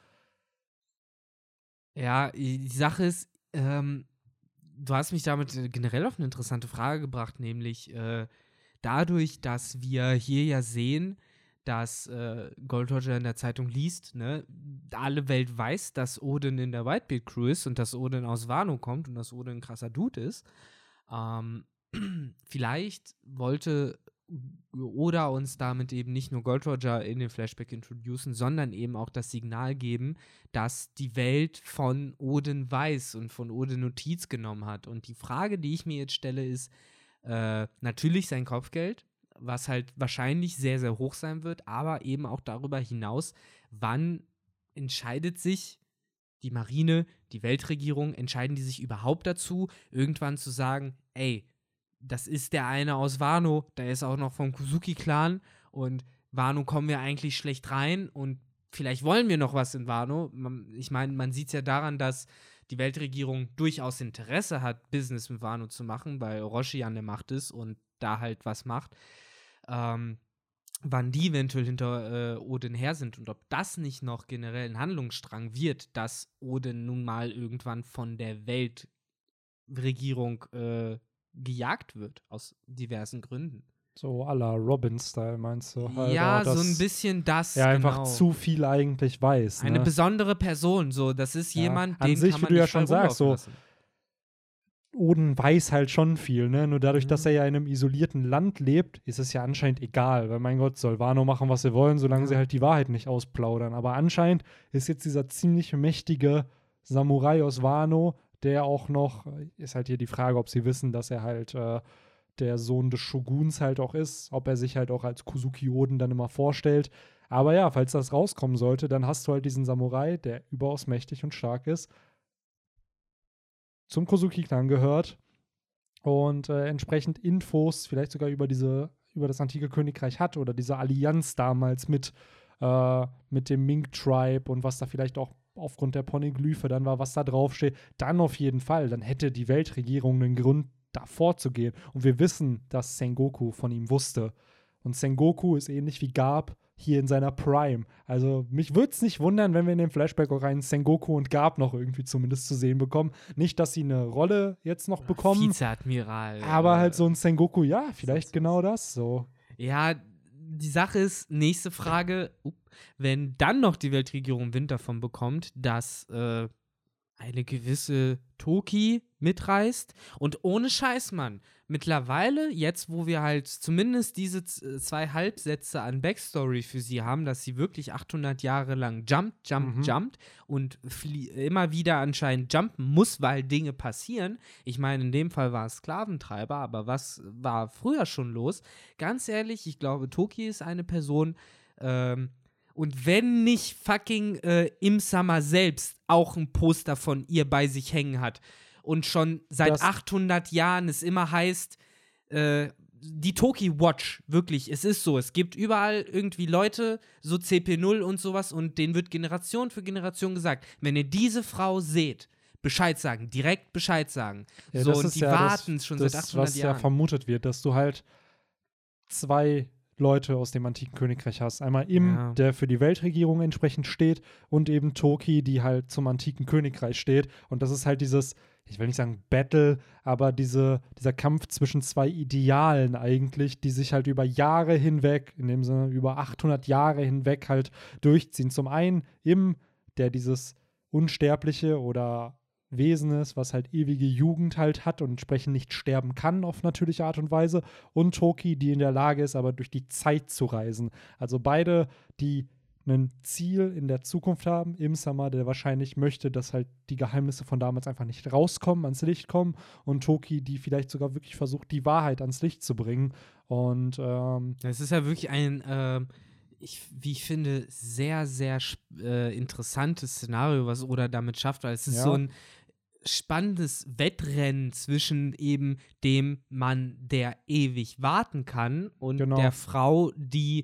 Ja, die Sache ist, du hast mich damit generell auf eine interessante Frage gebracht, nämlich dadurch, dass wir hier ja sehen, dass Gold Roger in der Zeitung liest, ne, alle Welt weiß, dass Odin in der Whitebeard Crew ist und dass Odin aus Wano kommt und dass Odin ein krasser Dude ist. Vielleicht wollte Oda uns damit eben nicht nur Gold Roger in den Flashback introducen, sondern eben auch das Signal geben, dass die Welt von Odin weiß und von Odin Notiz genommen hat. Und die Frage, die ich mir jetzt stelle, ist natürlich sein Kopfgeld, was halt wahrscheinlich sehr, sehr hoch sein wird, aber eben auch darüber hinaus, wann entscheidet sich die Marine, die Weltregierung, entscheiden die sich überhaupt dazu, irgendwann zu sagen, ey, das ist der eine aus Wano, der ist auch noch vom Kozuki-Clan und Wano kommen wir eigentlich schlecht rein und vielleicht wollen wir noch was in Wano. Ich meine, man sieht es ja daran, dass die Weltregierung durchaus Interesse hat, Business mit Wano zu machen, weil Orochi an der Macht ist und da halt was macht. Wann die eventuell hinter Odin her sind und ob das nicht noch generell ein Handlungsstrang wird, dass Odin nun mal irgendwann von der Weltregierung gejagt wird, aus diversen Gründen. So à la Robin-Style, meinst du? Halt Ja, auch, dass so ein bisschen das, er einfach genau. zu viel eigentlich weiß. Eine ne? besondere Person, so, das ist Ja, jemand, an den sich, kann wie man du ja nicht schon frei sagst, rumlaufen so lassen. Odin weiß halt schon viel, ne? Nur dadurch, dass Mhm. er ja in einem isolierten Land lebt, ist es ja anscheinend egal, weil mein Gott, soll Wano machen, was sie wollen, solange Ja. sie halt die Wahrheit nicht ausplaudern. Aber anscheinend ist jetzt dieser ziemlich mächtige Samurai aus Wano, der auch noch, ist halt hier die Frage, ob sie wissen, dass er halt der Sohn des Shoguns halt auch ist, ob er sich halt auch als Kozuki Oden dann immer vorstellt. Aber ja, falls das rauskommen sollte, dann hast du halt diesen Samurai, der überaus mächtig und stark ist, zum Kozuki-Clan gehört und entsprechend Infos vielleicht sogar über das antike Königreich hat oder diese Allianz damals mit dem Mink-Tribe und was da vielleicht auch aufgrund der Poneglyphe dann war, was da draufsteht, dann auf jeden Fall, dann hätte die Weltregierung einen Grund, da vorzugehen. Und wir wissen, dass Sengoku von ihm wusste. Und Sengoku ist ähnlich wie Garp hier in seiner Prime. Also mich würde es nicht wundern, wenn wir in dem Flashback auch einen Sengoku und Garp noch irgendwie zumindest zu sehen bekommen. Nicht, dass sie eine Rolle jetzt noch bekommen. Vizeadmiral. Aber halt so ein Sengoku, ja, vielleicht genau das so. Ja, die Sache ist, nächste Frage, wenn dann noch die Weltregierung Wind davon bekommt, dass eine gewisse Toki mitreist und ohne Scheiß, Mann, mittlerweile, jetzt wo wir halt zumindest diese 2 Halbsätze an Backstory für sie haben, dass sie wirklich 800 Jahre lang jumpt und immer wieder anscheinend jumpen muss, weil Dinge passieren. Ich meine, in dem Fall war es Sklaventreiber, aber was war früher schon los? Ganz ehrlich, ich glaube, Toki ist eine Person, und wenn nicht fucking Im Summer selbst auch ein Poster von ihr bei sich hängen hat und schon seit 800 Jahren es immer heißt, die Toki Watch, wirklich, es ist so, es gibt überall irgendwie Leute, so CP0 und sowas und denen wird Generation für Generation gesagt, wenn ihr diese Frau seht, Bescheid sagen, direkt Bescheid sagen. Ja, so, das und ist die ja warten schon seit 800 was Jahren. Ja vermutet wird, dass du halt 2 Leute aus dem antiken Königreich hast. Einmal Im, der für die Weltregierung entsprechend steht, und eben Toki, die halt zum antiken Königreich steht. Und das ist halt dieses, ich will nicht sagen Battle, aber dieser Kampf zwischen 2 Idealen eigentlich, die sich halt über Jahre hinweg, in dem Sinne über 800 Jahre hinweg halt durchziehen. Zum einen Im, der dieses unsterbliche oder Wesen ist, was halt ewige Jugend halt hat und entsprechend nicht sterben kann auf natürliche Art und Weise, und Toki, die in der Lage ist, aber durch die Zeit zu reisen. Also beide, die ein Ziel in der Zukunft haben. Im Summer, der wahrscheinlich möchte, dass halt die Geheimnisse von damals einfach nicht rauskommen, ans Licht kommen, und Toki, die vielleicht sogar wirklich versucht, die Wahrheit ans Licht zu bringen. Und es ist ja wirklich ein wie ich finde, sehr, sehr interessantes Szenario, was Oda damit schafft, weil es ist so ein spannendes Wettrennen zwischen eben dem Mann, der ewig warten kann, und der Frau, die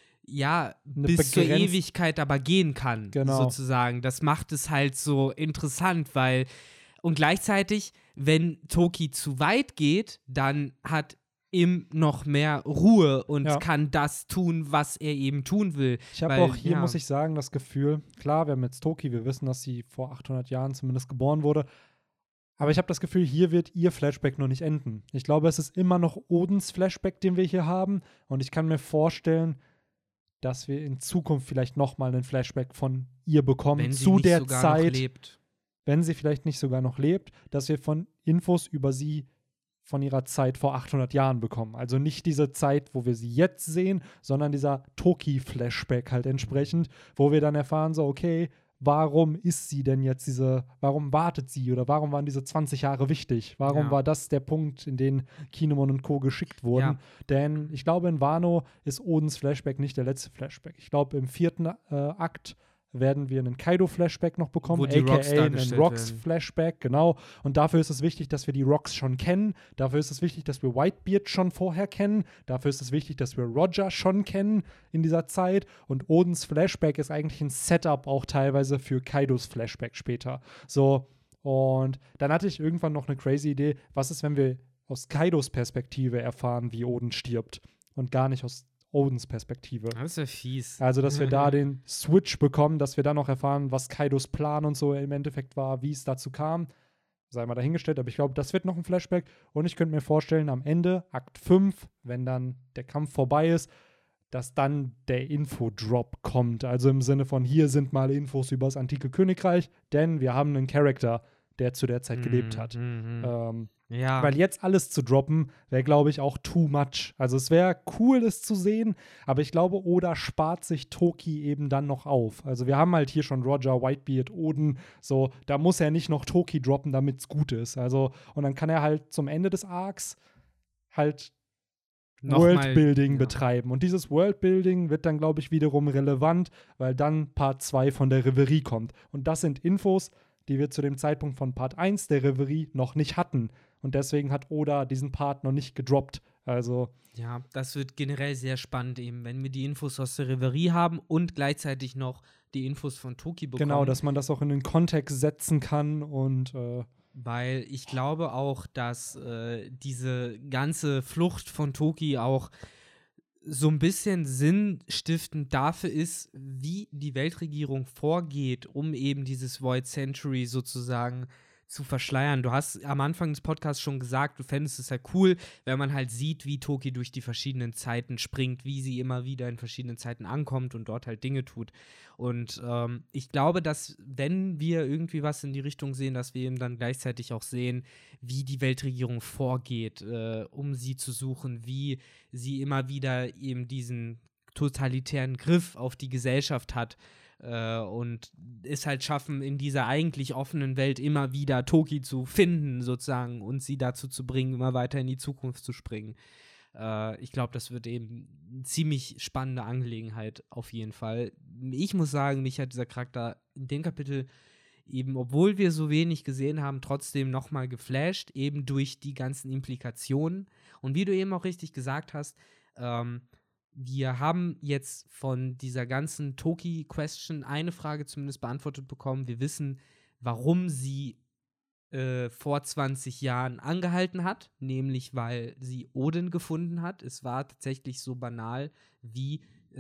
bis zur Ewigkeit aber gehen kann, sozusagen. Das macht es halt so interessant, weil und gleichzeitig, wenn Toki zu weit geht, dann hat Im noch mehr Ruhe und kann das tun, was er eben tun will. Ich habe auch hier, muss ich sagen, das Gefühl, klar, wir haben jetzt Toki, wir wissen, dass sie vor 800 Jahren zumindest geboren wurde, aber ich habe das Gefühl, hier wird ihr Flashback noch nicht enden. Ich glaube, es ist immer noch Odens Flashback, den wir hier haben, und ich kann mir vorstellen, dass wir in Zukunft vielleicht noch mal einen Flashback von ihr bekommen, wenn sie zu nicht der sogar Zeit, noch lebt. Wenn sie vielleicht nicht sogar noch lebt, dass wir von Infos über sie von ihrer Zeit vor 800 Jahren bekommen. Also nicht diese Zeit, wo wir sie jetzt sehen, sondern dieser Toki-Flashback halt entsprechend, wo wir dann erfahren, so, okay, warum ist sie denn jetzt warum wartet sie, oder warum waren diese 20 Jahre wichtig? Warum war das der Punkt, in den Kinemon und Co. geschickt wurden? Denn ich glaube, in Wano ist Odens Flashback nicht der letzte Flashback. Ich glaube, im 4. Akt werden wir einen Kaido-Flashback noch bekommen, a.k.a. einen Rocks-Flashback, genau. Und dafür ist es wichtig, dass wir die Rocks schon kennen. Dafür ist es wichtig, dass wir Whitebeard schon vorher kennen. Dafür ist es wichtig, dass wir Roger schon kennen in dieser Zeit. Und Odens Flashback ist eigentlich ein Setup auch teilweise für Kaidos Flashback später. So, und dann hatte ich irgendwann noch eine crazy Idee. Was ist, wenn wir aus Kaidos Perspektive erfahren, wie Oden stirbt, und gar nicht aus Odens Perspektive. Das ist ja fies. Also, dass wir da den Switch bekommen, dass wir dann noch erfahren, was Kaidos Plan und so im Endeffekt war, wie es dazu kam. Sei mal dahingestellt, aber ich glaube, das wird noch ein Flashback. Und ich könnte mir vorstellen, am Ende, Akt 5, wenn dann der Kampf vorbei ist, dass dann der Infodrop kommt. Also im Sinne von, hier sind mal Infos über das antike Königreich, denn wir haben einen Charakter, der zu der Zeit gelebt hat. Weil jetzt alles zu droppen, wäre, glaube ich, auch too much. Also es wäre cool, es zu sehen, aber ich glaube, Oda spart sich Toki eben dann noch auf. Also wir haben halt hier schon Roger, Whitebeard, Oden, so, da muss er nicht noch Toki droppen, damit es gut ist. Also, und dann kann er halt zum Ende des Arcs halt Worldbuilding betreiben. Und dieses Worldbuilding wird dann, glaube ich, wiederum relevant, weil dann Part 2 von der Reverie kommt. Und das sind Infos, die wir zu dem Zeitpunkt von Part 1 der Reverie noch nicht hatten. Und deswegen hat Oda diesen Part noch nicht gedroppt. Also ja, das wird generell sehr spannend eben, wenn wir die Infos aus der Reverie haben und gleichzeitig noch die Infos von Toki bekommen. Genau, dass man das auch in den Kontext setzen kann und weil ich glaube auch, dass diese ganze Flucht von Toki auch so ein bisschen sinnstiftend dafür ist, wie die Weltregierung vorgeht, um eben dieses Void Century sozusagen zu verschleiern. Du hast am Anfang des Podcasts schon gesagt, du fändest es ja cool, wenn man halt sieht, wie Toki durch die verschiedenen Zeiten springt, wie sie immer wieder in verschiedenen Zeiten ankommt und dort halt Dinge tut. Und ich glaube, dass, wenn wir irgendwie was in die Richtung sehen, dass wir eben dann gleichzeitig auch sehen, wie die Weltregierung vorgeht, um sie zu suchen, wie sie immer wieder eben diesen totalitären Griff auf die Gesellschaft hat und es halt schaffen, in dieser eigentlich offenen Welt immer wieder Toki zu finden, sozusagen, und sie dazu zu bringen, immer weiter in die Zukunft zu springen. Ich glaube, das wird eben eine ziemlich spannende Angelegenheit, auf jeden Fall. Ich muss sagen, mich hat dieser Charakter in dem Kapitel eben, obwohl wir so wenig gesehen haben, trotzdem nochmal geflasht, eben durch die ganzen Implikationen. Und wie du eben auch richtig gesagt hast, wir haben jetzt von dieser ganzen Toki-Question eine Frage zumindest beantwortet bekommen. Wir wissen, warum sie vor 20 Jahren angehalten hat, nämlich weil sie Odin gefunden hat. Es war tatsächlich so banal wie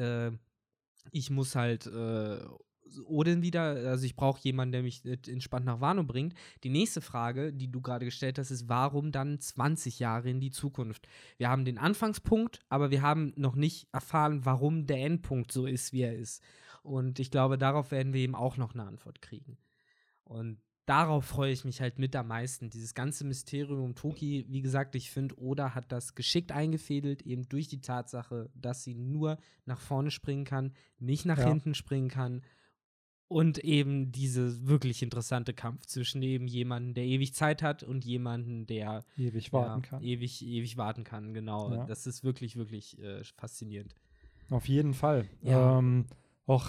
ich muss halt Odin wieder, also ich brauche jemanden, der mich entspannt nach Wano bringt. Die nächste Frage, die du gerade gestellt hast, ist, warum dann 20 Jahre in die Zukunft? Wir haben den Anfangspunkt, aber wir haben noch nicht erfahren, warum der Endpunkt so ist, wie er ist. Und ich glaube, darauf werden wir eben auch noch eine Antwort kriegen. Und darauf freue ich mich halt mit am meisten. Dieses ganze Mysterium um Toki, wie gesagt, ich finde, Oda hat das geschickt eingefädelt, eben durch die Tatsache, dass sie nur nach vorne springen kann, nicht nach hinten springen kann. Und eben diese wirklich interessante Kampf zwischen eben jemandem, der ewig Zeit hat, und jemandem, der ewig warten kann. Ewig warten kann, genau. Ja. Das ist wirklich, wirklich faszinierend. Auf jeden Fall. Ja. Auch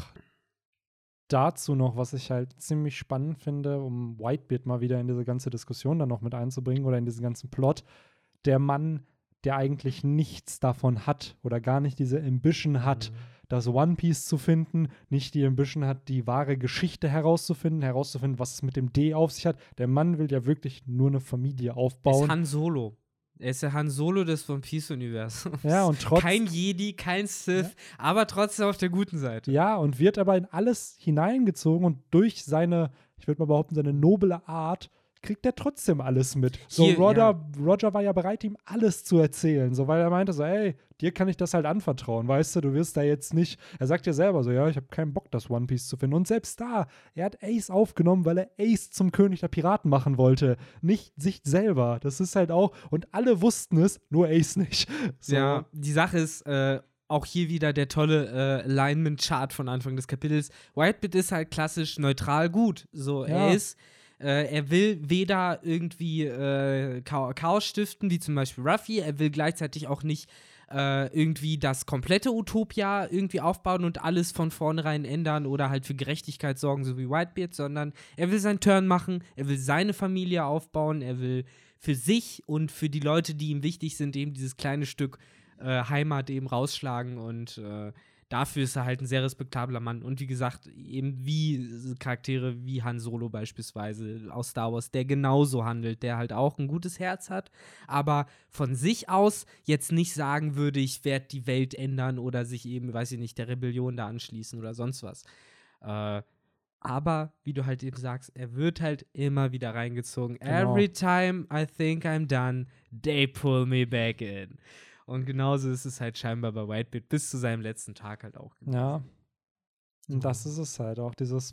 dazu noch, was ich halt ziemlich spannend finde, um Whitebeard mal wieder in diese ganze Diskussion dann noch mit einzubringen oder in diesen ganzen Plot. Der Mann, der eigentlich nichts davon hat oder gar nicht diese Ambition hat, das One Piece zu finden, nicht die Ambition hat, die wahre Geschichte herauszufinden, was es mit dem D auf sich hat. Der Mann will ja wirklich nur eine Familie aufbauen. Ist Han Solo. Er ist der Han Solo des One Piece-Universums. Ja, und kein Jedi, kein Sith, aber trotzdem auf der guten Seite. Ja, und wird aber in alles hineingezogen und durch seine, ich würde mal behaupten, seine noble Art kriegt er trotzdem alles mit. So, Roger war ja bereit, ihm alles zu erzählen, so, weil er meinte so, ey, dir kann ich das halt anvertrauen, weißt du wirst da jetzt nicht, er sagt ja selber so, ja, ich habe keinen Bock, das One Piece zu finden. Und selbst da, er hat Ace aufgenommen, weil er Ace zum König der Piraten machen wollte, nicht sich selber. Das ist halt auch, und alle wussten es, nur Ace nicht. So. Ja, die Sache ist, auch hier wieder der tolle Alignment-Chart von Anfang des Kapitels. Whitebeard ist halt klassisch neutral gut. So, er will weder irgendwie Chaos stiften, wie zum Beispiel Ruffy, er will gleichzeitig auch nicht irgendwie das komplette Utopia irgendwie aufbauen und alles von vornherein ändern oder halt für Gerechtigkeit sorgen, so wie Whitebeard, sondern er will seinen Turn machen, er will seine Familie aufbauen, er will für sich und für die Leute, die ihm wichtig sind, eben dieses kleine Stück Heimat eben rausschlagen, und dafür ist er halt ein sehr respektabler Mann. Und wie gesagt, eben wie Charaktere wie Han Solo beispielsweise aus Star Wars, der genauso handelt, der halt auch ein gutes Herz hat, aber von sich aus jetzt nicht sagen würde, ich werde die Welt ändern oder sich eben, weiß ich nicht, der Rebellion da anschließen oder sonst was. Aber, wie du halt eben sagst, er wird halt immer wieder reingezogen. Genau. Every time I think I'm done, they pull me back in. Und genauso ist es halt scheinbar bei Whitebeard bis zu seinem letzten Tag halt auch gewesen. Ja. Und das ist es halt auch, dieses,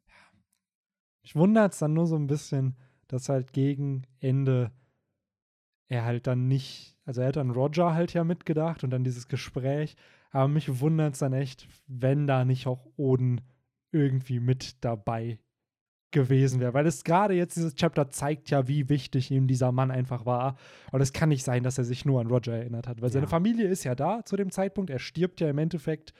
ich wundere es dann nur so ein bisschen, dass halt gegen Ende er halt dann nicht, also er hat an Roger halt ja mitgedacht und dann dieses Gespräch, aber mich wundert es dann echt, wenn da nicht auch Oden irgendwie mit dabei gewesen wäre, weil es gerade jetzt, dieses Chapter zeigt ja, wie wichtig ihm dieser Mann einfach war, und es kann nicht sein, dass er sich nur an Roger erinnert hat, weil seine Familie ist ja da zu dem Zeitpunkt, er stirbt ja im Endeffekt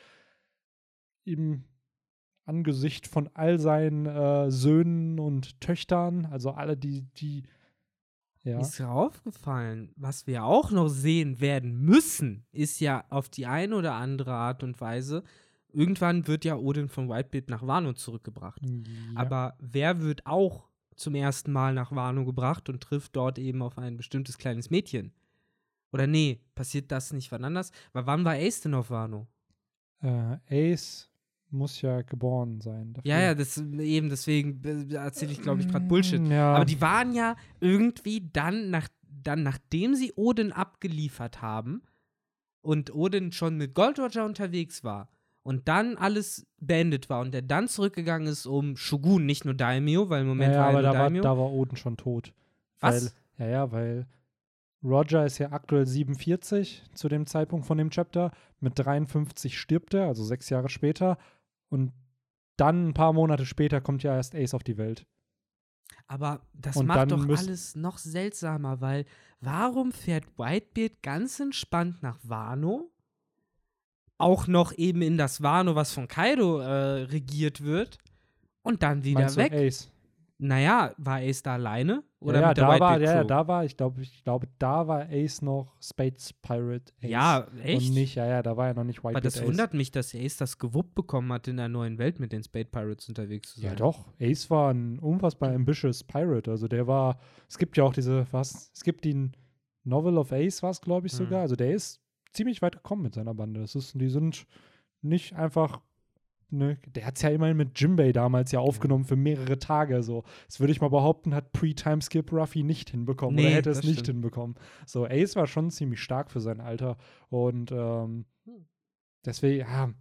im Angesicht von all seinen Söhnen und Töchtern, also alle, die Mir ist ja aufgefallen, was wir auch noch sehen werden müssen, ist ja auf die eine oder andere Art und Weise, irgendwann wird ja Odin von Whitebeard nach Wano zurückgebracht. Ja. Aber wer wird auch zum ersten Mal nach Wano gebracht und trifft dort eben auf ein bestimmtes kleines Mädchen? Oder nee, passiert das nicht wann anders? Weil wann war Ace denn auf Wano? Ace muss ja geboren sein dafür. Ja, deswegen erzähle ich, glaube ich, gerade Bullshit. Ja. Aber die waren ja irgendwie dann, nachdem sie Odin abgeliefert haben und Odin schon mit Gold Roger unterwegs war und dann alles beendet war und der dann zurückgegangen ist, um Shogun, nicht nur Daimyo, weil im Moment war aber er nur Daimyo. da war Odin schon tot. Was? Weil Roger ist ja aktuell 47 zu dem Zeitpunkt von dem Chapter. Mit 53 stirbt er, also 6 Jahre später. Und dann ein paar Monate später kommt ja erst Ace auf die Welt. Aber das Und macht dann doch alles noch seltsamer, weil warum fährt Whitebeard ganz entspannt nach Wano? Auch noch eben in das Wano, was von Kaido regiert wird. Und dann wieder Meinst weg. Du Ace? Naja, war Ace da alleine? Oder Ja, mit der Whitebeard Crew? da war, ich glaube, da war Ace noch Space Pirate Ace. Ja, echt? Und nicht, da war er noch nicht Aber Whitebeard das Ace. wundert mich, dass Ace das gewuppt bekommen hat, in der neuen Welt mit den Spade Pirates unterwegs zu sein. Ja, doch. Ace war ein unfassbar ambitious Pirate. Also der war, es gibt ja auch es gibt die Novel of Ace, war es, glaube ich, sogar. Also der ist ziemlich weit gekommen mit seiner Bande. Die sind nicht einfach, ne, der hat es ja immerhin mit Jimbei damals ja aufgenommen für mehrere Tage. So. Das würde ich mal behaupten, hat Pre-Timeskip Ruffy nicht hinbekommen oder hätte es nicht hinbekommen. So, Ace war schon ziemlich stark für sein Alter. Und deswegen,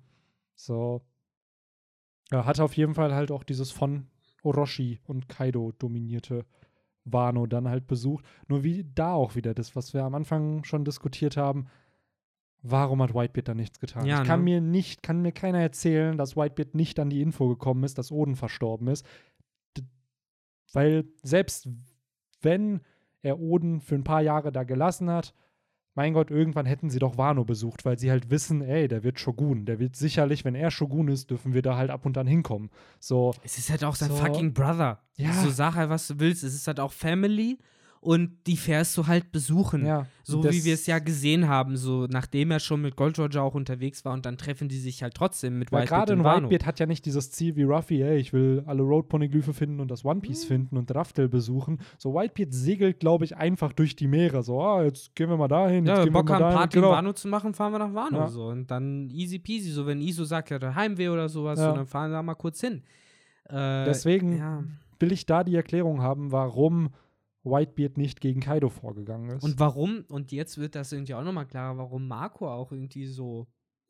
er hat auf jeden Fall halt auch dieses von Orochi und Kaido dominierte Wano dann halt besucht. Nur wie da auch wieder das, was wir am Anfang schon diskutiert haben, warum hat Whitebeard da nichts getan? Ja, kann mir keiner erzählen, dass Whitebeard nicht an die Info gekommen ist, dass Odin verstorben ist. Weil selbst wenn er Odin für ein paar Jahre da gelassen hat, mein Gott, irgendwann hätten sie doch Wano besucht, weil sie halt wissen, ey, der wird Shogun. Der wird sicherlich, wenn er Shogun ist, dürfen wir da halt ab und an hinkommen. So. Es ist halt auch sein fucking Brother. Ja. So sag halt, was du willst. Es ist halt auch Family und die fährst du halt besuchen. Ja. So wie wir es ja gesehen haben, so nachdem er schon mit Gold Roger auch unterwegs war und dann treffen die sich halt trotzdem mit Weil Whitebeard gerade und ein Wano. Whitebeard hat ja nicht dieses Ziel wie Ruffy, ey, ich will alle Road-Poneglyphe finden und das One Piece finden und Raftel besuchen. So Whitebeard segelt, glaube ich, einfach durch die Meere. So, jetzt gehen wir mal dahin, Ja, jetzt wenn gehen wir Bock wir mal haben, dahin. Party in Wano zu machen, fahren wir nach Wano. Ja. So. Und dann easy peasy. So, wenn Iso sagt, er hat Heimweh oder sowas, Ja. so, dann fahren wir da mal kurz hin. Deswegen will ich da die Erklärung haben, warum Whitebeard nicht gegen Kaido vorgegangen ist. Und warum, und jetzt wird das irgendwie auch nochmal klarer, warum Marco auch irgendwie so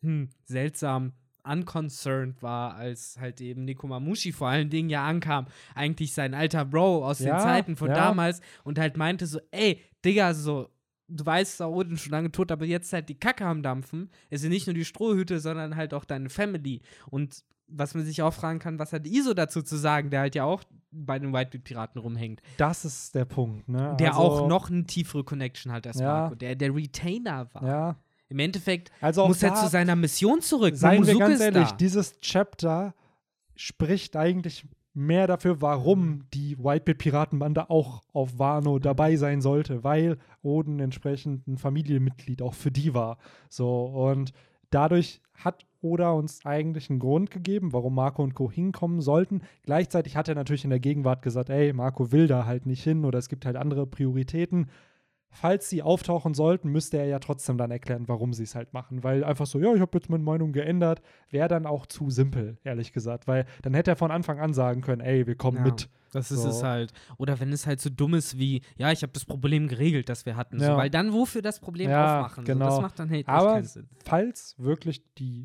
seltsam unconcerned war, als halt eben Nekomamushi vor allen Dingen ja ankam. Eigentlich sein alter Bro aus den Zeiten von damals und halt meinte so, ey, Digga, so, du weißt, da Odin schon lange tot, aber jetzt halt die Kacke am Dampfen. Es sind nicht nur die Strohhüte, sondern halt auch deine Family. Und was man sich auch fragen kann, was hat Iso dazu zu sagen, der halt ja auch bei den Whitebeard-Piraten rumhängt. Das ist der Punkt, ne? Der auch noch eine tiefere Connection hat als Marco, der Retainer war. Ja. Im Endeffekt also muss er zu seiner Mission zurück. Seien wir Momonosuke ganz ist ehrlich, da. dieses Chapter spricht eigentlich mehr dafür, warum die Whitebeard-Piratenbande auch auf Wano dabei sein sollte, weil Odin entsprechend ein Familienmitglied auch für die war. So, und dadurch hat Oda uns eigentlich einen Grund gegeben, warum Marco und Co. hinkommen sollten. Gleichzeitig hat er natürlich in der Gegenwart gesagt, ey, Marco will da halt nicht hin oder es gibt halt andere Prioritäten. Falls sie auftauchen sollten, müsste er ja trotzdem dann erklären, warum sie es halt machen. Weil einfach so, ja, ich habe jetzt meine Meinung geändert, wäre dann auch zu simpel, ehrlich gesagt. Weil dann hätte er von Anfang an sagen können, ey, wir kommen mit. Das ist es halt. Oder wenn es halt so dumm ist wie, ja, ich habe das Problem geregelt, das wir hatten. So, weil dann wofür das Problem aufmachen? Genau. So, das macht dann halt aber keinen Sinn. Falls wirklich die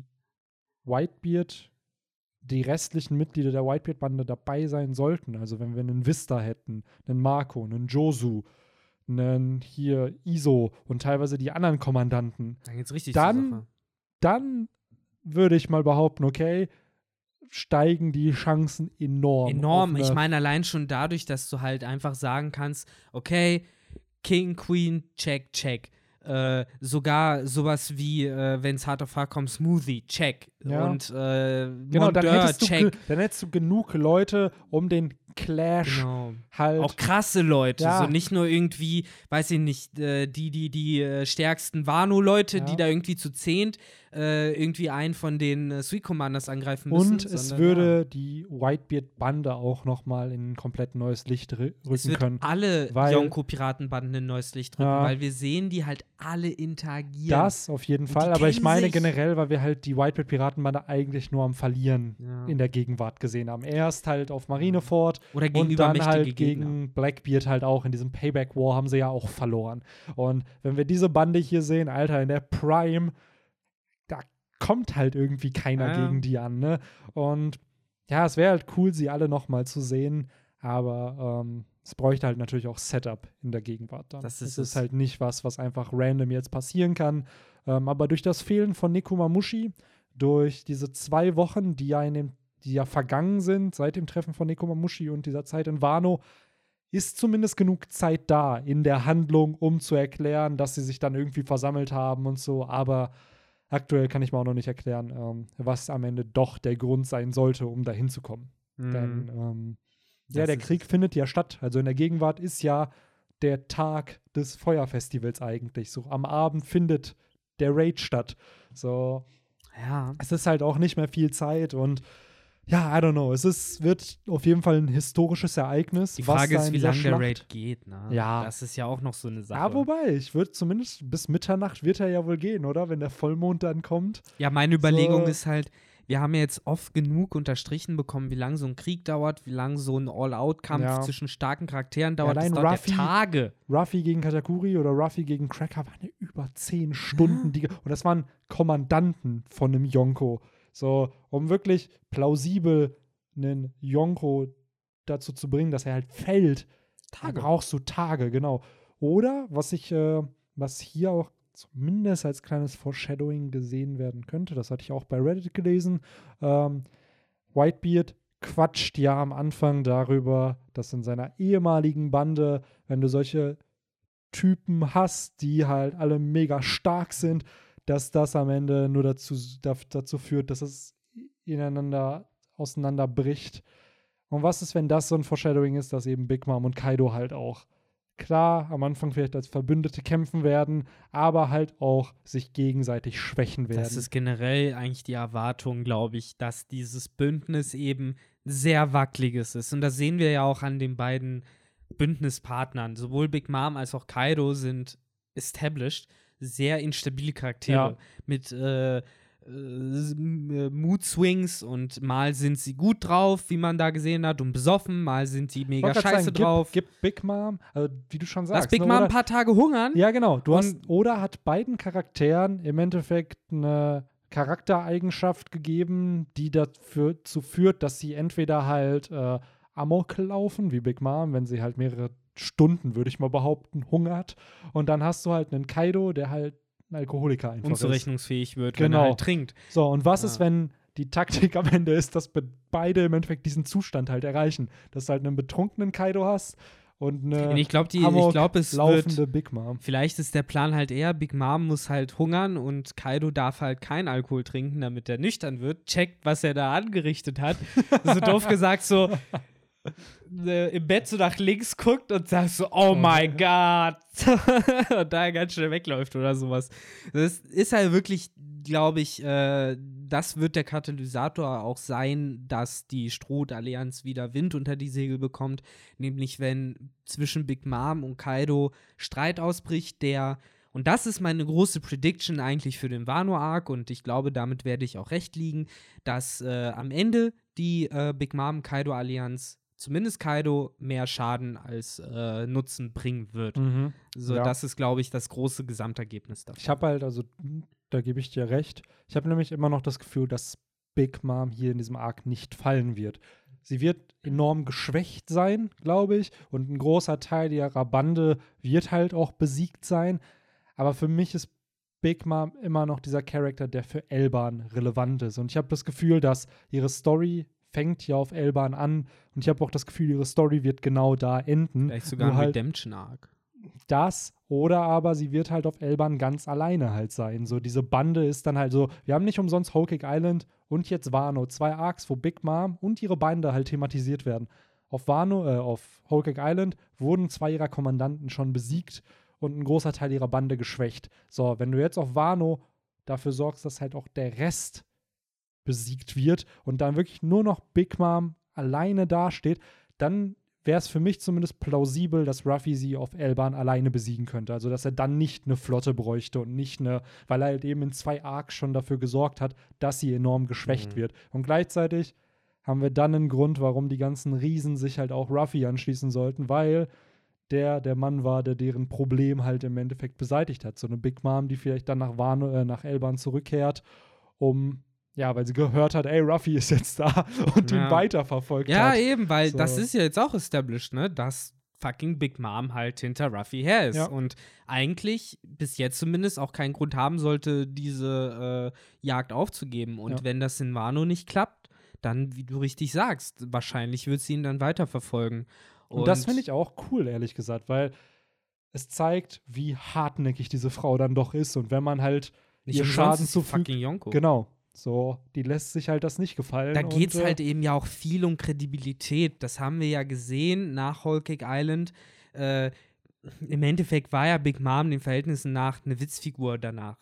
restlichen Mitglieder der Whitebeard-Bande dabei sein sollten, also wenn wir einen Vista hätten, einen Marco, einen Josu, einen hier Iso und teilweise die anderen Kommandanten, Dann geht's richtig zur Sache. Dann würde ich mal behaupten, okay, steigen die Chancen enorm. Enorm. Ich meine, allein schon dadurch, dass du halt einfach sagen kannst, okay, King, Queen, check. Sogar sowas wie, wenn es hart auf hart kommt, Smoothie, check. Ja. Und genau, Mondeur, check. Dann hättest du genug Leute, um den Clash halt. Auch krasse Leute, Ja. so nicht nur irgendwie, weiß ich nicht, die stärksten Wano-Leute, die da irgendwie zu 10 irgendwie einen von den Sweet Commanders angreifen müssen. Und es würde die Whitebeard-Bande auch nochmal in ein komplett neues Licht rücken es wird können. alle Yonko-Piratenbanden in ein neues Licht rücken, weil wir sehen die halt alle interagieren. Das auf jeden Fall, aber ich meine generell, weil wir halt die Whitebeard-Piratenbande eigentlich nur am Verlieren in der Gegenwart gesehen haben. Erst halt auf Marineford oder gegenüber und dann halt Gegner. gegen Blackbeard halt auch in diesem Payback-War haben sie ja auch verloren. Und wenn wir diese Bande hier sehen, Alter, in der Prime, da kommt halt irgendwie keiner gegen die an, ne? Und ja, es wäre halt cool, sie alle nochmal zu sehen, aber es bräuchte halt natürlich auch Setup in der Gegenwart dann. Das ist halt nicht was einfach random jetzt passieren kann. Aber durch das Fehlen von Nekomamushi, durch diese 2 Wochen, die ja vergangen sind seit dem Treffen von Nekomamushi und dieser Zeit in Wano, ist zumindest genug Zeit da in der Handlung, um zu erklären, dass sie sich dann irgendwie versammelt haben und so. Aber aktuell kann ich mir auch noch nicht erklären, was am Ende doch der Grund sein sollte, um da hinzukommen. Denn der Krieg findet ja statt. Also in der Gegenwart ist ja der Tag des Feuerfestivals eigentlich. So am Abend findet der Raid statt. So, es ist halt auch nicht mehr viel Zeit und ja, I don't know. Wird auf jeden Fall ein historisches Ereignis. Die Frage ist, wie lange der Raid geht. Ne? Ja. Das ist ja auch noch so eine Sache. Ja, wobei, ich würde zumindest bis Mitternacht wird er ja wohl gehen, oder? Wenn der Vollmond dann kommt. Ja, meine Überlegung ist halt, wir haben ja jetzt oft genug unterstrichen bekommen, wie lange so ein Krieg dauert, wie lange so ein All-Out-Kampf zwischen starken Charakteren dauert. Allein das dauert Tage. Ruffy gegen Katakuri oder Ruffy gegen Cracker waren ja über 10 Stunden. Und das waren Kommandanten von einem Yonko. So, um wirklich plausibel einen Yonko dazu zu bringen, dass er halt fällt, brauchst du Tage, genau. Oder, was hier auch zumindest als kleines Foreshadowing gesehen werden könnte, das hatte ich auch bei Reddit gelesen, Whitebeard quatscht ja am Anfang darüber, dass in seiner ehemaligen Bande, wenn du solche Typen hast, die halt alle mega stark sind, dass das am Ende nur dazu führt, dass es ineinander auseinanderbricht. Und was ist, wenn das so ein Foreshadowing ist, dass eben Big Mom und Kaido halt auch klar am Anfang vielleicht als Verbündete kämpfen werden, aber halt auch sich gegenseitig schwächen werden. Das ist generell eigentlich die Erwartung, glaube ich, dass dieses Bündnis eben sehr wackeliges ist. Und das sehen wir ja auch an den beiden Bündnispartnern. Sowohl Big Mom als auch Kaido sind established, sehr instabile Charaktere mit Mood-Swings und mal sind sie gut drauf, wie man da gesehen hat, und besoffen, mal sind die mega scheiße drauf. Gibt Big Mom, also wie du schon sagst. Lass Big Mom ein paar Tage hungern. Ja, genau. Oder hat beiden Charakteren im Endeffekt eine Charaktereigenschaft gegeben, die dazu führt, dass sie entweder halt Amok laufen, wie Big Mom, wenn sie halt mehrere Stunden, würde ich mal behaupten, hungert. Und dann hast du halt einen Kaido, der halt ein Alkoholiker einfach unzurechnungsfähig wird, wenn er halt trinkt. So, und was ist, wenn die Taktik am Ende ist, dass beide im Endeffekt diesen Zustand halt erreichen? Dass du halt einen betrunkenen Kaido hast und eine laufende Big Mom. Vielleicht ist der Plan halt eher, Big Mom muss halt hungern und Kaido darf halt keinen Alkohol trinken, damit er nüchtern wird, checkt, was er da angerichtet hat. So doof gesagt so im Bett so nach links guckt und sagt so, oh my God. Und da ganz schnell wegläuft oder sowas. Das ist halt wirklich, glaube ich, das wird der Katalysator auch sein, dass die Stroh-Allianz wieder Wind unter die Segel bekommt. Nämlich, wenn zwischen Big Mom und Kaido Streit ausbricht, und das ist meine große Prediction eigentlich für den Wano-Arc, und ich glaube, damit werde ich auch recht liegen, dass am Ende die Big Mom-Kaido-Allianz zumindest Kaido mehr Schaden als Nutzen bringen wird. Das ist, glaube ich, das große Gesamtergebnis davon. Ich habe halt, also da gebe ich dir recht, ich habe nämlich immer noch das Gefühl, dass Big Mom hier in diesem Arc nicht fallen wird. Sie wird enorm geschwächt sein, glaube ich, und ein großer Teil ihrer Bande wird halt auch besiegt sein. Aber für mich ist Big Mom immer noch dieser Charakter, der für Elban relevant ist. Und ich habe das Gefühl, dass ihre Story fängt ja auf Elban an, und ich habe auch das Gefühl, ihre Story wird genau da enden. Vielleicht sogar ein Redemption-Arc. Das, oder aber sie wird halt auf Elban ganz alleine halt sein. So, diese Bande ist dann halt so, wir haben nicht umsonst Whole Cake Island und jetzt Wano, 2 Arcs, wo Big Mom und ihre Bande halt thematisiert werden. Auf Whole Cake Island wurden 2 ihrer Kommandanten schon besiegt und ein großer Teil ihrer Bande geschwächt. So, wenn du jetzt auf Wano dafür sorgst, dass halt auch der Rest besiegt wird und dann wirklich nur noch Big Mom alleine dasteht, dann wäre es für mich zumindest plausibel, dass Ruffy sie auf Elban alleine besiegen könnte. Also, dass er dann nicht eine Flotte bräuchte und nicht weil er halt eben in 2 Arcs schon dafür gesorgt hat, dass sie enorm geschwächt wird. Und gleichzeitig haben wir dann einen Grund, warum die ganzen Riesen sich halt auch Ruffy anschließen sollten, weil der Mann war, der deren Problem halt im Endeffekt beseitigt hat. So eine Big Mom, die vielleicht dann nach Elban zurückkehrt, weil sie gehört hat, ey, Ruffy ist jetzt da und ihn weiterverfolgt hat. Ja, eben, weil das ist ja jetzt auch established, ne, dass fucking Big Mom halt hinter Ruffy her ist. Ja. Und eigentlich bis jetzt zumindest auch keinen Grund haben sollte, diese Jagd aufzugeben. Und wenn das in Wano nicht klappt, dann, wie du richtig sagst, wahrscheinlich wird sie ihn dann weiterverfolgen. Und das finde ich auch cool, ehrlich gesagt, weil es zeigt, wie hartnäckig diese Frau dann doch ist. Und wenn man halt ihr Schaden zufügt, fucking Yonko. Genau. So, die lässt sich halt das nicht gefallen. Da geht es halt eben ja auch viel um Kredibilität. Das haben wir ja gesehen nach Whole Cake Island. Im Endeffekt war ja Big Mom den Verhältnissen nach eine Witzfigur danach.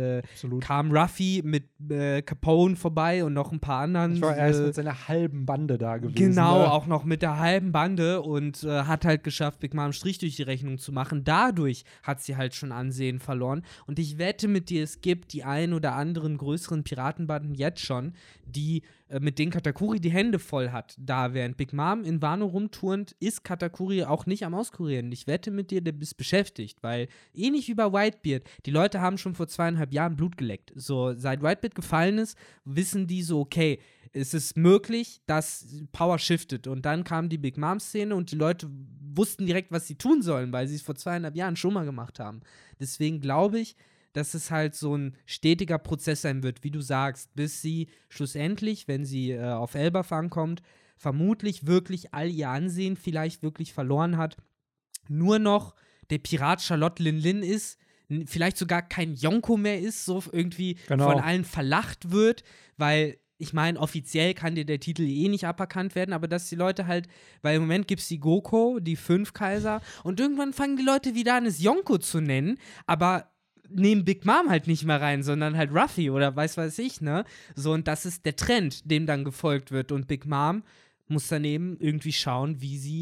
Kam Ruffy mit Capone vorbei und noch ein paar anderen. Ich war erst mit seiner halben Bande da gewesen. Genau, auch noch mit der halben Bande und hat halt geschafft, Big Mom einen Strich durch die Rechnung zu machen. Dadurch hat sie halt schon Ansehen verloren. Und ich wette mit dir, es gibt die ein oder anderen größeren Piratenbanden jetzt schon, die mit denen Katakuri die Hände voll hat. Da, während Big Mom in Wano rumturnt, ist Katakuri auch nicht am Auskurieren. Ich wette mit dir, der bist beschäftigt, weil ähnlich wie bei Whitebeard, die Leute haben schon vor 2,5 Jahren Blut geleckt. So, seit Whitebeard gefallen ist, wissen die so, okay, es ist möglich, dass Power shiftet. Und dann kam die Big Mom-Szene und die Leute wussten direkt, was sie tun sollen, weil sie es vor 2,5 Jahren schon mal gemacht haben. Deswegen glaube ich, dass es halt so ein stetiger Prozess sein wird, wie du sagst, bis sie schlussendlich, wenn sie auf Elbaf ankommt, vermutlich wirklich all ihr Ansehen vielleicht wirklich verloren hat, nur noch der Pirat Charlotte Lin Lin ist, vielleicht sogar kein Yonko mehr ist, so irgendwie von allen verlacht wird, weil ich meine, offiziell kann dir der Titel eh nicht aberkannt werden, aber dass die Leute halt, weil im Moment gibt es die Goko, die 5 Kaiser, und irgendwann fangen die Leute wieder an, es Yonko zu nennen, aber nehmen Big Mom halt nicht mehr rein, sondern halt Ruffy oder weiß ich, ne? So, und das ist der Trend, dem dann gefolgt wird. Und Big Mom muss daneben irgendwie schauen, wie sie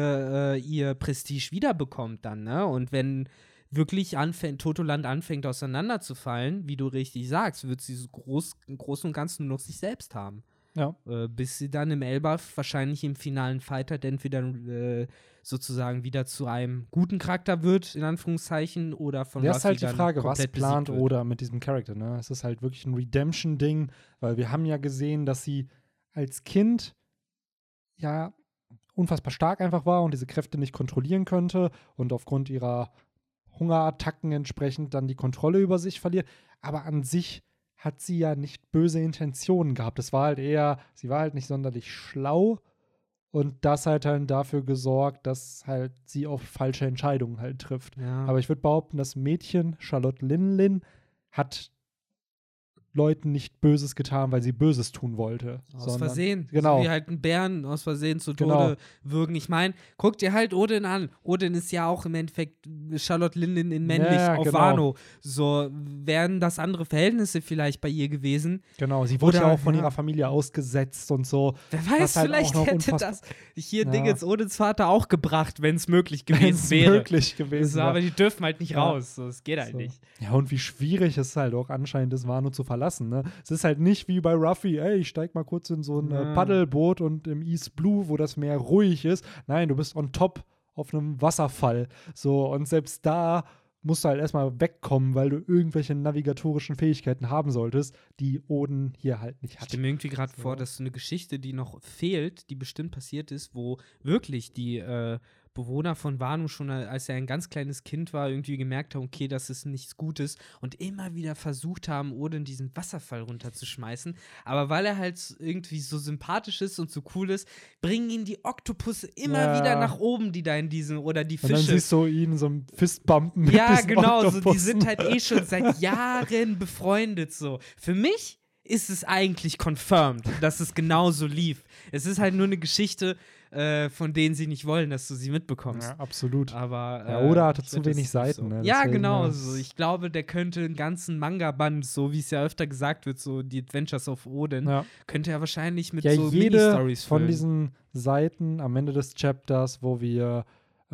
ihr Prestige wiederbekommt dann, ne? Und wenn wirklich Totoland anfängt auseinanderzufallen, wie du richtig sagst, wird sie so im Großen und Ganzen nur noch sich selbst haben. Ja. Bis sie dann im Elbaf wahrscheinlich im finalen Fight halt entweder sozusagen wieder zu einem guten Charakter wird, in Anführungszeichen, oder von Ruffy ist halt die Frage, was plant wird. Oda mit diesem Charakter, ne? Es ist halt wirklich ein Redemption-Ding, weil wir haben ja gesehen, dass sie als Kind ja unfassbar stark einfach war und diese Kräfte nicht kontrollieren könnte und aufgrund ihrer Hungerattacken entsprechend dann die Kontrolle über sich verliert. Aber an sich hat sie ja nicht böse Intentionen gehabt. Es war halt eher, sie war halt nicht sonderlich schlau und das hat halt dafür gesorgt, dass halt sie auch falsche Entscheidungen halt trifft. Ja. Aber ich würde behaupten, das Mädchen Charlotte Lin Lin hat Leuten nicht Böses getan, weil sie Böses tun wollte. Aus Versehen. Genau. So wie halt einen Bären aus Versehen zu Tode würgen. Ich meine, guck dir halt Odin an. Odin ist ja auch im Endeffekt Charlotte Lin Lin in männlich auf Wano. So wären das andere Verhältnisse vielleicht bei ihr gewesen. Genau, sie wurde ja auch von ihrer Familie ausgesetzt und so. Wer weiß, halt vielleicht hätte das hier Dingens Odins Vater auch gebracht, wenn es möglich gewesen wäre. Möglich gewesen so, aber die dürfen halt nicht raus. So, es geht halt nicht. Ja, und wie schwierig es halt auch anscheinend ist, Wano zu verlassen. Ne? Es ist halt nicht wie bei Ruffy, ey, ich steig mal kurz in so ein Paddelboot und im East Blue, wo das Meer ruhig ist. Nein, du bist on top auf einem Wasserfall. So, und selbst da musst du halt erstmal wegkommen, weil du irgendwelche navigatorischen Fähigkeiten haben solltest, die Oden hier halt nicht hat. Ich stelle mir irgendwie gerade vor, dass so eine Geschichte, die noch fehlt, die bestimmt passiert ist, wo wirklich die Bewohner von Wano schon, als er ein ganz kleines Kind war, irgendwie gemerkt haben, okay, das ist nichts Gutes und immer wieder versucht haben, Oden diesen Wasserfall runterzuschmeißen. Aber weil er halt irgendwie so sympathisch ist und so cool ist, bringen ihn die Oktopusse immer wieder nach oben, die da in diesem, oder die Fische. Und dann siehst du ihn so ein Fistbumpen mit ja, genau, so, die sind halt eh schon seit Jahren befreundet so. Für mich ist es eigentlich confirmed, dass es genauso lief. Es ist halt nur eine Geschichte, von denen sie nicht wollen, dass du sie mitbekommst. Ja, absolut. Aber ja, Oda hatte ich zu werd wenig das Seiten. So. Ne? Ja, Deswegen, genau. So. Ich glaube, der könnte einen ganzen Manga-Band, so wie es ja öfter gesagt wird, so die Adventures of Odin, könnte er wahrscheinlich mit so jede Mini-Stories von füllen. diesen Seiten am Ende des Chapters, wo wir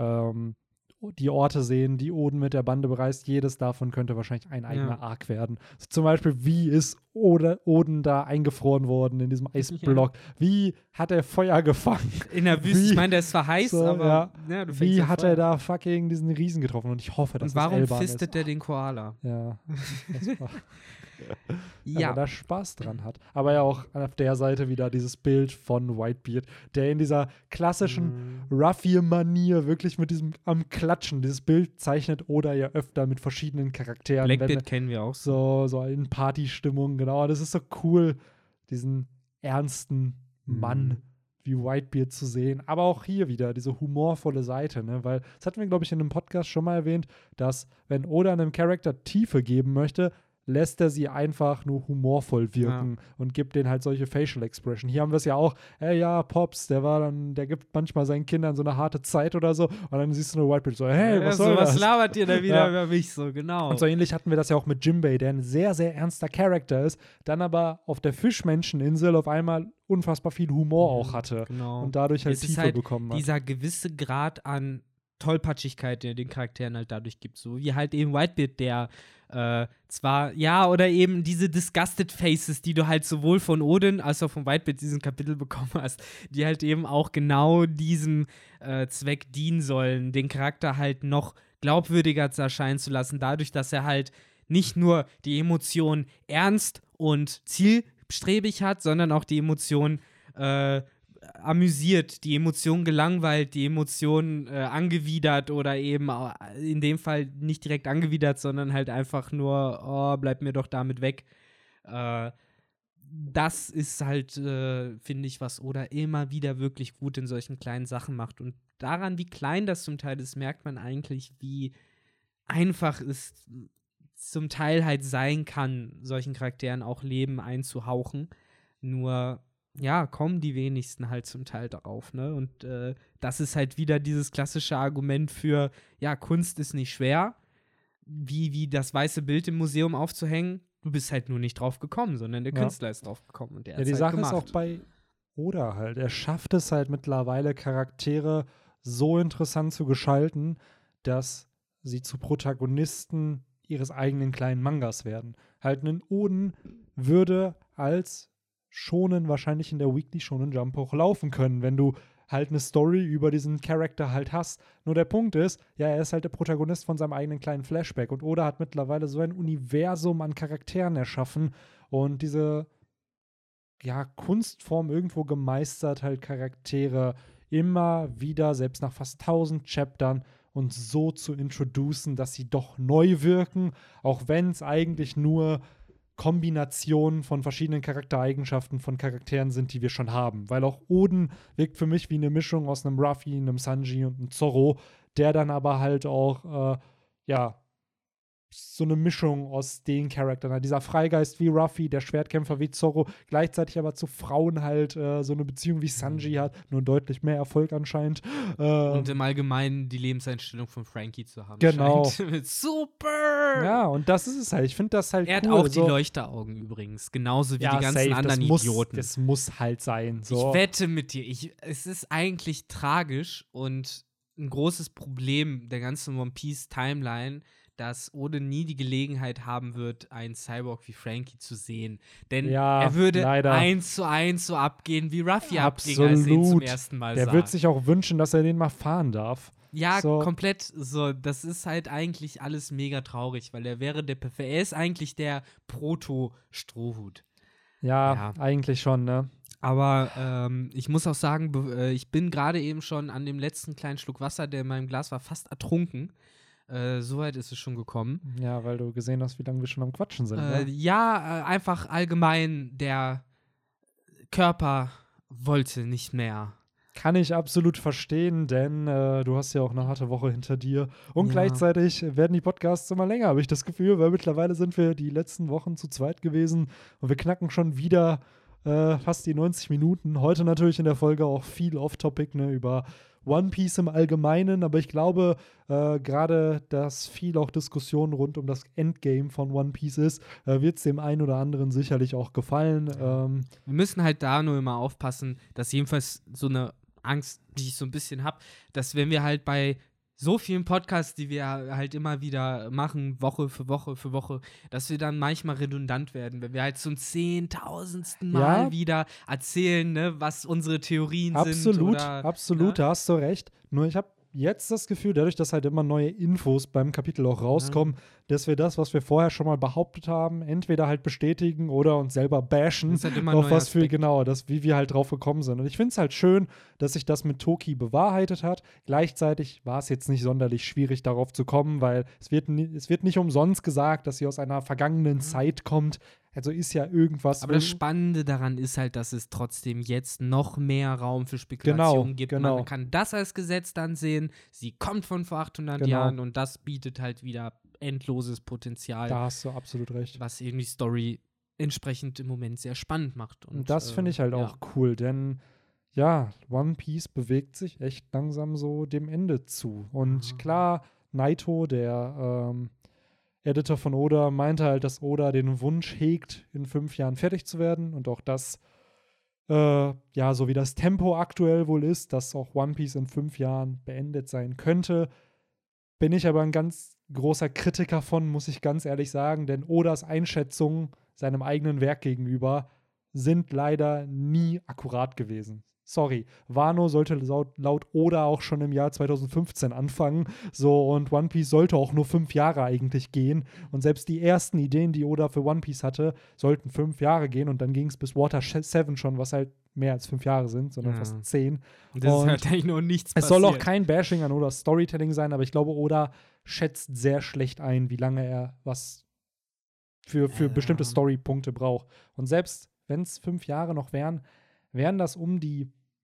die Orte sehen, die Odin mit der Bande bereist, jedes davon könnte wahrscheinlich ein eigener Arc werden. So zum Beispiel, wie ist Odin da eingefroren worden in diesem Eisblock? Wie hat er Feuer gefangen? In der Wüste, ich meine, der ist zwar heiß, so, aber wie hat er da fucking diesen Riesen getroffen? Und ich hoffe, dass das Elban ist. Und warum fistet er den Koala? Ja, das war weil er da Spaß dran hat. Aber ja auch auf der Seite wieder dieses Bild von Whitebeard, der in dieser klassischen Ruffy-Manier wirklich mit diesem am Klatschen, dieses Bild zeichnet oder ja öfter mit verschiedenen Charakteren. Blackbeard kennen wir auch. So in Partystimmung, genau. Das ist so cool, diesen ernsten Mann wie Whitebeard zu sehen. Aber auch hier wieder diese humorvolle Seite, ne? Weil, das hatten wir, glaube ich, in einem Podcast schon mal erwähnt, dass, wenn Oda einem Charakter Tiefe geben möchte, lässt er sie einfach nur humorvoll wirken und gibt denen halt solche Facial Expression. Hier haben wir es ja auch, Pops, der gibt manchmal seinen Kindern so eine harte Zeit oder so und dann siehst du nur Whitebeard so, was soll das? Was labert ihr da wieder über mich so, genau. Und so ähnlich hatten wir das ja auch mit Jinbei, der ein sehr, sehr ernster Charakter ist, dann aber auf der Fischmenscheninsel auf einmal unfassbar viel Humor auch hatte und dadurch halt Tiefe bekommen hat. Dieser gewisse Grad an Tollpatschigkeit, der den Charakteren halt dadurch gibt. So wie halt eben Whitebeard, der zwar, oder eben diese Disgusted Faces, die du halt sowohl von Odin als auch von Whitebeard diesen Kapitel bekommen hast, die halt eben auch genau diesem Zweck dienen sollen, den Charakter halt noch glaubwürdiger erscheinen zu lassen, dadurch, dass er halt nicht nur die Emotionen ernst und zielstrebig hat, sondern auch die Emotionen amüsiert, die Emotionen gelangweilt, die Emotionen angewidert oder eben in dem Fall nicht direkt angewidert, sondern halt einfach nur, bleib mir doch damit weg. Das ist halt, finde ich, was Oda immer wieder wirklich gut in solchen kleinen Sachen macht. Und daran, wie klein das zum Teil ist, merkt man eigentlich, wie einfach es zum Teil halt sein kann, solchen Charakteren auch Leben einzuhauchen. Nur kommen die wenigsten halt zum Teil darauf, ne? Und das ist halt wieder dieses klassische Argument für, Kunst ist nicht schwer, wie das weiße Bild im Museum aufzuhängen. Du bist halt nur nicht drauf gekommen, sondern der Künstler ist drauf gekommen und der hat die halt Sache gemacht. ist auch bei Oda halt. Er schafft es halt mittlerweile, Charaktere so interessant zu gestalten, dass sie zu Protagonisten ihres eigenen kleinen Mangas werden. Halt ein Oden würde als Shonen wahrscheinlich in der Weekly Shonen Jump auch laufen können, wenn du halt eine Story über diesen Charakter halt hast. Nur der Punkt ist, er ist halt der Protagonist von seinem eigenen kleinen Flashback und Oda hat mittlerweile so ein Universum an Charakteren erschaffen und diese Kunstform irgendwo gemeistert, halt Charaktere immer wieder, selbst nach fast 1000 Chaptern, und so zu introducen, dass sie doch neu wirken, auch wenn es eigentlich nur Kombinationen von verschiedenen Charaktereigenschaften von Charakteren sind, die wir schon haben. Weil auch Oden wirkt für mich wie eine Mischung aus einem Ruffy, einem Sanji und einem Zorro, der dann aber halt auch, so eine Mischung aus den Charakteren hat. Dieser Freigeist wie Ruffy, der Schwertkämpfer wie Zorro, gleichzeitig aber zu Frauen halt so eine Beziehung wie Sanji hat, nur deutlich mehr Erfolg anscheinend. Und im Allgemeinen die Lebenseinstellung von Frankie zu haben. Genau. Super! Ja, und das ist es halt. Ich finde das halt cool. Er hat cool. auch die Leuchteraugen übrigens, genauso wie die ganzen anderen Idioten. Das muss halt sein. So. Ich wette mit dir, es ist eigentlich tragisch und ein großes Problem der ganzen One Piece Timeline, dass Oda nie die Gelegenheit haben wird, einen Cyborg wie Frankie zu sehen. Denn er würde leider 1:1 so abgehen, wie Ruffy abging, als er ihn zum ersten Mal sah. Der wird sich auch wünschen, dass er den mal fahren darf. Ja, komplett so. Das ist halt eigentlich alles mega traurig, weil er ist eigentlich der Proto-Strohhut. Ja, eigentlich schon, ne? Aber ich muss auch sagen, ich bin gerade eben schon an dem letzten kleinen Schluck Wasser, der in meinem Glas war, fast ertrunken. Soweit ist es schon gekommen. Ja, weil du gesehen hast, wie lange wir schon am Quatschen sind. Einfach allgemein, der Körper wollte nicht mehr. Kann ich absolut verstehen, denn du hast ja auch eine harte Woche hinter dir. Und gleichzeitig werden die Podcasts immer länger, habe ich das Gefühl, weil mittlerweile sind wir die letzten Wochen zu zweit gewesen und wir knacken schon wieder fast die 90 Minuten. Heute natürlich in der Folge auch viel Off-Topic, ne, über One Piece im Allgemeinen, aber ich glaube, gerade, dass viel auch Diskussion rund um das Endgame von One Piece ist, wird es dem einen oder anderen sicherlich auch gefallen. Wir müssen halt da nur immer aufpassen, dass jedenfalls so eine Angst, die ich so ein bisschen habe, dass wenn wir halt bei so vielen Podcasts, die wir halt immer wieder machen, Woche für Woche für Woche, dass wir dann manchmal redundant werden, wenn wir halt zum 10.000. Mal wieder erzählen, ne, was unsere Theorien sind. Absolut, da hast du recht. Nur ich habe jetzt das Gefühl, dadurch, dass halt immer neue Infos beim Kapitel auch rauskommen, dass wir das, was wir vorher schon mal behauptet haben, entweder halt bestätigen oder uns selber bashen, Das ist halt immer auf ein was für, Aspekt. genau, wie wir halt drauf gekommen sind. Und ich finde es halt schön, dass sich das mit Toki bewahrheitet hat. Gleichzeitig war es jetzt nicht sonderlich schwierig, darauf zu kommen, weil es wird nicht umsonst gesagt, dass sie aus einer vergangenen Zeit kommt. Also ist ja irgendwas. Aber das Spannende daran ist halt, dass es trotzdem jetzt noch mehr Raum für Spekulationen gibt. Genau. Man kann das als Gesetz dann sehen. Sie kommt von vor 800 Jahren und das bietet halt wieder endloses Potenzial. Da hast du absolut recht. Was eben die Story entsprechend im Moment sehr spannend macht. Und das finde ich halt auch cool, denn ja, One Piece bewegt sich echt langsam so dem Ende zu. Und klar, Naito, der Editor von Oda, meinte halt, dass Oda den Wunsch hegt, in 5 Jahren fertig zu werden. Und auch das, so wie das Tempo aktuell wohl ist, dass auch One Piece in 5 Jahren beendet sein könnte, bin ich aber ein ganz großer Kritiker von, muss ich ganz ehrlich sagen. Denn Odas Einschätzungen seinem eigenen Werk gegenüber sind leider nie akkurat gewesen. Sorry, Wano sollte laut Oda auch schon im Jahr 2015 anfangen. So, und One Piece sollte auch nur 5 Jahre eigentlich gehen. Und selbst die ersten Ideen, die Oda für One Piece hatte, sollten 5 Jahre gehen. Und dann ging es bis Water 7 schon, was halt mehr als 5 Jahre sind, sondern fast 10. Und das ist halt eigentlich noch nichts passiert. Es soll auch kein Bashing an Odas Storytelling sein, aber ich glaube, Oda schätzt sehr schlecht ein, wie lange er was für bestimmte Storypunkte braucht. Und selbst wenn es 5 Jahre noch wären das um die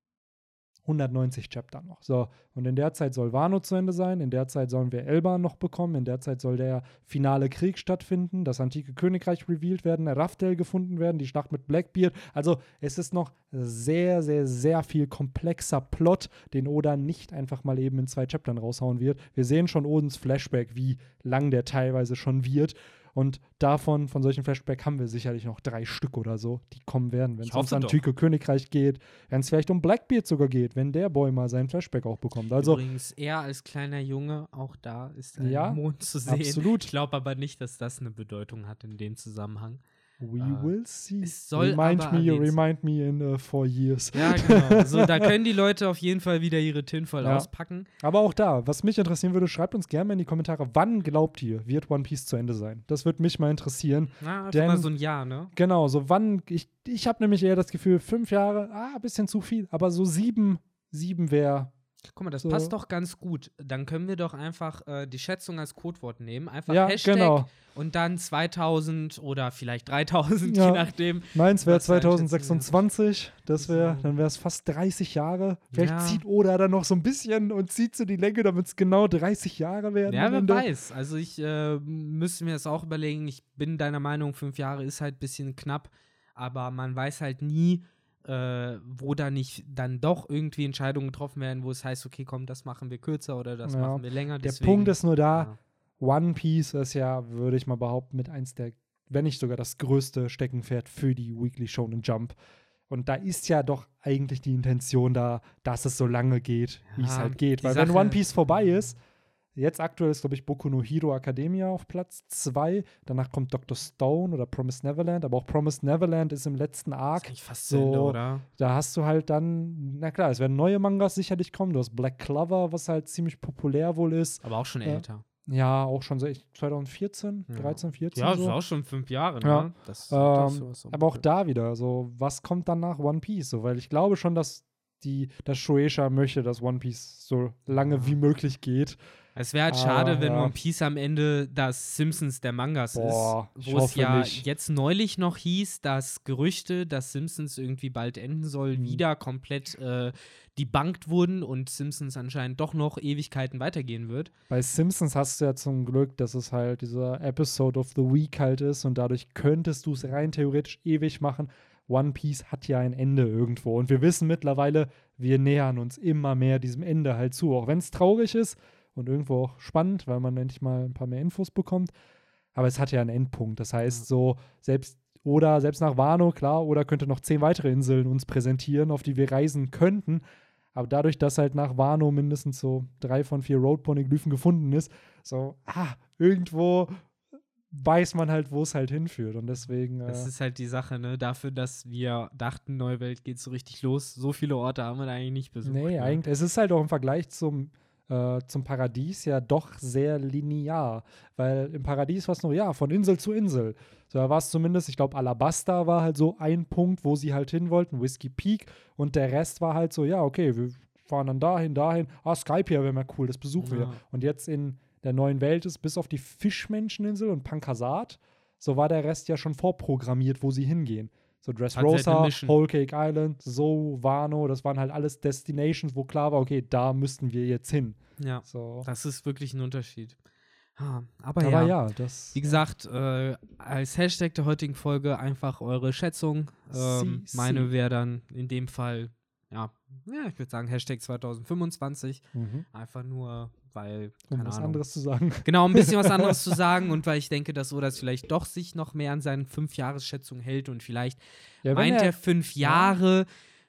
190 Chapter noch. So, und in der Zeit soll Wano zu Ende sein, in der Zeit sollen wir Elba noch bekommen, in der Zeit soll der finale Krieg stattfinden, das antike Königreich revealed werden, Raftel gefunden werden, die Schlacht mit Blackbeard. Also es ist noch sehr, sehr, sehr viel komplexer Plot, den Oda nicht einfach mal eben in 2 Chaptern raushauen wird. Wir sehen schon Odins Flashback, wie lang der teilweise schon wird. Und von solchen Flashbacks haben wir sicherlich noch 3 Stück oder so, die kommen werden, wenn es ums antike Königreich geht, wenn es vielleicht um Blackbeard sogar geht, wenn der Boy mal seinen Flashback auch bekommt. Also, übrigens, er als kleiner Junge, auch da ist ein Mond zu sehen. Absolut. Ich glaube aber nicht, dass das eine Bedeutung hat in dem Zusammenhang. We will see. Es soll remind me in 4 years. Ja, genau. So, da können die Leute auf jeden Fall wieder ihre Tinfoil auspacken. Aber auch da, was mich interessieren würde, schreibt uns gerne mal in die Kommentare, wann glaubt ihr, wird One Piece zu Ende sein? Das würde mich mal interessieren. Denn mal so ein Jahr, ne? Genau, so wann, ich habe nämlich eher das Gefühl, 5 Jahre, ein bisschen zu viel, aber so 7 wäre. Guck mal, das passt doch ganz gut. Dann können wir doch einfach die Schätzung als Codewort nehmen. Einfach Hashtag und dann 2000 oder vielleicht 3000, je nachdem. Meins wäre 2026. Dann wäre es fast 30 Jahre. Vielleicht zieht Oda dann noch so ein bisschen und zieht so die Länge, damit es genau 30 Jahre werden. Ja, wer weiß. Also ich müsste mir das auch überlegen. Ich bin deiner Meinung, 5 Jahre ist halt ein bisschen knapp. Aber man weiß halt nie, wo da nicht dann doch irgendwie Entscheidungen getroffen werden, wo es heißt, okay, komm, das machen wir kürzer oder das machen wir länger. Der Punkt ist nur da, One Piece ist ja, würde ich mal behaupten, mit eins der, wenn nicht sogar das größte Steckenpferd für die Weekly Shonen Jump. Und da ist ja doch eigentlich die Intention da, dass es so lange geht, wie es halt geht. Weil wenn One Piece vorbei ist, jetzt aktuell ist, glaube ich, Boku no Hero Academia auf Platz 2. Danach kommt Dr. Stone oder Promised Neverland. Aber auch Promised Neverland ist im letzten Arc. Das ist fast so, Ende, oder? Da hast du halt dann, na klar, es werden neue Mangas sicherlich kommen. Du hast Black Clover, was halt ziemlich populär wohl ist. Aber auch schon älter. Ja, auch schon so 2014, 13, 14. Ja, so. das ist auch schon 5 Jahre, ne? Ja. Das aber auch da wieder, so, was kommt dann nach One Piece? So, weil ich glaube schon, dass Shueisha möchte, dass One Piece so lange wie möglich geht. Es wäre halt schade, wenn One Piece am Ende das Simpsons der Mangas ist. Wo es ja jetzt neulich noch hieß, dass Gerüchte, dass Simpsons irgendwie bald enden soll, wieder komplett debunked wurden und Simpsons anscheinend doch noch Ewigkeiten weitergehen wird. Bei Simpsons hast du ja zum Glück, dass es halt dieser Episode of the Week halt ist und dadurch könntest du es rein theoretisch ewig machen. One Piece hat ja ein Ende irgendwo. Und wir wissen mittlerweile, wir nähern uns immer mehr diesem Ende halt zu. Auch wenn es traurig ist und irgendwo auch spannend, weil man endlich mal ein paar mehr Infos bekommt. Aber es hat ja einen Endpunkt. Das heißt, so selbst nach Wano, klar, Oda könnte noch 10 weitere Inseln uns präsentieren, auf die wir reisen könnten. Aber dadurch, dass halt nach Wano mindestens so 3 von 4 Road-Poneglyphen gefunden ist, so, irgendwo weiß man halt, wo es halt hinführt. Und deswegen. Das ist halt die Sache, ne? Dafür, dass wir dachten, Neue Welt geht so richtig los. So viele Orte haben wir da eigentlich nicht besucht. Nee, eigentlich. Es ist halt auch im Vergleich zum Paradies ja doch sehr linear. Weil im Paradies war es nur, von Insel zu Insel. So, da war es zumindest, ich glaube, Alabasta war halt so ein Punkt, wo sie halt hin wollten, Whiskey Peak. Und der Rest war halt so, okay, wir fahren dann dahin. Skypiea wäre mal cool, das besuchen wir. Und jetzt in der neuen Welt ist, bis auf die Fischmenscheninsel und Pankasat, so war der Rest ja schon vorprogrammiert, wo sie hingehen. So Dressrosa, Whole Cake Island, so Wano, das waren halt alles Destinations, wo klar war, okay, da müssten wir jetzt hin. Ja, so. Das ist wirklich ein Unterschied. Aber wie gesagt, als Hashtag der heutigen Folge einfach eure Schätzung. Meine wäre dann in dem Fall, ich würde sagen Hashtag 2025. Einfach nur, weil, um was anderes zu sagen. Genau, ein bisschen was anderes zu sagen und weil ich denke, dass Oda vielleicht doch sich noch mehr an seinen 5-Jahres-Schätzungen hält und vielleicht meint er 5 Jahre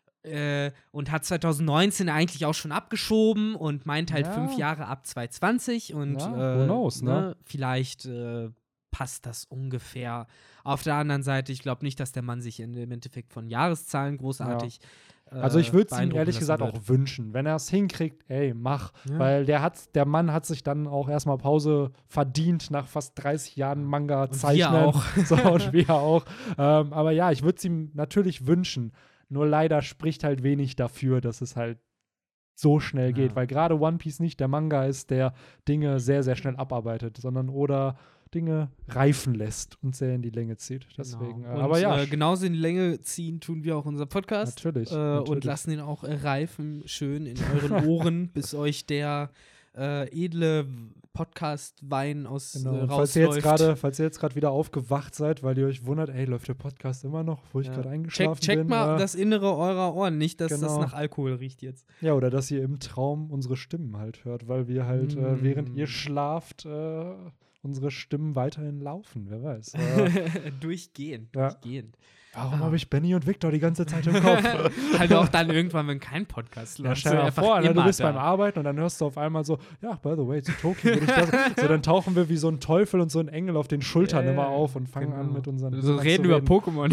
und hat 2019 eigentlich auch schon abgeschoben und meint halt 5 Jahre ab 2020 und who knows, ne? Vielleicht passt das ungefähr. Auf der anderen Seite, ich glaube nicht, dass der Mann sich im Endeffekt von Jahreszahlen großartig also ich würde es ihm ehrlich gesagt auch wünschen, wenn er es hinkriegt, mach. Ja. Weil der Mann hat sich dann auch erstmal Pause verdient nach fast 30 Jahren Manga-Zeichnen. Wir auch. So, und wir auch. Aber ja, ich würde es ihm natürlich wünschen. Nur leider spricht halt wenig dafür, dass es halt so schnell geht. Weil gerade One Piece nicht der Manga ist, der Dinge sehr, sehr schnell abarbeitet, sondern oder Dinge reifen lässt und sehr in die Länge zieht. Deswegen, und, aber genauso in die Länge ziehen tun wir auch unser Podcast. Natürlich. Und lassen ihn auch reifen, schön in euren Ohren, bis euch der edle Podcast-Wein aus rausläuft. Falls ihr jetzt gerade wieder aufgewacht seid, weil ihr euch wundert, läuft der Podcast immer noch, wo ich gerade eingeschlafen bin. Checkt mal das Innere eurer Ohren, nicht, dass das nach Alkohol riecht jetzt. Ja, oder dass ihr im Traum unsere Stimmen halt hört, weil wir halt, während ihr schlaft, unsere Stimmen weiterhin laufen, wer weiß. Durchgehend. Warum habe ich Benny und Victor die ganze Zeit im Kopf? Halt auch dann irgendwann, wenn kein Podcast läuft. Stell dir vor, du bist beim Arbeiten und dann hörst du auf einmal so, by the way, zu Tokio würde ich das. So, dann tauchen wir wie so ein Teufel und so ein Engel auf den Schultern immer auf und fangen an mit unseren. So reden über Pokémon.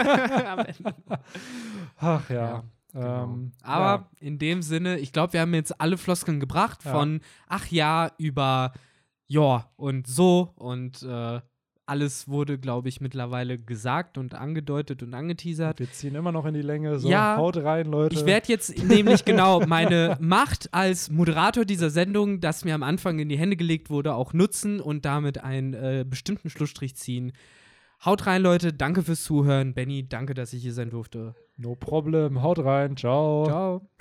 Ach ja. Genau. Aber in dem Sinne, ich glaube, wir haben jetzt alle Floskeln gebracht von über und so und alles wurde, glaube ich, mittlerweile gesagt und angedeutet und angeteasert. Wir ziehen immer noch in die Länge. So, haut rein, Leute. Ich werde jetzt nämlich meine Macht als Moderator dieser Sendung, das mir am Anfang in die Hände gelegt wurde, auch nutzen und damit einen bestimmten Schlussstrich ziehen. Haut rein, Leute. Danke fürs Zuhören. Benny, danke, dass ich hier sein durfte. No problem. Haut rein. Ciao. Ciao.